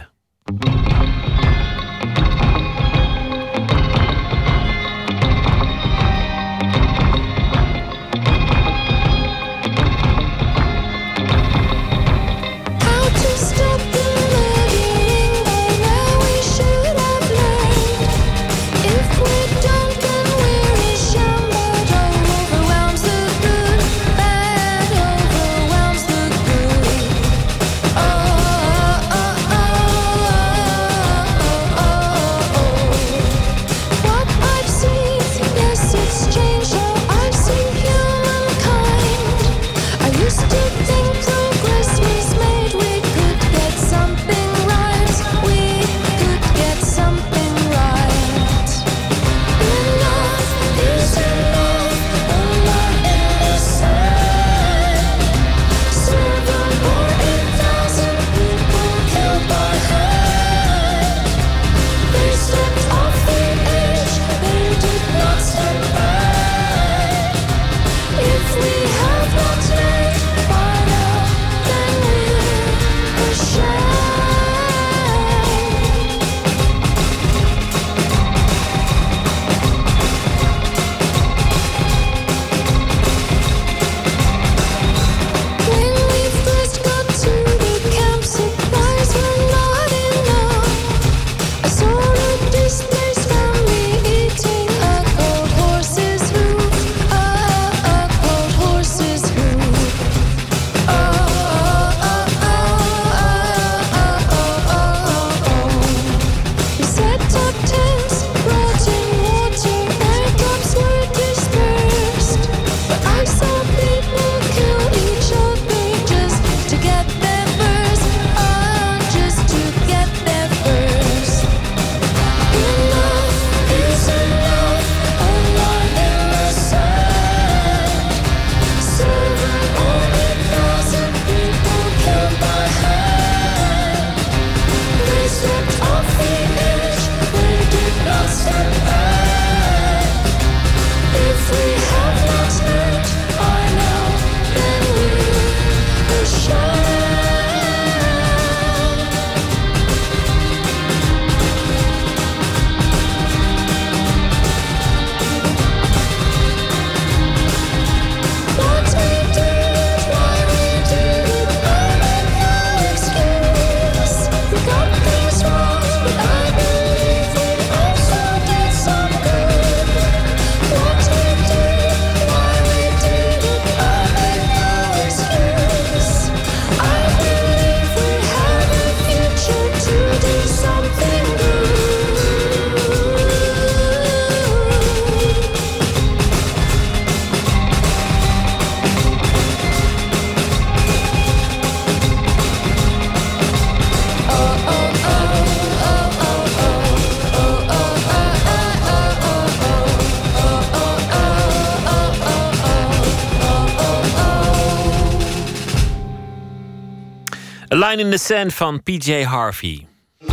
A Line in the Sand van P J Harvey.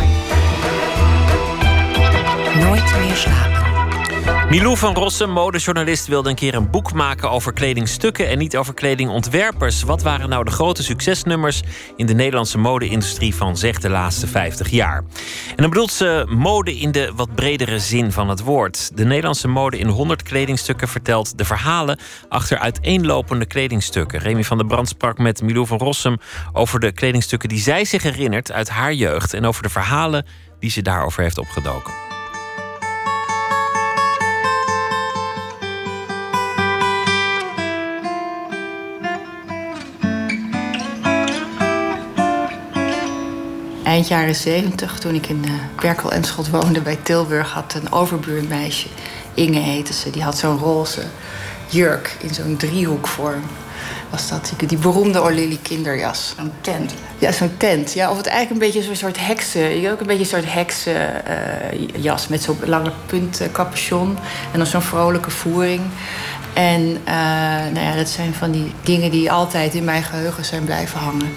Nooit meer slapen. Milou van Rossum, modejournalist, wilde een keer een boek maken over kledingstukken en niet over kledingontwerpers. Wat waren nou de grote succesnummers in de Nederlandse mode-industrie van zeg de laatste vijftig jaar? En dan bedoelt ze mode in de wat bredere zin van het woord. De Nederlandse mode in honderd kledingstukken vertelt de verhalen achter uiteenlopende kledingstukken. Remy van der Brand sprak met Milou van Rossum over de kledingstukken die zij zich herinnert uit haar jeugd en over de verhalen die ze daarover heeft opgedoken. eind jaren zeventig, toen ik in uh, Berkel en Schot woonde bij Tilburg, had een overbuurmeisje, Inge heette ze, die had zo'n roze jurk in zo'n driehoekvorm. Was dat die, die beroemde O'Lily kinderjas. Zo'n tent. Ja, zo'n tent. Ja, of het eigenlijk een beetje zo'n soort heksen. Ook een beetje een soort heksenjas uh, met zo'n lange punt uh, capuchon en dan zo'n vrolijke voering. En uh, nou ja, dat zijn van die dingen die altijd in mijn geheugen zijn blijven hangen.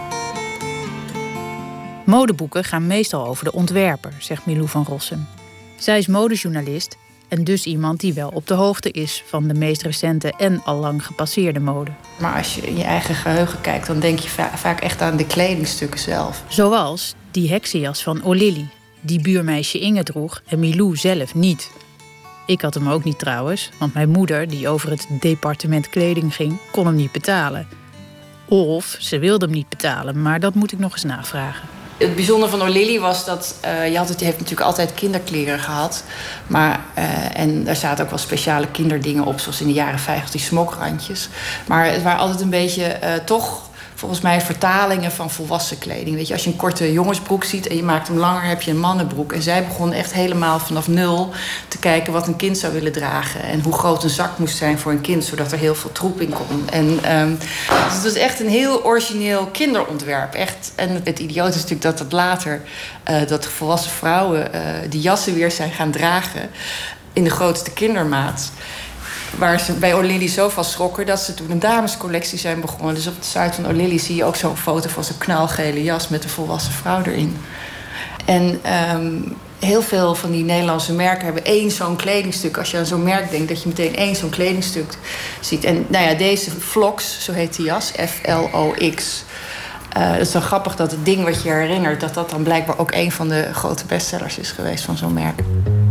Modeboeken gaan meestal over de ontwerper, zegt Milou van Rossum. Zij is modejournalist en dus iemand die wel op de hoogte is van de meest recente en al lang gepasseerde mode. Maar als je in je eigen geheugen kijkt, dan denk je va- vaak echt aan de kledingstukken zelf. Zoals die heksenjas van O'Lily, die buurmeisje Inge droeg en Milou zelf niet. Ik had hem ook niet trouwens, want mijn moeder, die over het departement kleding ging, kon hem niet betalen. Of ze wilde hem niet betalen, maar dat moet ik nog eens navragen. Het bijzondere van O'Lily was dat uh, je had het, die heeft natuurlijk altijd kinderkleren gehad. Maar, uh, en daar zaten ook wel speciale kinderdingen op, zoals in de jaren vijftig, die smokrandjes. Maar het waren altijd een beetje uh, toch, volgens mij, vertalingen van volwassen kleding. Weet je, als je een korte jongensbroek ziet en je maakt hem langer, heb je een mannenbroek. En zij begon echt helemaal vanaf nul te kijken wat een kind zou willen dragen. En hoe groot een zak moest zijn voor een kind, zodat er heel veel troep in kon. En, um, dus het was echt een heel origineel kinderontwerp. Echt. En het idioot is natuurlijk dat het later, uh, dat volwassen vrouwen uh, die jassen weer zijn gaan dragen in de grootste kindermaat. Waar ze bij O'Lily zo van schrokken dat ze toen een damescollectie zijn begonnen. Dus op de site van O'Lily zie je ook zo'n foto van zo'n knalgele jas met een volwassen vrouw erin. En um, heel veel van die Nederlandse merken hebben één zo'n kledingstuk. Als je aan zo'n merk denkt, dat je meteen één zo'n kledingstuk ziet. En nou ja, deze Vlox, zo heet die jas, F L O X. Uh, het is wel grappig dat het ding wat je herinnert, dat dat dan blijkbaar ook een van de grote bestsellers is geweest van zo'n merk.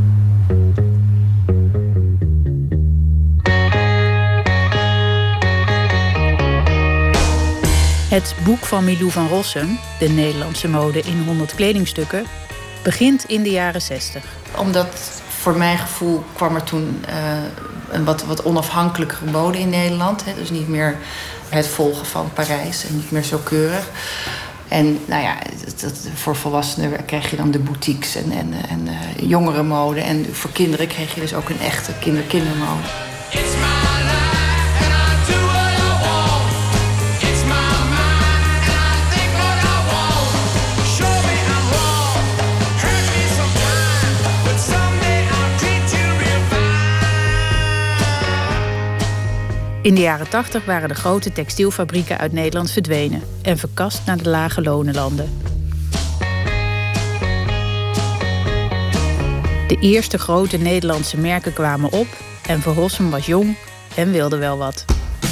Het boek van Milou van Rossum, De Nederlandse mode in honderd kledingstukken, begint in de jaren zestig. Omdat voor mijn gevoel kwam er toen uh, een wat, wat onafhankelijkere mode in Nederland. Hè? Dus niet meer het volgen van Parijs en niet meer zo keurig. En nou ja, dat, dat, voor volwassenen kreeg je dan de boutiques en, en, en uh, jongerenmode. En voor kinderen kreeg je dus ook een echte kinder-kindermode. In de jaren tachtig waren de grote textielfabrieken uit Nederland verdwenen en verkast naar de lage lonenlanden. De eerste grote Nederlandse merken kwamen op en Van Rossum was jong en wilde wel wat.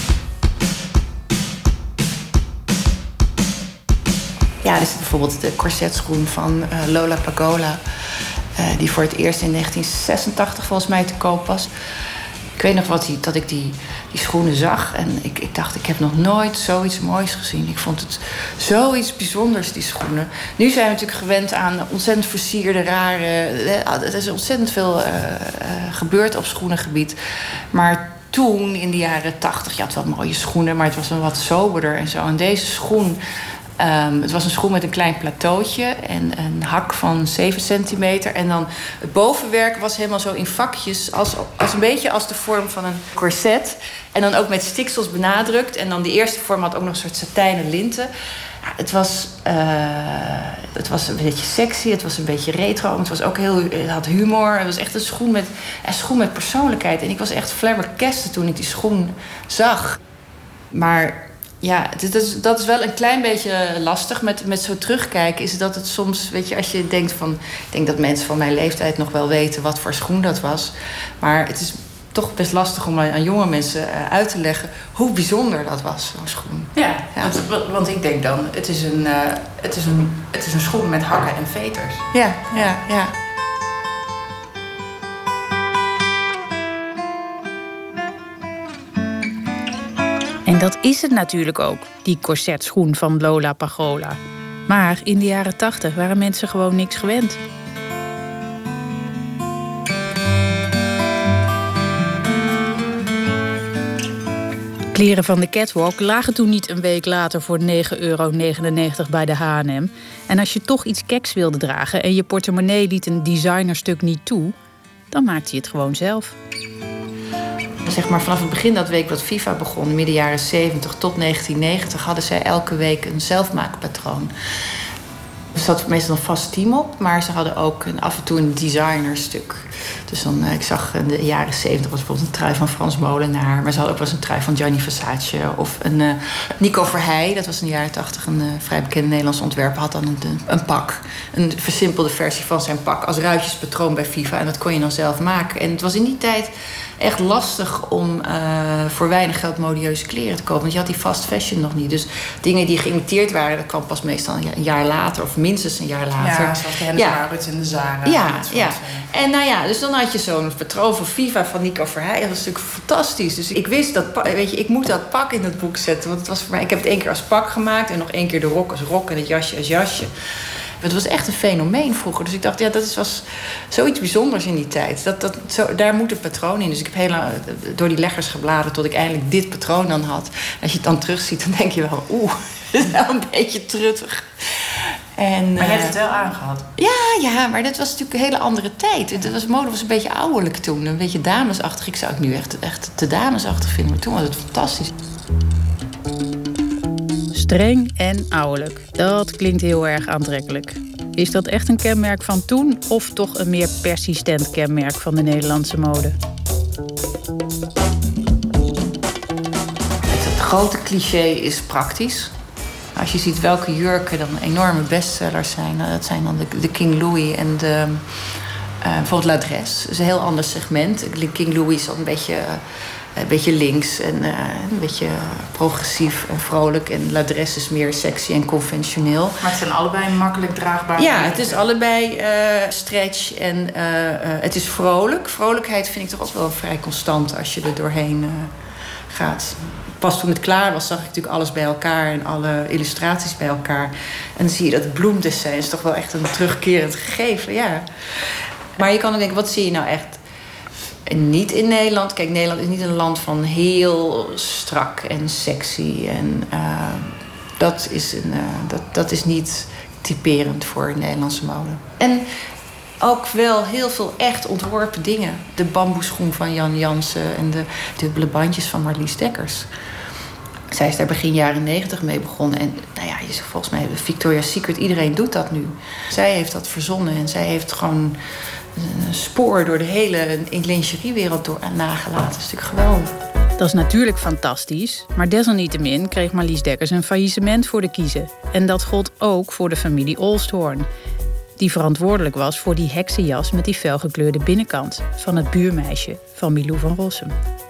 Ja, dus bijvoorbeeld de corsetschoen van uh, Lola Pagola, uh, die voor het eerst in negentien zesentachtig volgens mij te koop was. Ik weet nog wat die, dat ik die, die schoenen zag en ik, ik dacht, ik heb nog nooit zoiets moois gezien. Ik vond het zoiets bijzonders, die schoenen. Nu zijn we natuurlijk gewend aan ontzettend versierde, rare... Er is ontzettend veel uh, uh, gebeurd op schoenengebied. Maar toen, in de jaren tachtig, je had wel mooie schoenen, maar het was een wat soberder en zo. En deze schoen... Um, het was een schoen met een klein plateautje en een hak van zeven centimeter. En dan het bovenwerk was helemaal zo in vakjes, als, als een beetje als de vorm van een corset. En dan ook met stiksels benadrukt. En dan de eerste vorm had ook nog een soort satijnen linten. Ja, het, was, uh, het was een beetje sexy, het was een beetje retro. Het was ook heel, het had humor. Het was echt een schoen met, een schoen met persoonlijkheid. En ik was echt flabbergasted toen ik die schoen zag. Maar... Ja, dat is, dat is wel een klein beetje lastig met, met zo terugkijken. Is dat het soms, weet je, als je denkt van... Ik denk dat mensen van mijn leeftijd nog wel weten wat voor schoen dat was. Maar het is toch best lastig om aan jonge mensen uit te leggen... hoe bijzonder dat was, zo'n schoen. Ja, ja. Want, want ik denk dan, het is, een, uh, het, is een, het is een schoen met hakken en veters. Ja, ja, ja. En dat is het natuurlijk ook, die corsetschoen van Lola Pagola. Maar in de jaren tachtig waren mensen gewoon niks gewend. kleren van de catwalk lagen toen niet een week later voor negen euro negenennegentig bij de H en M. En als je toch iets keks wilde dragen en je portemonnee liet een designerstuk niet toe, dan maakte je het gewoon zelf. Zeg maar vanaf het begin dat week dat FIFA begon, midden jaren zeventig tot negentien negentig, hadden zij elke week een zelfmaakpatroon. Er zat meestal een vast team op, maar ze hadden ook een, af en toe een designerstuk. Dus dan, ik zag in de jaren zeventig was bijvoorbeeld een trui van Frans Molenaar, maar ze hadden ook wel eens een trui van Gianni Versace. Of een uh, Nico Verheij, dat was in de jaren tachtig een uh, vrij bekende Nederlandse ontwerper, had dan een, een pak. Een versimpelde versie van zijn pak als ruitjespatroon bij FIFA. En dat kon je dan zelf maken. En het was in die tijd echt lastig om uh, voor weinig geld modieuze kleren te kopen. Want je had die fast fashion nog niet. Dus dingen die geïmiteerd waren, dat kwam pas meestal een jaar later. Of minstens een jaar later. Ja, zoals de Hennis ja. Maurits en de Zara. Ja, ja. En nou ja, dus dan had je zo'n patroon van FIFA van Nico Verheij. Dat was natuurlijk fantastisch. Dus ik wist dat, weet je, ik moet dat pak in het boek zetten. Want het was voor mij, ik heb het één keer als pak gemaakt. En nog één keer de rok als rok en het jasje als jasje. Het was echt een fenomeen vroeger. Dus ik dacht, ja, dat was zoiets bijzonders in die tijd. Dat, dat, zo, daar moet een patroon in. Dus ik heb heel lang door die leggers gebladerd tot ik eindelijk dit patroon dan had. Als je het dan terugziet, dan denk je wel, oeh, dat is wel een beetje truttig. En, maar je hebt uh, het wel aangehad. Ja, ja, maar dat was natuurlijk een hele andere tijd. Het was, mode was een beetje ouderlijk toen. Een beetje damesachtig. Ik zou het nu echt, echt te damesachtig vinden. Maar toen was het fantastisch. Streng en ouderlijk. Dat klinkt heel erg aantrekkelijk. Is dat echt een kenmerk van toen of toch een meer persistent kenmerk van de Nederlandse mode? Het grote cliché is praktisch. Als je ziet welke jurken dan enorme bestsellers zijn, dat zijn dan de, de King Louis en de, uh, bijvoorbeeld L'Adresse. Dat is een heel ander segment. King Louis is al een beetje... Een beetje links en uh, een beetje progressief en vrolijk. En L'Adresse is meer sexy en conventioneel. Maar het zijn allebei makkelijk draagbaar. Ja, het is allebei uh, stretch en uh, uh, het is vrolijk. Vrolijkheid vind ik toch ook wel vrij constant als je er doorheen uh, gaat. Pas toen het klaar was, zag ik natuurlijk alles bij elkaar en alle illustraties bij elkaar. En dan zie je dat het bloemdessin is toch wel echt een terugkerend gegeven, ja. Maar je kan ook denken, wat zie je nou echt? En niet in Nederland. Kijk, Nederland is niet een land van heel strak en sexy. En uh, dat, is een, uh, dat, dat is niet typerend voor Nederlandse mode. En ook wel heel veel echt ontworpen dingen. De bamboeschoen van Jan Jansen en de dubbele bandjes van Marlies Dekkers. Zij is daar begin jaren negentig mee begonnen. En nou ja, je zegt volgens mij Victoria's Secret, iedereen doet dat nu. Zij heeft dat verzonnen en zij heeft gewoon een spoor door de hele lingeriewereld door nagelaten. Dat is natuurlijk geweldig. Dat is natuurlijk fantastisch, maar desalniettemin kreeg Marlies Dekkers een faillissement voor de kiezen. En dat gold ook voor de familie Olsthoorn, die verantwoordelijk was voor die heksenjas met die felgekleurde binnenkant van het buurmeisje van Milou van Rossum.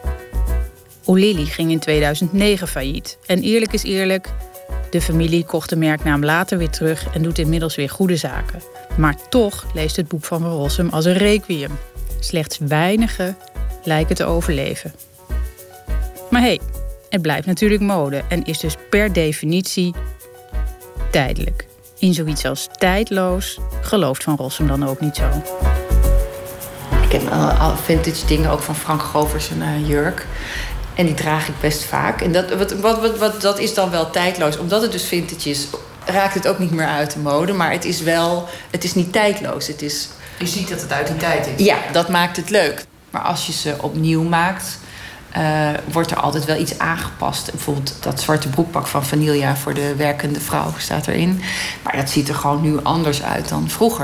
O'Lilly ging in tweeduizend negen failliet. En eerlijk is eerlijk, de familie kocht de merknaam later weer terug en doet inmiddels weer goede zaken. Maar toch leest het boek van Van Rossum als een requiem. Slechts weinigen lijken te overleven. Maar hé, hey, het blijft natuurlijk mode en is dus per definitie tijdelijk. In zoiets als tijdloos gelooft Van Rossum dan ook niet zo. Ik heb al vintage dingen, ook van Frank Govers een uh, jurk. En die draag ik best vaak. En dat, wat, wat, wat, wat, dat is dan wel tijdloos. Omdat het dus vintage is, raakt het ook niet meer uit de mode. Maar het is wel, het is niet tijdloos. Het is... Je ziet dat het uit die tijd is. Ja, dat maakt het leuk. Maar als je ze opnieuw maakt, uh, wordt er altijd wel iets aangepast. Bijvoorbeeld dat zwarte broekpak van Vanilla voor de werkende vrouw staat erin. Maar dat ziet er gewoon nu anders uit dan vroeger.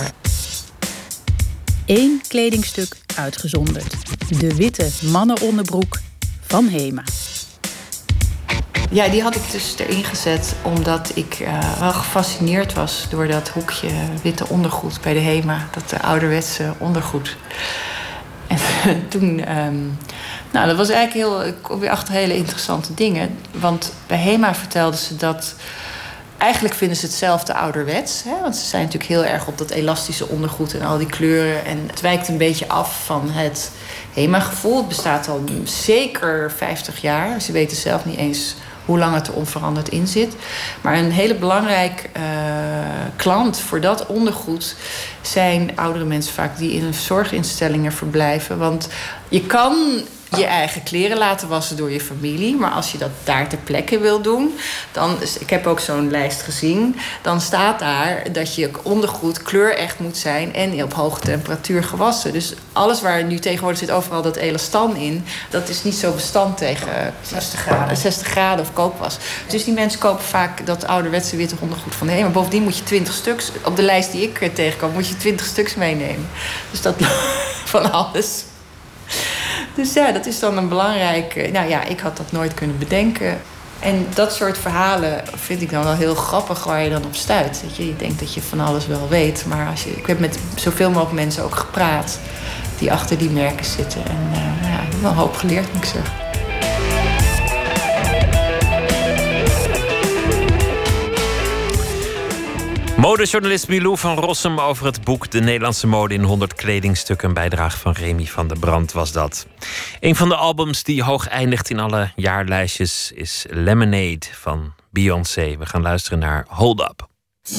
Eén kledingstuk uitgezonderd. De witte mannenonderbroek van Hema. Ja, die had ik dus erin gezet omdat ik uh, wel gefascineerd was door dat hoekje witte ondergoed bij de Hema. Dat uh, ouderwetse ondergoed. En toen, um, nou, dat was eigenlijk heel, ik kom weer achter hele interessante dingen. Want bij Hema vertelden ze dat, eigenlijk vinden ze hetzelfde ouderwets. Hè? Want ze zijn natuurlijk heel erg op dat elastische ondergoed en al die kleuren. En het wijkt een beetje af van het Hema-gevoel. Het bestaat al zeker vijftig jaar. Ze weten zelf niet eens hoe lang het er onveranderd in zit. Maar een hele belangrijk uh, klant voor dat ondergoed zijn oudere mensen vaak die in zorginstellingen verblijven. Want je kan je eigen kleren laten wassen door je familie. Maar als je dat daar ter plekke wil doen, dan, ik heb ook zo'n lijst gezien, dan staat daar dat je ondergoed kleurecht moet zijn en op hoge temperatuur gewassen. Dus alles waar nu tegenwoordig zit overal dat elastan in, dat is niet zo bestand tegen zestig graden, zestig graden of koopwas. Dus die mensen kopen vaak dat ouderwetse witte ondergoed van de een. Maar bovendien moet je twintig stuks, op de lijst die ik tegenkom, moet je twintig stuks meenemen. Dus dat van alles. Dus ja, dat is dan een belangrijk... Nou ja, ik had dat nooit kunnen bedenken. En dat soort verhalen vind ik dan wel heel grappig waar je dan op stuit. Dat je, je denkt dat je van alles wel weet. Maar als je, ik heb met zoveel mogelijk mensen ook gepraat die achter die merken zitten. En uh, nou ja, ik heb wel een hoop geleerd, moet ik zeggen. Modejournalist Milou van Rossum over het boek De Nederlandse mode in honderd kledingstukken. Een bijdrage van Remy van der Brand was dat. Een van de albums die hoog eindigt in alle jaarlijstjes is Lemonade van Beyoncé. We gaan luisteren naar Hold Up.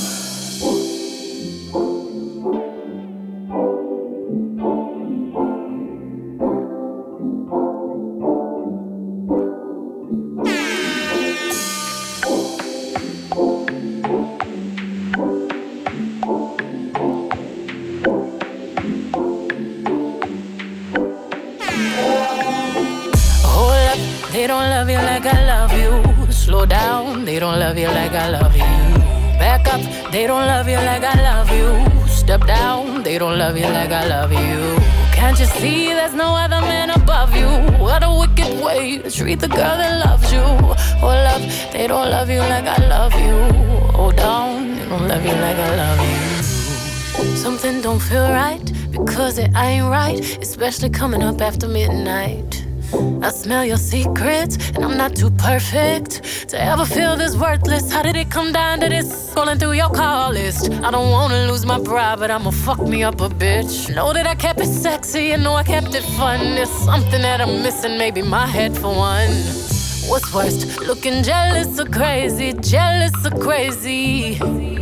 They don't love you like I love you. Slow down, they don't love you like I love you. Back up, they don't love you like I love you. Step down, they don't love you like I love you. Can't you see there's no other man above you? What a wicked way to treat the girl that loves you. Oh love, they don't love you like I love you. Oh down, they don't love you like I love you. Something don't feel right, because it ain't right, especially coming up after midnight. I smell your secrets, and I'm not too perfect to ever feel this worthless. How did it come down to this? Scrolling through your call list. I don't wanna lose my pride, but I'ma fuck me up a bitch. Know that I kept it sexy, and know I kept it fun. There's something that I'm missing, maybe my head for one. What's worst, looking jealous or crazy, jealous or crazy?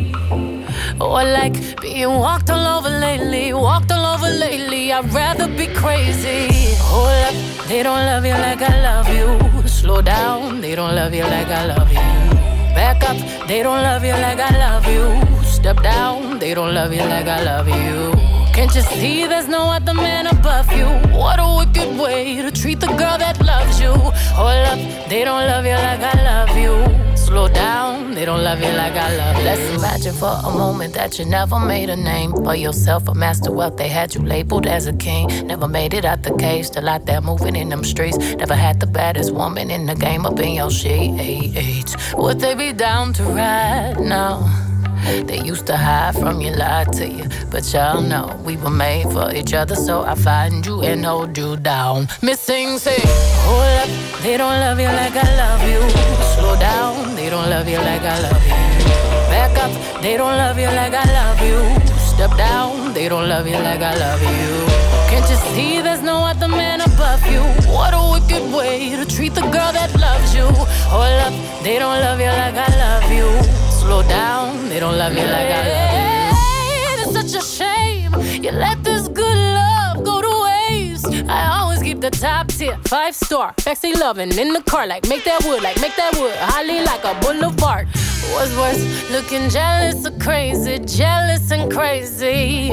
Or like being walked all over lately, walked all over lately. I'd rather be crazy. Hold up, they don't love you like I love you. Slow down, they don't love you like I love you. Back up, they don't love you like I love you. Step down, they don't love you like I love you. Can't you see there's no other man above you? What a wicked way to treat the girl that loves you. Hold up, they don't love you like I love you. Slow down, they don't love you like I love you. Let's imagine for a moment that you never made a name for yourself, a master wealth. They had you labeled as a king. Never made it out the cage, still out there moving in them streets. Never had the baddest woman in the game up in your shades. Would they be down to ride now? They used to hide from you, lied to you, but y'all know we were made for each other, so I find you and hold you down. Missing, say, hold up, they don't love you like I love you. Slow down, they don't love you like I love you. Back up, they don't love you like I love you. Step down, they don't love you like I love you. Can't you see there's no other man above you? What a wicked way to treat the girl that loves you. Hold up, they don't love you like I love you. Slow down, they don't love you like I love you. It's such a shame you let this good love go to waste. I always keep the top tier, five star, sexy loving in the car, like make that wood, like make that wood, highly like a boulevard. What's worse, looking jealous or crazy, jealous and crazy.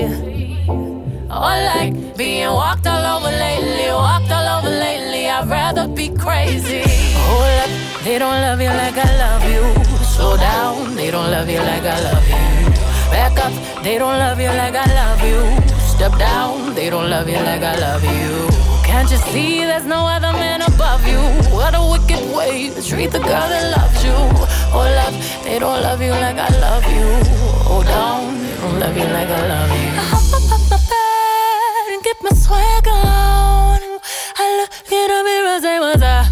Or like being walked all over lately, walked all over lately. I'd rather be crazy. Hold up, they don't love you like I love you. Slow down, they don't love you like I love you. Back up, they don't love you like I love you. Step down, they don't love you like I love you. Can't you see there's no other man above you? What a wicked way to treat the girl that loves you. Oh love, they don't love you like I love you. Oh down, they don't love you like I love you. I hop up up my bed and get my swag on. I look in the mirror, say what's up?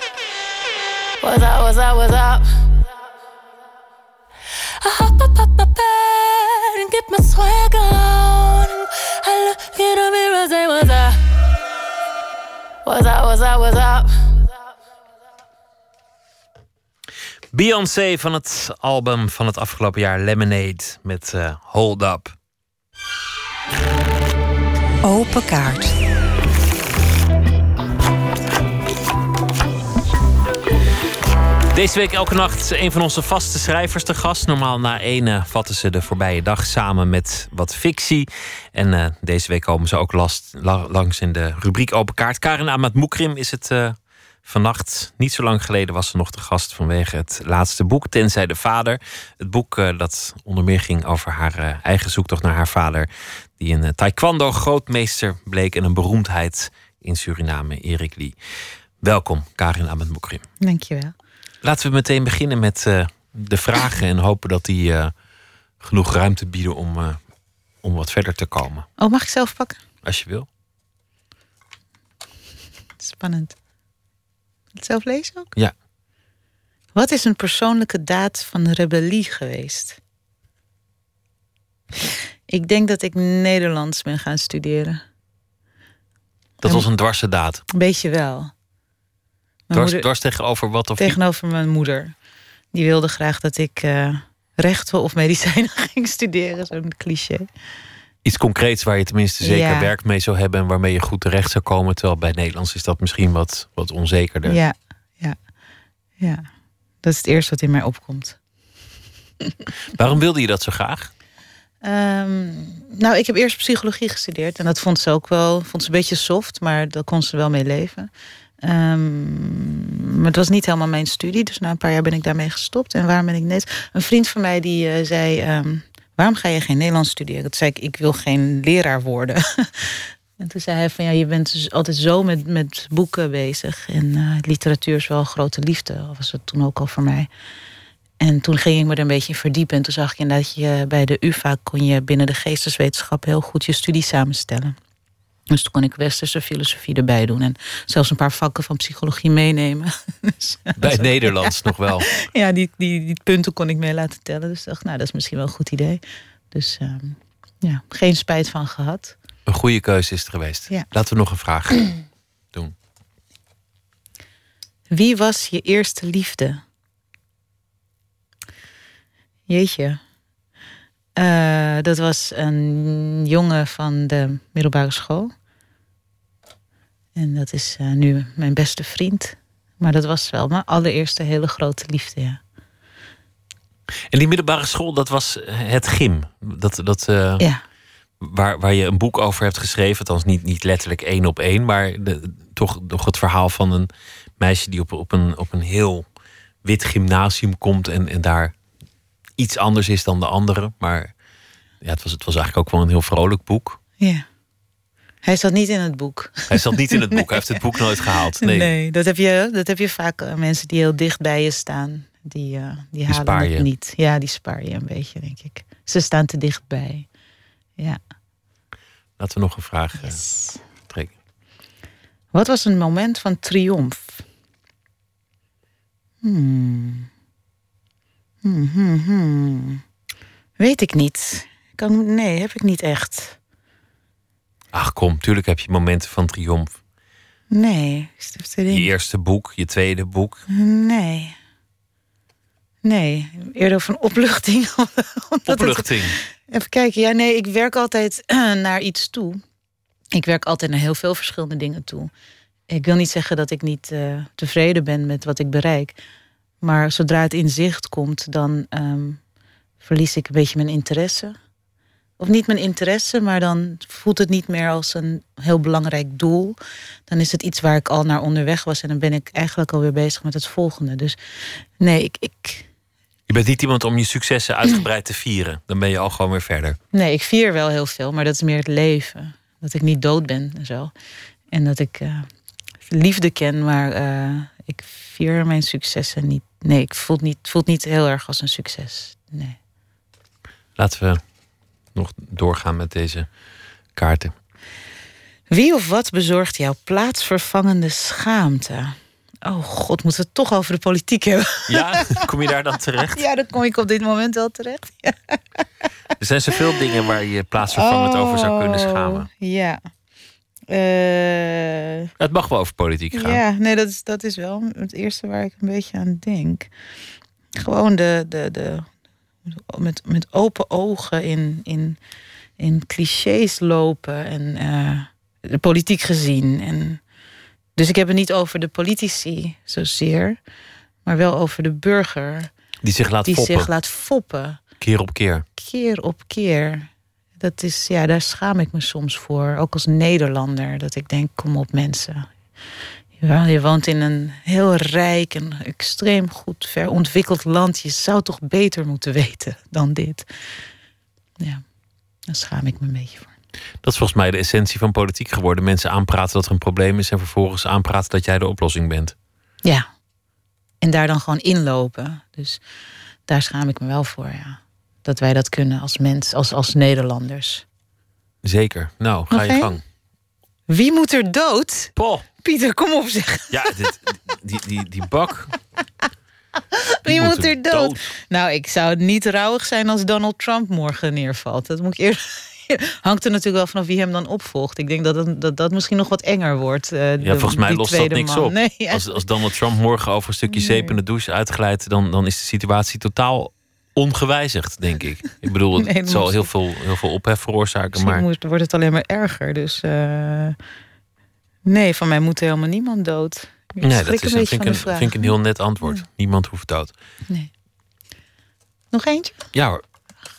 What's up, what's up, what's up? I hop up up my bed and get my swag on. I look in the mirror, say what's up? What's up, what's up, what's up? Beyoncé van het album van het afgelopen jaar Lemonade met uh, Hold Up. Open kaart. Deze week elke nacht een van onze vaste schrijvers te gast. Normaal na ene vatten ze de voorbije dag samen met wat fictie. En uh, deze week komen ze ook last, la, langs in de rubriek Open Kaart. Karin Ahmad-Moukrim is het uh, vannacht. Niet zo lang geleden was ze nog te gast vanwege het laatste boek, Tenzij de Vader. Het boek uh, dat onder meer ging over haar uh, eigen zoektocht naar haar vader, die een uh, taekwondo-grootmeester bleek en een beroemdheid in Suriname, Erik Lee. Welkom, Karin Ahmad-Moukrim. Dankjewel. Laten we meteen beginnen met uh, de vragen en hopen dat die uh, genoeg ruimte bieden om, uh, om wat verder te komen. Oh, mag ik zelf pakken? Als je wil. Spannend. Het zelf lezen ook? Ja. Wat is een persoonlijke daad van rebellie geweest? Ik denk dat ik Nederlands ben gaan studeren. Dat was een dwarse daad? Een beetje wel. Dwars, moeder, dwars tegenover wat? Of tegenover mijn moeder. Die wilde graag dat ik uh, rechten of medicijnen ging studeren. Zo'n cliché. Iets concreets waar je tenminste zeker ja. werk mee zou hebben en waarmee je goed terecht zou komen. Terwijl bij Nederlands is dat misschien wat, wat onzekerder. Ja, ja, ja. Dat is het eerste wat in mij opkomt. Waarom wilde je dat zo graag? Um, nou, ik heb eerst psychologie gestudeerd. En dat vond ze ook wel, vond ze een beetje soft, maar daar kon ze wel mee leven. Um, maar het was niet helemaal mijn studie. Dus na een paar jaar ben ik daarmee gestopt. En waarom ben ik net... Een vriend van mij die uh, zei... Um, waarom ga je geen Nederlands studeren? Toen zei ik, ik wil geen leraar worden. En toen zei hij van, ja, je bent dus altijd zo met, met boeken bezig. En uh, literatuur is wel een grote liefde. Was het toen ook al voor mij. En toen ging ik me er een beetje in verdiepen. En toen zag ik inderdaad, je, bij de U vA kon je binnen de geesteswetenschap heel goed je studie samenstellen. Dus toen kon ik westerse filosofie erbij doen. En zelfs een paar vakken van psychologie meenemen. Dus, bij het Nederlands nog wel. Ja, die, die, die punten kon ik mee laten tellen. Dus ik dacht, nou, dat is misschien wel een goed idee. Dus um, ja, geen spijt van gehad. Een goede keuze is het geweest. Ja. Laten we nog een vraag doen. Wie was je eerste liefde? Jeetje. Uh, dat was een jongen van de middelbare school. En dat is uh, nu mijn beste vriend. Maar dat was wel mijn allereerste hele grote liefde, ja. En die middelbare school, dat was het gym. Dat, dat, uh, ja. waar, waar je een boek over hebt geschreven. Althans niet, niet letterlijk één op één. Maar de, toch, toch het verhaal van een meisje die op, op, een, op een heel wit gymnasium komt. En, en daar iets anders is dan de anderen. Maar ja, het was, het was eigenlijk ook wel een heel vrolijk boek. Ja. Hij zat niet in het boek. Hij zat niet in het boek. Hij heeft het boek nooit gehaald. Nee, nee dat, heb je, dat heb je vaak uh, mensen die heel dicht bij je staan. Die, uh, die, die halen het je. niet. Ja, die spaar je een beetje, denk ik. Ze staan te dichtbij. Ja. Laten we nog een vraag yes. uh, trekken. Wat was een moment van triomf? Hmm. Hmm, hmm, hmm. Weet ik niet. Kan, nee, heb ik niet echt. Ach kom, tuurlijk heb je momenten van triomf. Nee. Je eerste boek, je tweede boek. Nee. Nee, eerder van opluchting. Opluchting? Het, even kijken, ja nee, ik werk altijd naar iets toe. Ik werk altijd naar heel veel verschillende dingen toe. Ik wil niet zeggen dat ik niet uh, tevreden ben met wat ik bereik. Maar zodra het in zicht komt, dan um, verlies ik een beetje mijn interesse. Of niet mijn interesse, maar dan voelt het niet meer als een heel belangrijk doel. Dan is het iets waar ik al naar onderweg was. En dan ben ik eigenlijk alweer bezig met het volgende. Dus nee, ik... ik je bent niet iemand om je successen uitgebreid te vieren. Dan ben je al gewoon weer verder. Nee, ik vier wel heel veel, maar dat is meer het leven. Dat ik niet dood ben en zo. En dat ik uh, liefde ken, maar uh, ik vier mijn successen niet. Nee, ik voel het niet, voel het niet heel erg als een succes. Nee. Laten we nog doorgaan met deze kaarten. Wie of wat bezorgt jouw plaatsvervangende schaamte? Oh god, moeten we het toch over de politiek hebben? Ja, kom je daar dan terecht? Ja, dan kom ik op dit moment wel terecht. Ja. Er zijn zoveel dingen waar je plaatsvervangend oh, over zou kunnen schamen. Ja. Uh, het mag wel over politiek gaan. Ja, nee, dat is, dat is wel het eerste waar ik een beetje aan denk. Gewoon de... de, de met, met open ogen in, in, in clichés lopen en uh, de politiek gezien. En, dus ik heb het niet over de politici zozeer, maar wel over de burger. Die zich laat die foppen. zich laat foppen. Keer op keer. Keer op keer. Dat is, ja, daar schaam ik me soms voor. Ook als Nederlander. Dat ik denk, kom op mensen. Ja, je woont in een heel rijk en extreem goed verontwikkeld land. Je zou toch beter moeten weten dan dit. Ja, daar schaam ik me een beetje voor. Dat is volgens mij de essentie van politiek geworden. Mensen aanpraten dat er een probleem is en vervolgens aanpraten dat jij de oplossing bent. Ja, en daar dan gewoon inlopen. Dus daar schaam ik me wel voor, ja. Dat wij dat kunnen als mens, als, als Nederlanders. Zeker. Nou, ga Nog je één? gang. Wie moet er dood? Paul. Pieter, kom op zeg. Ja, dit, die, die, die bak. Wie moet er dood? dood? Nou, ik zou niet rouwig zijn als Donald Trump morgen neervalt. Dat moet ik eerder... Hangt er natuurlijk wel vanaf wie hem dan opvolgt. Ik denk dat dat, dat, dat misschien nog wat enger wordt. Uh, ja, de, volgens mij lost dat niks man. op. Nee, ja. als, als Donald Trump morgen over een stukje nee. zeep in de douche uitglijdt... Dan, dan is de situatie totaal ongewijzigd, denk ik. Ik bedoel, het nee, zal heel veel, heel veel ophef veroorzaken. Misschien maar... moet, wordt het alleen maar erger. Dus uh... nee, van mij moet helemaal niemand dood. Ik nee, dat is, een, vind, ik een, vind ik een heel net antwoord. Ja. Niemand hoeft dood. Nee. Nog eentje? Ja hoor.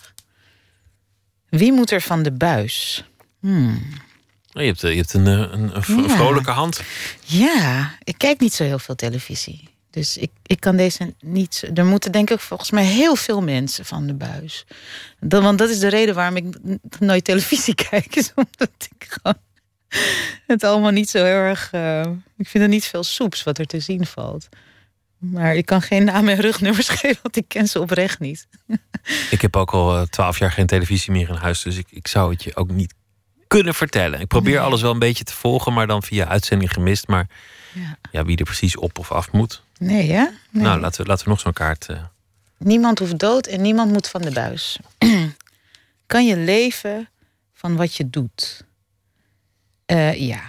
Wie moet er van de buis? Hmm. Je hebt, je hebt een, een, een ja. vrolijke hand. Ja, ik kijk niet zo heel veel televisie. Dus ik, ik kan deze niet... Er moeten denk ik volgens mij heel veel mensen van de buis. Dat, want dat is de reden waarom ik nooit televisie kijk. Is omdat ik gewoon het allemaal niet zo heel erg... Uh, ik vind er niet veel soeps wat er te zien valt. Maar ik kan geen naam en rugnummers geven, want ik ken ze oprecht niet. Ik heb ook al twaalf jaar geen televisie meer in huis. Dus ik, ik zou het je ook niet kunnen vertellen. Ik probeer nee. alles wel een beetje te volgen, maar dan via uitzending gemist. Maar ja. Ja, wie er precies op of af moet. Nee, hè? Nee. Nou, laten we, laten we nog zo'n kaart... Uh... Niemand hoeft dood en niemand moet van de buis. Kan je leven van wat je doet? Uh, ja.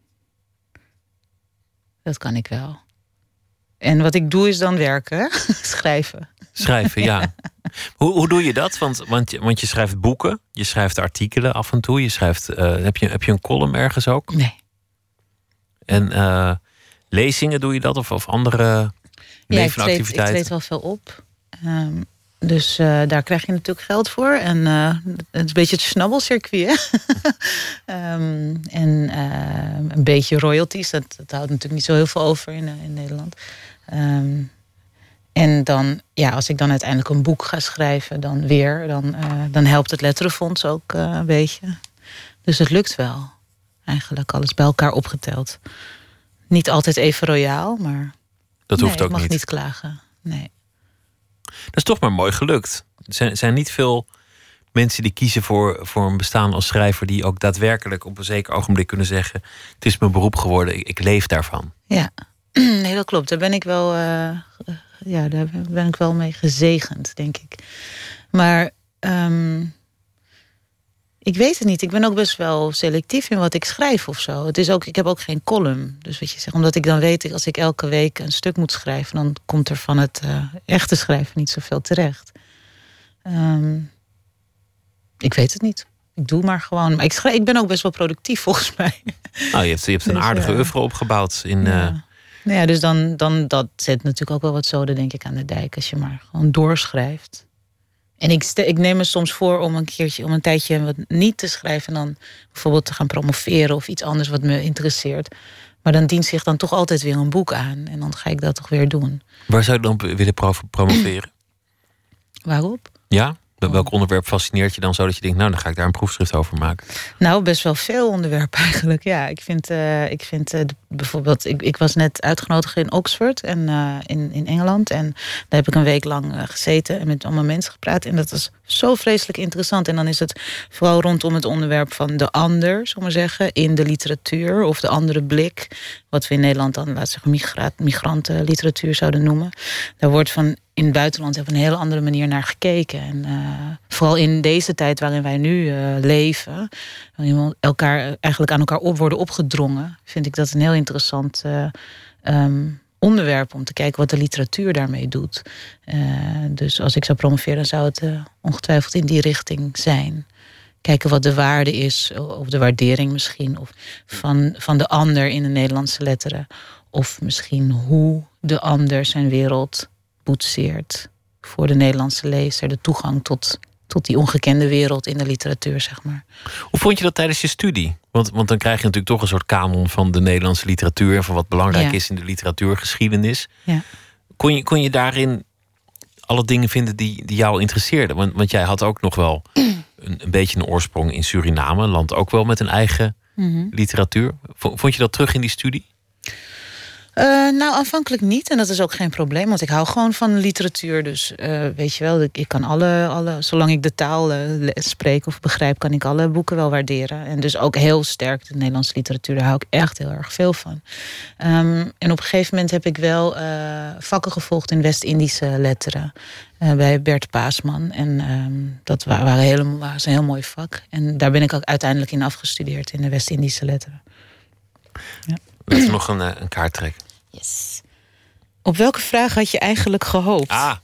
Dat kan ik wel. En wat ik doe is dan werken, schrijven. Schrijven, ja. hoe, hoe doe je dat? Want, want, je, want je schrijft boeken, je schrijft artikelen af en toe. Je schrijft, uh, heb, je, heb je een column ergens ook? Nee. En uh, lezingen, doe je dat? Of, of andere nevenactiviteiten? Ja, ik treed, ik treed wel veel op. Um, dus uh, daar krijg je natuurlijk geld voor. En uh, het is een beetje het snabbelcircuit. um, en uh, een beetje royalties. Dat, dat houdt natuurlijk niet zo heel veel over in, uh, in Nederland. Um, en dan, ja, als ik dan uiteindelijk een boek ga schrijven, dan weer, dan, uh, dan helpt het Letterenfonds ook uh, een beetje. Dus het lukt wel. Eigenlijk alles bij elkaar opgeteld. Niet altijd even royaal, maar dat hoeft nee, ook ik mag niet. niet klagen. Nee. Dat is toch maar mooi gelukt. Er zijn, zijn niet veel mensen die kiezen voor, voor een bestaan als schrijver, die ook daadwerkelijk op een zeker ogenblik kunnen zeggen: het is mijn beroep geworden, ik, ik leef daarvan. Ja, nee, dat klopt. Daar ben ik wel, uh, ja, daar ben ik wel mee gezegend, denk ik. Maar um, ik weet het niet. Ik ben ook best wel selectief in wat ik schrijf of zo. Het is ook, ik heb ook geen column. Dus wat je zegt, omdat ik dan weet, als ik elke week een stuk moet schrijven, dan komt er van het uh, echte schrijven niet zoveel terecht. Um, ik weet het niet. Ik doe maar gewoon. Maar ik, schrijf, ik ben ook best wel productief, volgens mij. Nou, je hebt, je hebt een dus, aardige uh, oeuvre opgebouwd. In, ja. Uh... Nou ja, dus dan, dan dat zet natuurlijk ook wel wat zoden, denk ik, aan de dijk. Als je maar gewoon doorschrijft. En ik, ik neem me soms voor om een keertje, om een tijdje wat niet te schrijven. En dan bijvoorbeeld te gaan promoveren of iets anders wat me interesseert. Maar dan dient zich dan toch altijd weer een boek aan. En dan ga ik dat toch weer doen. Waar zou je dan willen promoveren? Waarop? Ja? Welk onderwerp fascineert je dan zo dat je denkt, nou, dan ga ik daar een proefschrift over maken? Nou, best wel veel onderwerpen eigenlijk. Ja, ik vind, uh, ik vind uh, bijvoorbeeld, ik, ik was net uitgenodigd in Oxford en uh, in, in Engeland. En daar heb ik een week lang uh, gezeten en met allemaal mensen gepraat. En dat was zo vreselijk interessant. En dan is het vooral rondom het onderwerp van de ander, zal maar zeggen, in de literatuur of de andere blik. Wat we in Nederland dan, laten we zeggen, migra- migrantenliteratuur zouden noemen. Daar wordt van in het buitenland op een hele andere manier naar gekeken. En uh, vooral in deze tijd waarin wij nu uh, leven, waarin elkaar eigenlijk aan elkaar op worden opgedrongen, vind ik dat een heel interessant uh, um, onderwerp om te kijken wat de literatuur daarmee doet. Uh, dus als ik zou promoveren, dan zou het uh, ongetwijfeld in die richting zijn. Kijken wat de waarde is, of de waardering misschien, of van, van de ander in de Nederlandse letteren. of misschien hoe de ander zijn wereld boetseert voor de Nederlandse lezer. De toegang tot, tot die ongekende wereld in de literatuur, zeg maar. Hoe vond je dat tijdens je studie? Want, want dan krijg je natuurlijk toch een soort kanon van de Nederlandse literatuur en van wat belangrijk Ja. is in de literatuurgeschiedenis. Ja. Kon je, kon je daarin alle dingen vinden die, die jou interesseerden? Want, want jij had ook nog wel een, een beetje een oorsprong in Suriname, een land ook wel met een eigen Mhm. literatuur. Vond je dat terug in die studie? Uh, nou, aanvankelijk niet. En dat is ook geen probleem. Want ik hou gewoon van literatuur. Dus uh, weet je wel, ik, ik kan alle, alle... Zolang ik de taal uh, le- spreek of begrijp, kan ik alle boeken wel waarderen. En dus ook heel sterk de Nederlandse literatuur. Daar hou ik echt heel erg veel van. Um, en op een gegeven moment heb ik wel uh, vakken gevolgd in West-Indische letteren. Uh, bij Bert Paasman. En um, dat wa- waren hele, was een heel mooi vak. En daar ben ik ook uiteindelijk in afgestudeerd, in de West-Indische letteren. Ja. Laten we nog een, uh, een kaart trekken. Yes. Op welke vraag had je eigenlijk gehoopt? Ah.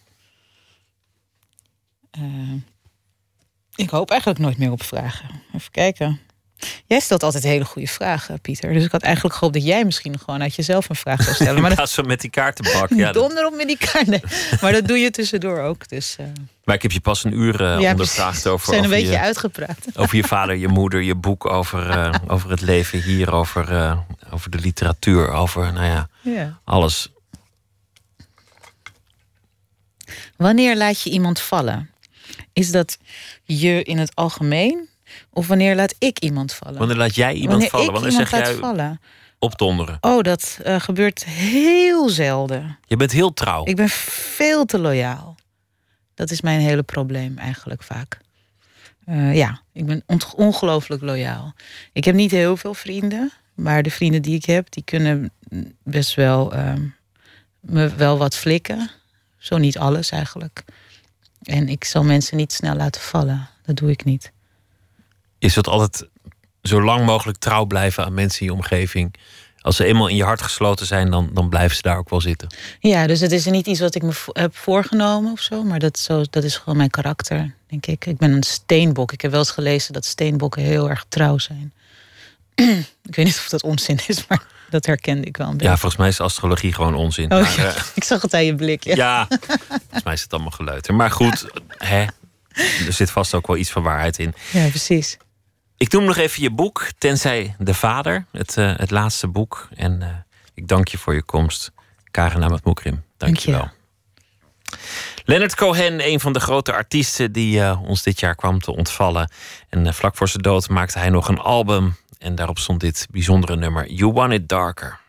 Uh, ik hoop eigenlijk nooit meer op vragen. Even kijken. Jij stelt altijd hele goede vragen, Pieter. Dus ik had eigenlijk gehoopt dat jij misschien gewoon uit jezelf een vraag zou stellen. Maar In plaats van met die kaartenbak. Ja, dat... Donder op met die kaart. Nee. Maar dat doe je tussendoor ook. Dus, uh... Maar ik heb je pas een uur uh, ja, ondervraagd over... We zijn een over beetje je, uitgepraat. Over je vader, je moeder, je boek, over, uh, over het leven hier, over, uh, over de literatuur, over, nou ja, Ja. alles. Wanneer laat je iemand vallen? Is dat je in het algemeen? Of wanneer laat ik iemand vallen? Wanneer laat jij iemand wanneer vallen? Ik Wanneer iemand zeg laat jij vallen? opdonderen? Oh, dat uh, gebeurt heel zelden. Je bent heel trouw. Ik ben veel te loyaal. Dat is mijn hele probleem eigenlijk vaak. Uh, ja, ik ben ont- ongelooflijk loyaal. Ik heb niet heel veel vrienden. Maar de vrienden die ik heb, die kunnen best wel uh, me wel wat flikken. Zo niet alles eigenlijk. En ik zal mensen niet snel laten vallen. Dat doe ik niet. Je zult altijd zo lang mogelijk trouw blijven aan mensen in je omgeving. Als ze eenmaal in je hart gesloten zijn, dan, dan blijven ze daar ook wel zitten. Ja, dus het is niet iets wat ik me vo- heb voorgenomen of zo. Maar dat, zo, dat is gewoon mijn karakter, denk ik. Ik ben een steenbok. Ik heb wel eens gelezen dat steenbokken heel erg trouw zijn. Ik weet niet of dat onzin is, maar dat herkende ik wel een beetje. Ja, volgens mij is astrologie gewoon onzin. Oh, maar, ja, uh, ik zag het aan je blik. Ja, ja, volgens mij is het allemaal geleuter. Maar goed, hè, er zit vast ook wel iets van waarheid in. Ja, precies. Ik noem nog even je boek, Tenzij de Vader. Het, uh, het laatste boek. En uh, ik dank je voor je komst. Karen Amat-Moukrim, dank je wel. Leonard Cohen, een van de grote artiesten die uh, ons dit jaar kwam te ontvallen. En uh, vlak voor zijn dood maakte hij nog een album. En daarop stond dit bijzondere nummer, You Want It Darker.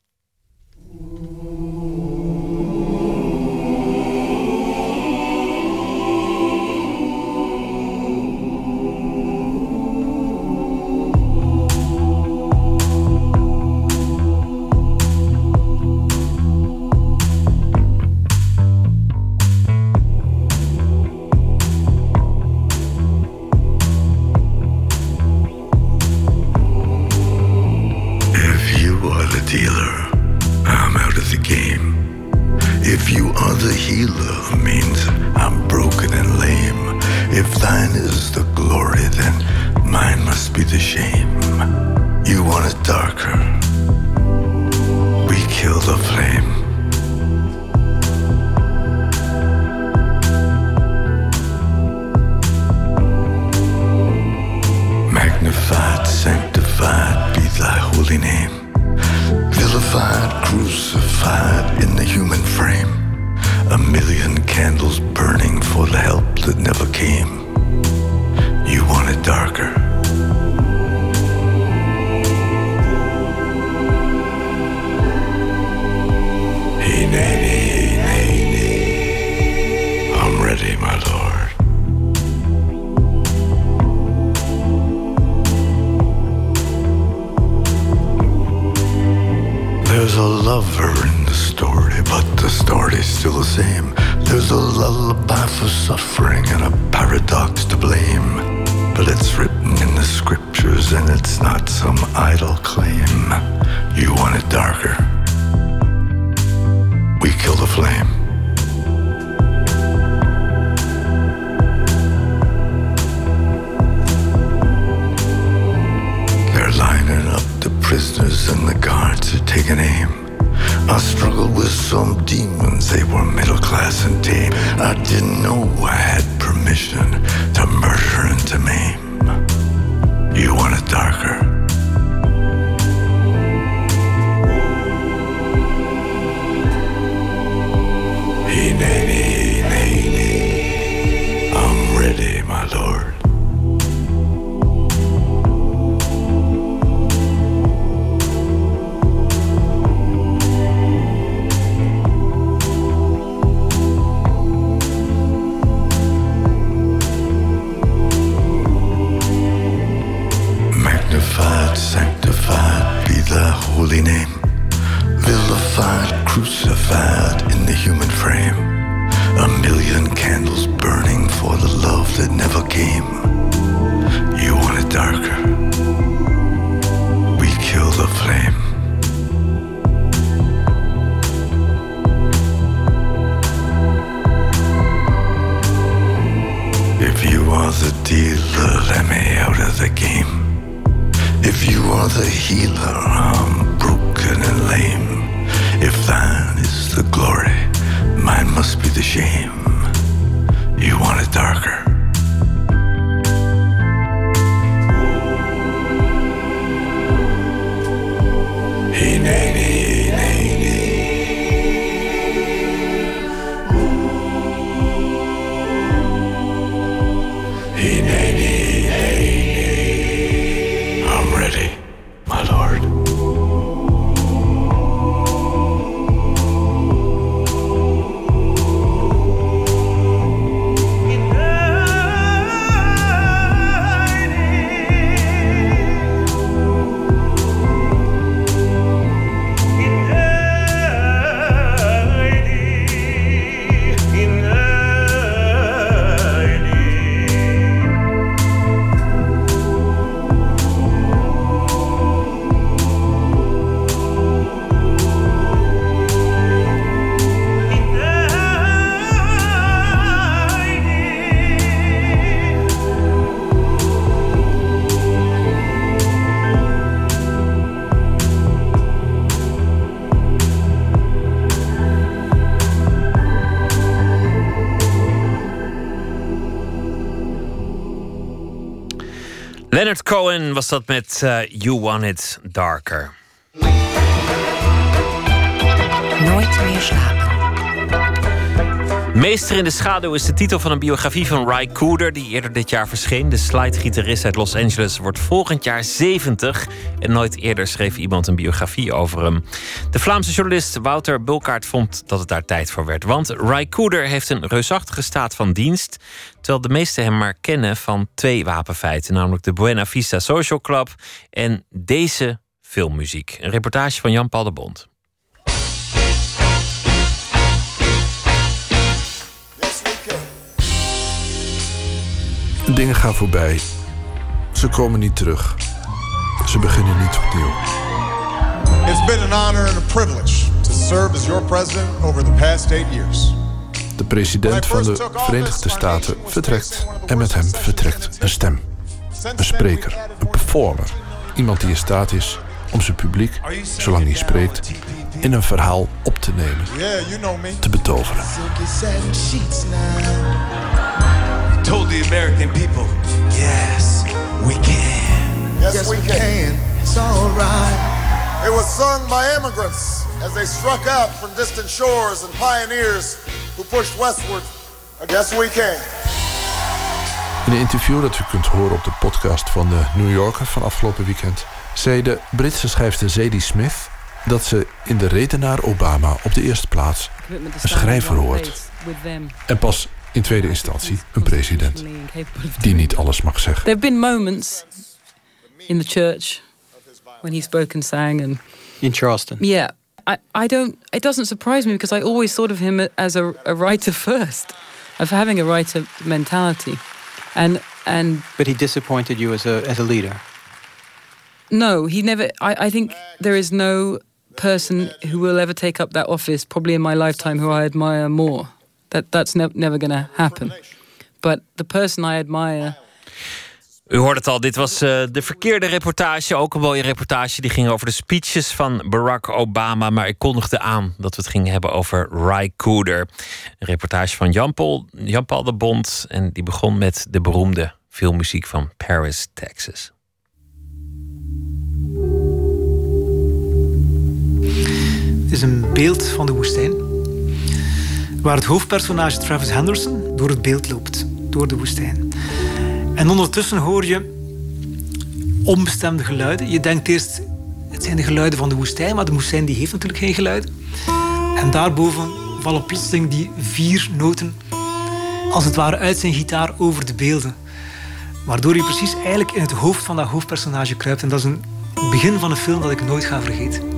Dealer, I'm out of the game. If you are the healer, means I'm broken and lame. If thine is the glory, then mine must be the shame. You want it darker, we kill the flame. Magnified, sanctified be thy holy name. Vilified, crucified in the human frame. A million candles burning for the help that never came. You want it darker. Hey, nay, nay, nay, nay. I'm ready, my lord. There's a lover in the story, but the story's still the same. There's a lullaby for suffering and a paradox to blame. But it's written in the scriptures and it's not some idle claim. You want it darker, we kill the flame. They're lining up the prisoners and the guards are taking aim. I struggled with some demons, they were middle class and tame. I didn't know I had permission to murder and to maim. You want it darker? Hey, nay, nay, nay, nay. I'm ready, my lord. Magnified, sanctified be thy holy name. Vilified, crucified in the human frame. A million candles burning for the love that never came. You want it darker? We kill the flame. If you are the dealer, let me out of the game. If you are the healer, I'm broken and lame. If thine is the glory, mine must be the shame. You want it darker? Hey, nay, nay, nay, nay. Hey, nay, nay, nay, nay. I'm ready, my lord. Leonard Cohen was dat met uh, You Want It Darker. Nooit meer slapen. Meester in de schaduw is de titel van een biografie van Ry Cooder die eerder dit jaar verscheen. De slidegitarist uit Los Angeles wordt volgend jaar zeventig. En nooit eerder schreef iemand een biografie over hem. De Vlaamse journalist Wouter Bulkaert vond dat het daar tijd voor werd. Want Ry Cooder heeft een reusachtige staat van dienst, terwijl de meesten hem maar kennen van twee wapenfeiten. Namelijk de Buena Vista Social Club en deze filmmuziek. Een reportage van Jan Paul de Bond. Dingen gaan voorbij. Ze komen niet terug. Ze beginnen niet opnieuw. It's been an honor and a privilege to serve as your president over the past eight years. De president van de Verenigde Staten vertrekt en met hem vertrekt een stem. Een spreker, een performer. Iemand die in staat is om zijn publiek, zolang hij spreekt, in een verhaal op te nemen, te betoveren. Told the American people, yes, we can. Yes, we can. It's all right. It was sung by immigrants as they struck out from distant shores and pioneers who pushed westward. Yes, we can. In een interview dat u kunt horen op de podcast van de New Yorker van afgelopen weekend zei de Britse schrijfster Zadie Smith dat ze in de redenaar Obama op de eerste plaats een schrijver hoort. En pas in tweede instantie een president die niet alles mag zeggen. There have been moments in the church when he spoke and sang and in Charleston. Yeah, I, I don't. It doesn't surprise me because I always thought of him as a, a writer first, of having a writer mentality, and and. But he disappointed you as a as a leader. No, he never. I, I think there is no person who will ever take up that office, probably in my lifetime, who I admire more. That that's ne- never going to happen. But the person I admire. U hoorde het al, dit was uh, de verkeerde reportage. Ook een mooie reportage, die ging over de speeches van Barack Obama. Maar ik kondigde aan dat we het gingen hebben over Ry Cooder. Een reportage van Jan-Paul, Jan-Paul de Bond. En die begon met de beroemde filmmuziek van Paris, Texas. Het is een beeld van de woestijn, waar het hoofdpersonage Travis Henderson door het beeld loopt, door de woestijn. En ondertussen hoor je onbestemde geluiden. Je denkt eerst, het zijn de geluiden van de woestijn, maar de woestijn die heeft natuurlijk geen geluiden. En daarboven vallen plotseling die vier noten, als het ware uit zijn gitaar, over de beelden. Waardoor je precies eigenlijk in het hoofd van dat hoofdpersonage kruipt. En dat is een begin van een film dat ik nooit ga vergeten.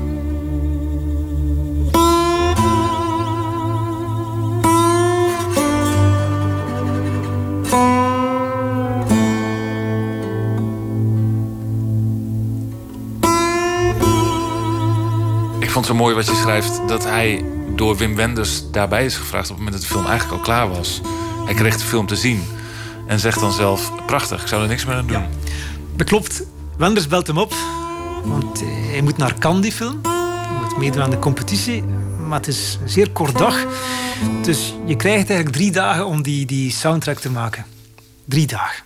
Ik vond het zo mooi wat je schrijft dat hij door Wim Wenders daarbij is gevraagd op het moment dat de film eigenlijk al klaar was. Hij kreeg de film te zien en zegt dan zelf: prachtig, ik zou er niks meer aan doen. Ja, dat klopt. Wenders belt hem op, want hij moet naar Cannes, die film. Hij moet meedoen aan de competitie, maar het is een zeer kort dag. Dus je krijgt eigenlijk drie dagen om die, die soundtrack te maken. Drie dagen.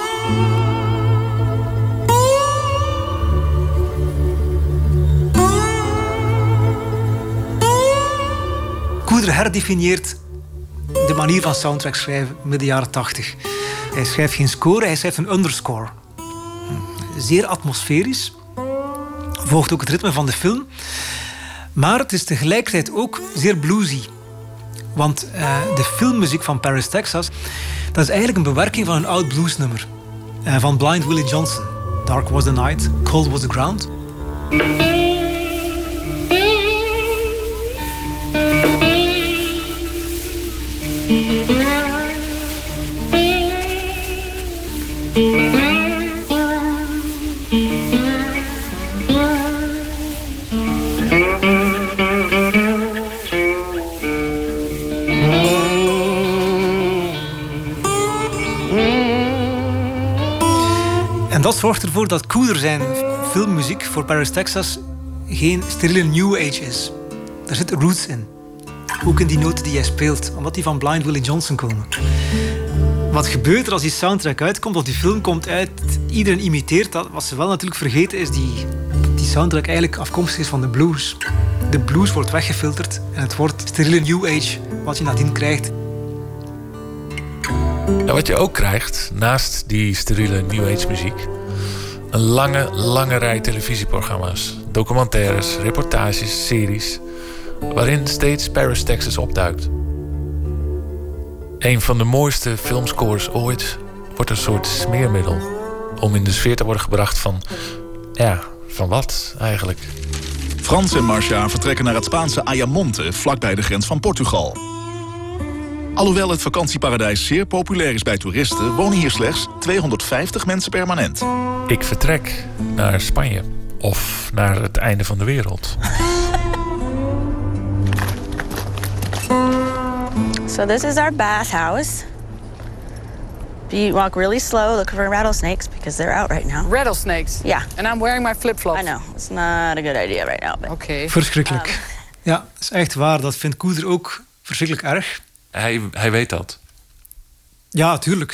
Cooder herdefinieert de manier van soundtrack schrijven midden jaren tachtig. Hij schrijft geen score, hij schrijft een underscore. Zeer atmosferisch. Volgt ook het ritme van de film. Maar het is tegelijkertijd ook zeer bluesy. Want uh, de filmmuziek van Paris, Texas, dat is eigenlijk een bewerking van een oud bluesnummer. Uh, van Blind Willie Johnson. Dark was the night, cold was the ground. En dat zorgt ervoor dat Cooder zijn filmmuziek voor Paris, Texas geen steriele new age is. Daar zit roots in. Ook in die noten die hij speelt, omdat die van Blind Willie Johnson komen. Wat gebeurt er als die soundtrack uitkomt, of die film komt uit, iedereen imiteert dat. Wat ze wel natuurlijk vergeten is die, die soundtrack eigenlijk afkomstig is van de blues. De blues wordt weggefilterd en het wordt steriele new age wat je nadien krijgt. Nou, wat je ook krijgt, naast die steriele new age muziek, een lange, lange rij televisieprogramma's, documentaires, reportages, series, waarin steeds Paris, Texas opduikt. Een van de mooiste filmscores ooit wordt een soort smeermiddel om in de sfeer te worden gebracht van, ja, van wat eigenlijk? Frans en Marcia vertrekken naar het Spaanse Ayamonte, vlakbij de grens van Portugal. Alhoewel het vakantieparadijs zeer populair is bij toeristen, wonen hier slechts tweehonderdvijftig mensen permanent. Ik vertrek naar Spanje of naar het einde van de wereld. So this is our bathhouse. You walk really slow, look for rattlesnakes because they're out right now. Rattlesnakes? Yeah. And I'm wearing my flip-flops. I know. It's not a good idea right now. But... Okay. Verschrikkelijk. Um... Ja, dat is echt waar. Dat vindt Cooder ook verschrikkelijk erg. Hij, hij weet dat. Ja, tuurlijk.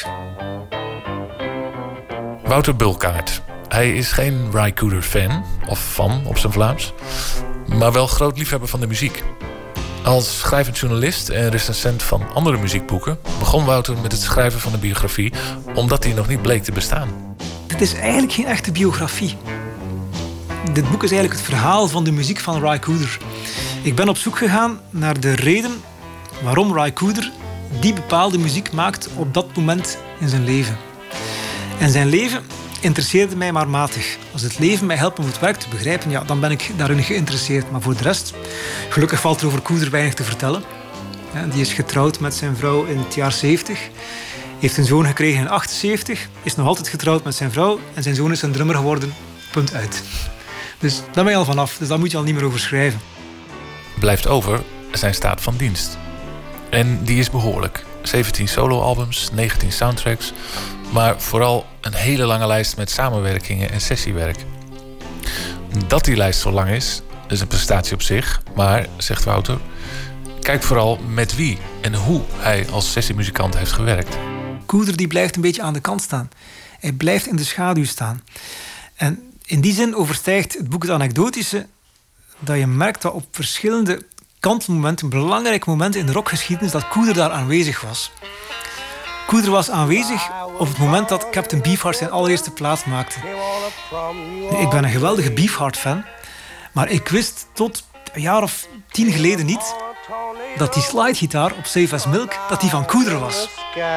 Wouter Bulkaert. Hij is geen Ry Cooder fan, of fan op zijn Vlaams, maar wel groot liefhebber van de muziek. Als schrijvend journalist en recensent van andere muziekboeken begon Wouter met het schrijven van een biografie, omdat die nog niet bleek te bestaan. Dit is eigenlijk geen echte biografie. Dit boek is eigenlijk het verhaal van de muziek van Ry Cooder. Ik ben op zoek gegaan naar de reden waarom Ry Cooder die bepaalde muziek maakt op dat moment in zijn leven. En zijn leven interesseerde mij maar matig. Als het leven mij helpt om het werk te begrijpen, ja, dan ben ik daarin geïnteresseerd. Maar voor de rest, gelukkig valt er over Cooder weinig te vertellen. Ja, die is getrouwd met zijn vrouw in het jaar zeventig. Heeft een zoon gekregen in achtenzeventig. Is nog altijd getrouwd met zijn vrouw. En zijn zoon is een drummer geworden. Punt uit. Dus daar ben je al vanaf. Dus daar moet je al niet meer over schrijven. Blijft over zijn staat van dienst. En die is behoorlijk. zeventien soloalbums, negentien soundtracks, maar vooral een hele lange lijst met samenwerkingen en sessiewerk. Dat die lijst zo lang is, is een prestatie op zich, maar, zegt Wouter, kijk vooral met wie en hoe hij als sessiemuzikant heeft gewerkt. Cooder die blijft een beetje aan de kant staan. Hij blijft in de schaduw staan. En in die zin overstijgt het boek het anekdotische dat je merkt dat op verschillende kantelmomenten, belangrijke momenten in de rockgeschiedenis, dat Cooder daar aanwezig was. Cooder was aanwezig op het moment dat Captain Beefheart zijn allereerste plaat maakte. Ik ben een geweldige Beefheart-fan, maar ik wist tot een jaar of tien geleden niet dat die slidegitaar op Safe as Milk dat die van Cooder was.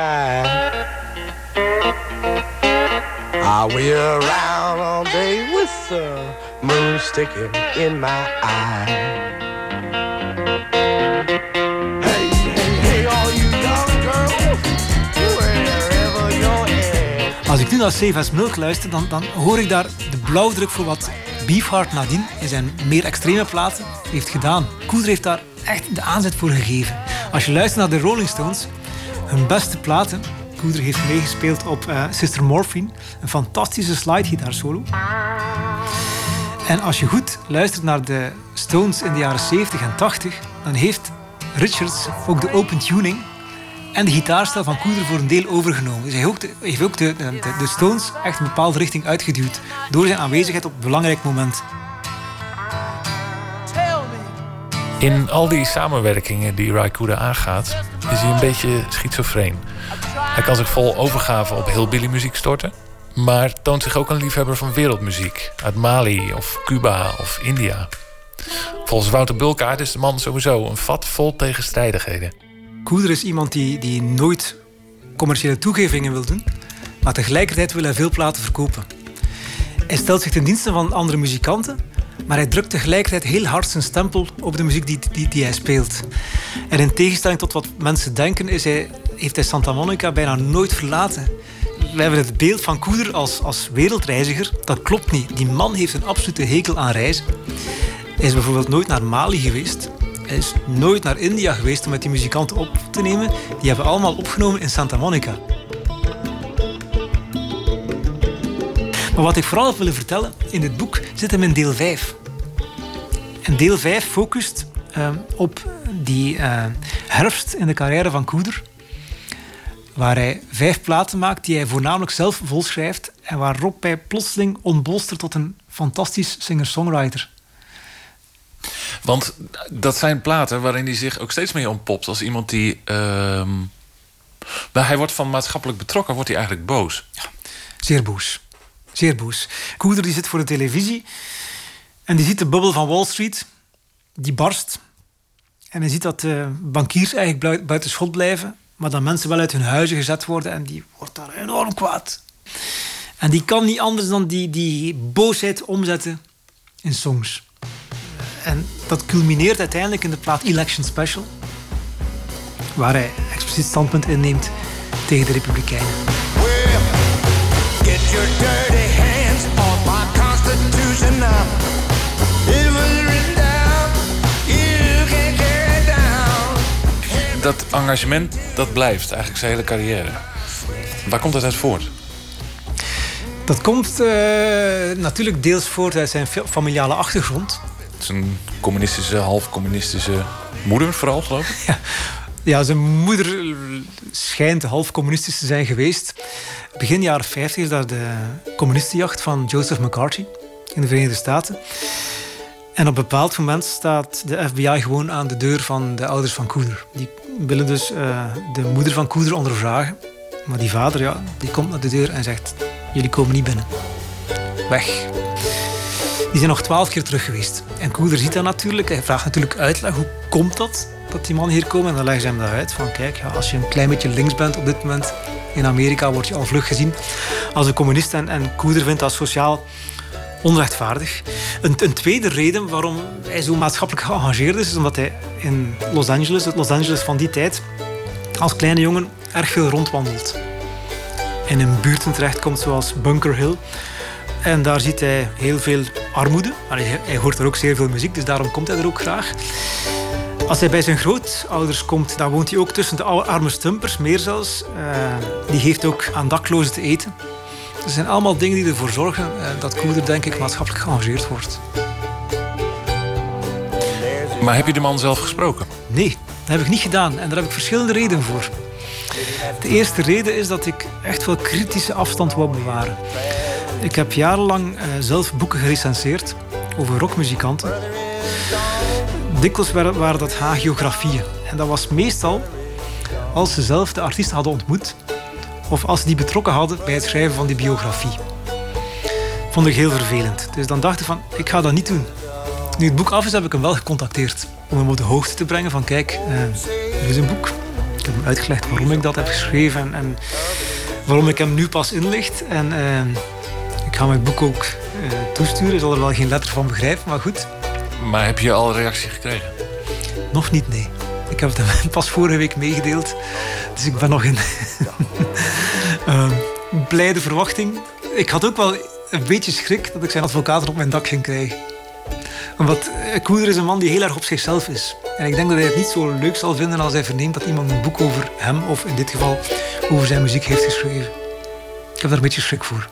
I wheel around all day with the moon sticking in my eye. Hey, hey, hey, all you young girls, wherever you're at. Als ik nu naar Safe as Milk luister, dan, dan hoor ik daar de blauwdruk voor wat Beefheart nadien in zijn meer extreme platen heeft gedaan. Cooder heeft daar echt de aanzet voor gegeven. Als je luistert naar de Rolling Stones, hun beste platen, Cooder heeft meegespeeld op uh, Sister Morphine, een fantastische slidegitaarsolo. En als je goed luistert naar de Stones in de jaren zeventig en tachtig, dan heeft Richards ook de open tuning en de gitaarstijl van Cooder voor een deel overgenomen. Dus hij heeft ook de, heeft ook de, de, de Stones echt een bepaalde richting uitgeduwd door zijn aanwezigheid op een belangrijk moment. In al die samenwerkingen die Ry Cooder aangaat, is hij een beetje schizofreen. Hij kan zich vol overgave op hillbilly muziek storten, maar toont zich ook een liefhebber van wereldmuziek uit Mali of Cuba of India. Volgens Wouter Bulkaert is de man sowieso een vat vol tegenstrijdigheden. Cooder is iemand die, die nooit commerciële toegevingen wil doen, maar tegelijkertijd wil hij veel platen verkopen. Hij stelt zich ten dienste van andere muzikanten, maar hij drukt tegelijkertijd heel hard zijn stempel op de muziek die, die, die hij speelt. En in tegenstelling tot wat mensen denken, is hij, heeft hij Santa Monica bijna nooit verlaten. We hebben het beeld van Cooder als, als wereldreiziger. Dat klopt niet. Die man heeft een absolute hekel aan reizen. Hij is bijvoorbeeld nooit naar Mali geweest. Hij is nooit naar India geweest om met die muzikanten op te nemen. Die hebben allemaal opgenomen in Santa Monica. Maar wat ik vooral heb willen vertellen in dit boek zit hem in deel vijf. En deel vijf focust uh, op die uh, herfst in de carrière van Cooder, waar hij vijf platen maakt die hij voornamelijk zelf volschrijft en waarop hij plotseling ontbolstert tot een fantastisch singer-songwriter. Want dat zijn platen waarin hij zich ook steeds meer ontpopt als iemand die... Uh, maar hij wordt van maatschappelijk betrokken, wordt hij eigenlijk boos. Ja, zeer boos. Zeer boos. Cooder die zit voor de televisie en die ziet de bubbel van Wall Street, die barst. En hij ziet dat de bankiers eigenlijk buiten schot blijven, maar dat mensen wel uit hun huizen gezet worden en die wordt daar enorm kwaad. En die kan niet anders dan die, die boosheid omzetten in songs. En dat culmineert uiteindelijk in de plaat Election Special, waar hij expliciet standpunt inneemt tegen de Republikeinen. Get your dirty hands off my Constitution now. It was written down, you can't carry it down. Dat engagement, dat blijft eigenlijk zijn hele carrière. Waar komt dat uit voort? Dat komt uh, natuurlijk deels voort uit zijn familiale achtergrond. Zijn communistische, half-communistische moeder vooral, geloof ik? Ja. Ja, zijn moeder schijnt half communistisch te zijn geweest. Begin jaren vijftig is daar de communistenjacht van Joseph McCarthy in de Verenigde Staten. En op een bepaald moment staat de F B I gewoon aan de deur van de ouders van Cooder. Die willen dus uh, de moeder van Cooder ondervragen. Maar die vader, ja, die komt naar de deur en zegt: jullie komen niet binnen. Weg. Die zijn nog twaalf keer terug geweest. En Cooder ziet dat natuurlijk. Hij vraagt natuurlijk uitleg. Hoe komt dat, dat die man hier komen? En dan leggen ze hem dat uit. Van kijk, ja, als je een klein beetje links bent op dit moment in Amerika, word je al vlug gezien als een communist. En, en Cooder vindt dat sociaal onrechtvaardig. Een, een tweede reden waarom hij zo maatschappelijk geëngageerd is, is omdat hij in Los Angeles, het Los Angeles van die tijd, als kleine jongen erg veel rondwandelt. En in buurten terechtkomt zoals Bunker Hill. En daar ziet hij heel veel armoede. Hij hoort er ook zeer veel muziek, dus daarom komt hij er ook graag. Als hij bij zijn grootouders komt, dan woont hij ook tussen de arme stumpers, meer zelfs. Uh, die geeft ook aan daklozen te eten. Er zijn allemaal dingen die ervoor zorgen uh, dat Cooder, denk ik, maatschappelijk geëngageerd wordt. Maar heb je de man zelf gesproken? Nee, dat heb ik niet gedaan. En daar heb ik verschillende redenen voor. De eerste reden is dat ik echt wel kritische afstand wou bewaren. Ik heb jarenlang uh, zelf boeken gerecenseerd over rockmuzikanten. Dikwijls waren dat hagiografieën. En dat was meestal als ze zelf de artiest hadden ontmoet of als ze die betrokken hadden bij het schrijven van die biografie. Vond ik heel vervelend. Dus dan dacht ik van, ik ga dat niet doen. Nu het boek af is, heb ik hem wel gecontacteerd om hem op de hoogte te brengen van, kijk, uh, er is een boek. Ik heb hem uitgelegd waarom ik dat heb geschreven en, en waarom ik hem nu pas inlicht. En uh, ik ga mijn boek ook uh, toesturen. Ik zal er wel geen letter van begrijpen, maar goed. Maar heb je al een reactie gekregen? Nog niet, nee. Ik heb het hem pas vorige week meegedeeld. Dus ik ben nog in uh, blijde verwachting. Ik had ook wel een beetje schrik dat ik zijn advocaten op mijn dak ging krijgen. Omdat Cooder is een man die heel erg op zichzelf is. En ik denk dat hij het niet zo leuk zal vinden als hij verneemt dat iemand een boek over hem, of in dit geval over zijn muziek, heeft geschreven. Ik heb daar een beetje schrik voor.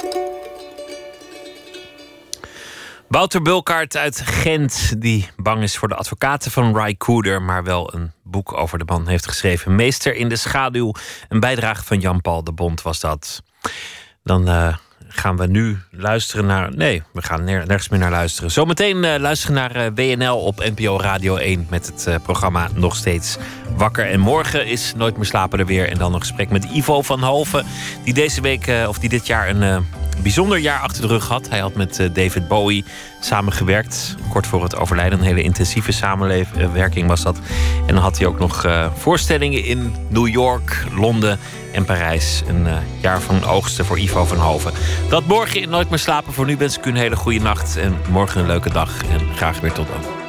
Wouter Bulkaert uit Gent, die bang is voor de advocaten van Ry Cooder, maar wel een boek over de man heeft geschreven. Meester in de schaduw, een bijdrage van Jan-Paul de Bond was dat. Dan uh, gaan we nu luisteren naar... Nee, we gaan nergens meer naar luisteren. Zometeen uh, luisteren naar uh, W N L op N P O Radio één met het uh, programma Nog Steeds Wakker. En morgen is Nooit meer slapen er weer. En dan een gesprek met Ivo van Halve, die deze week, uh, of die dit jaar een... Uh, bijzonder jaar achter de rug had. Hij had met David Bowie samengewerkt. Kort voor het overlijden. Een hele intensieve samenwerking was dat. En dan had hij ook nog uh, voorstellingen in New York, Londen en Parijs. Een uh, jaar van oogsten voor Ivo van Halve. Dat morgen in Nooit meer slapen. Voor nu wens ik u een hele goede nacht. En morgen een leuke dag. En graag weer tot dan.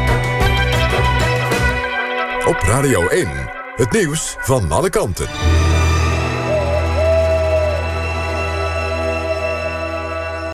Radio één, het nieuws van alle kanten.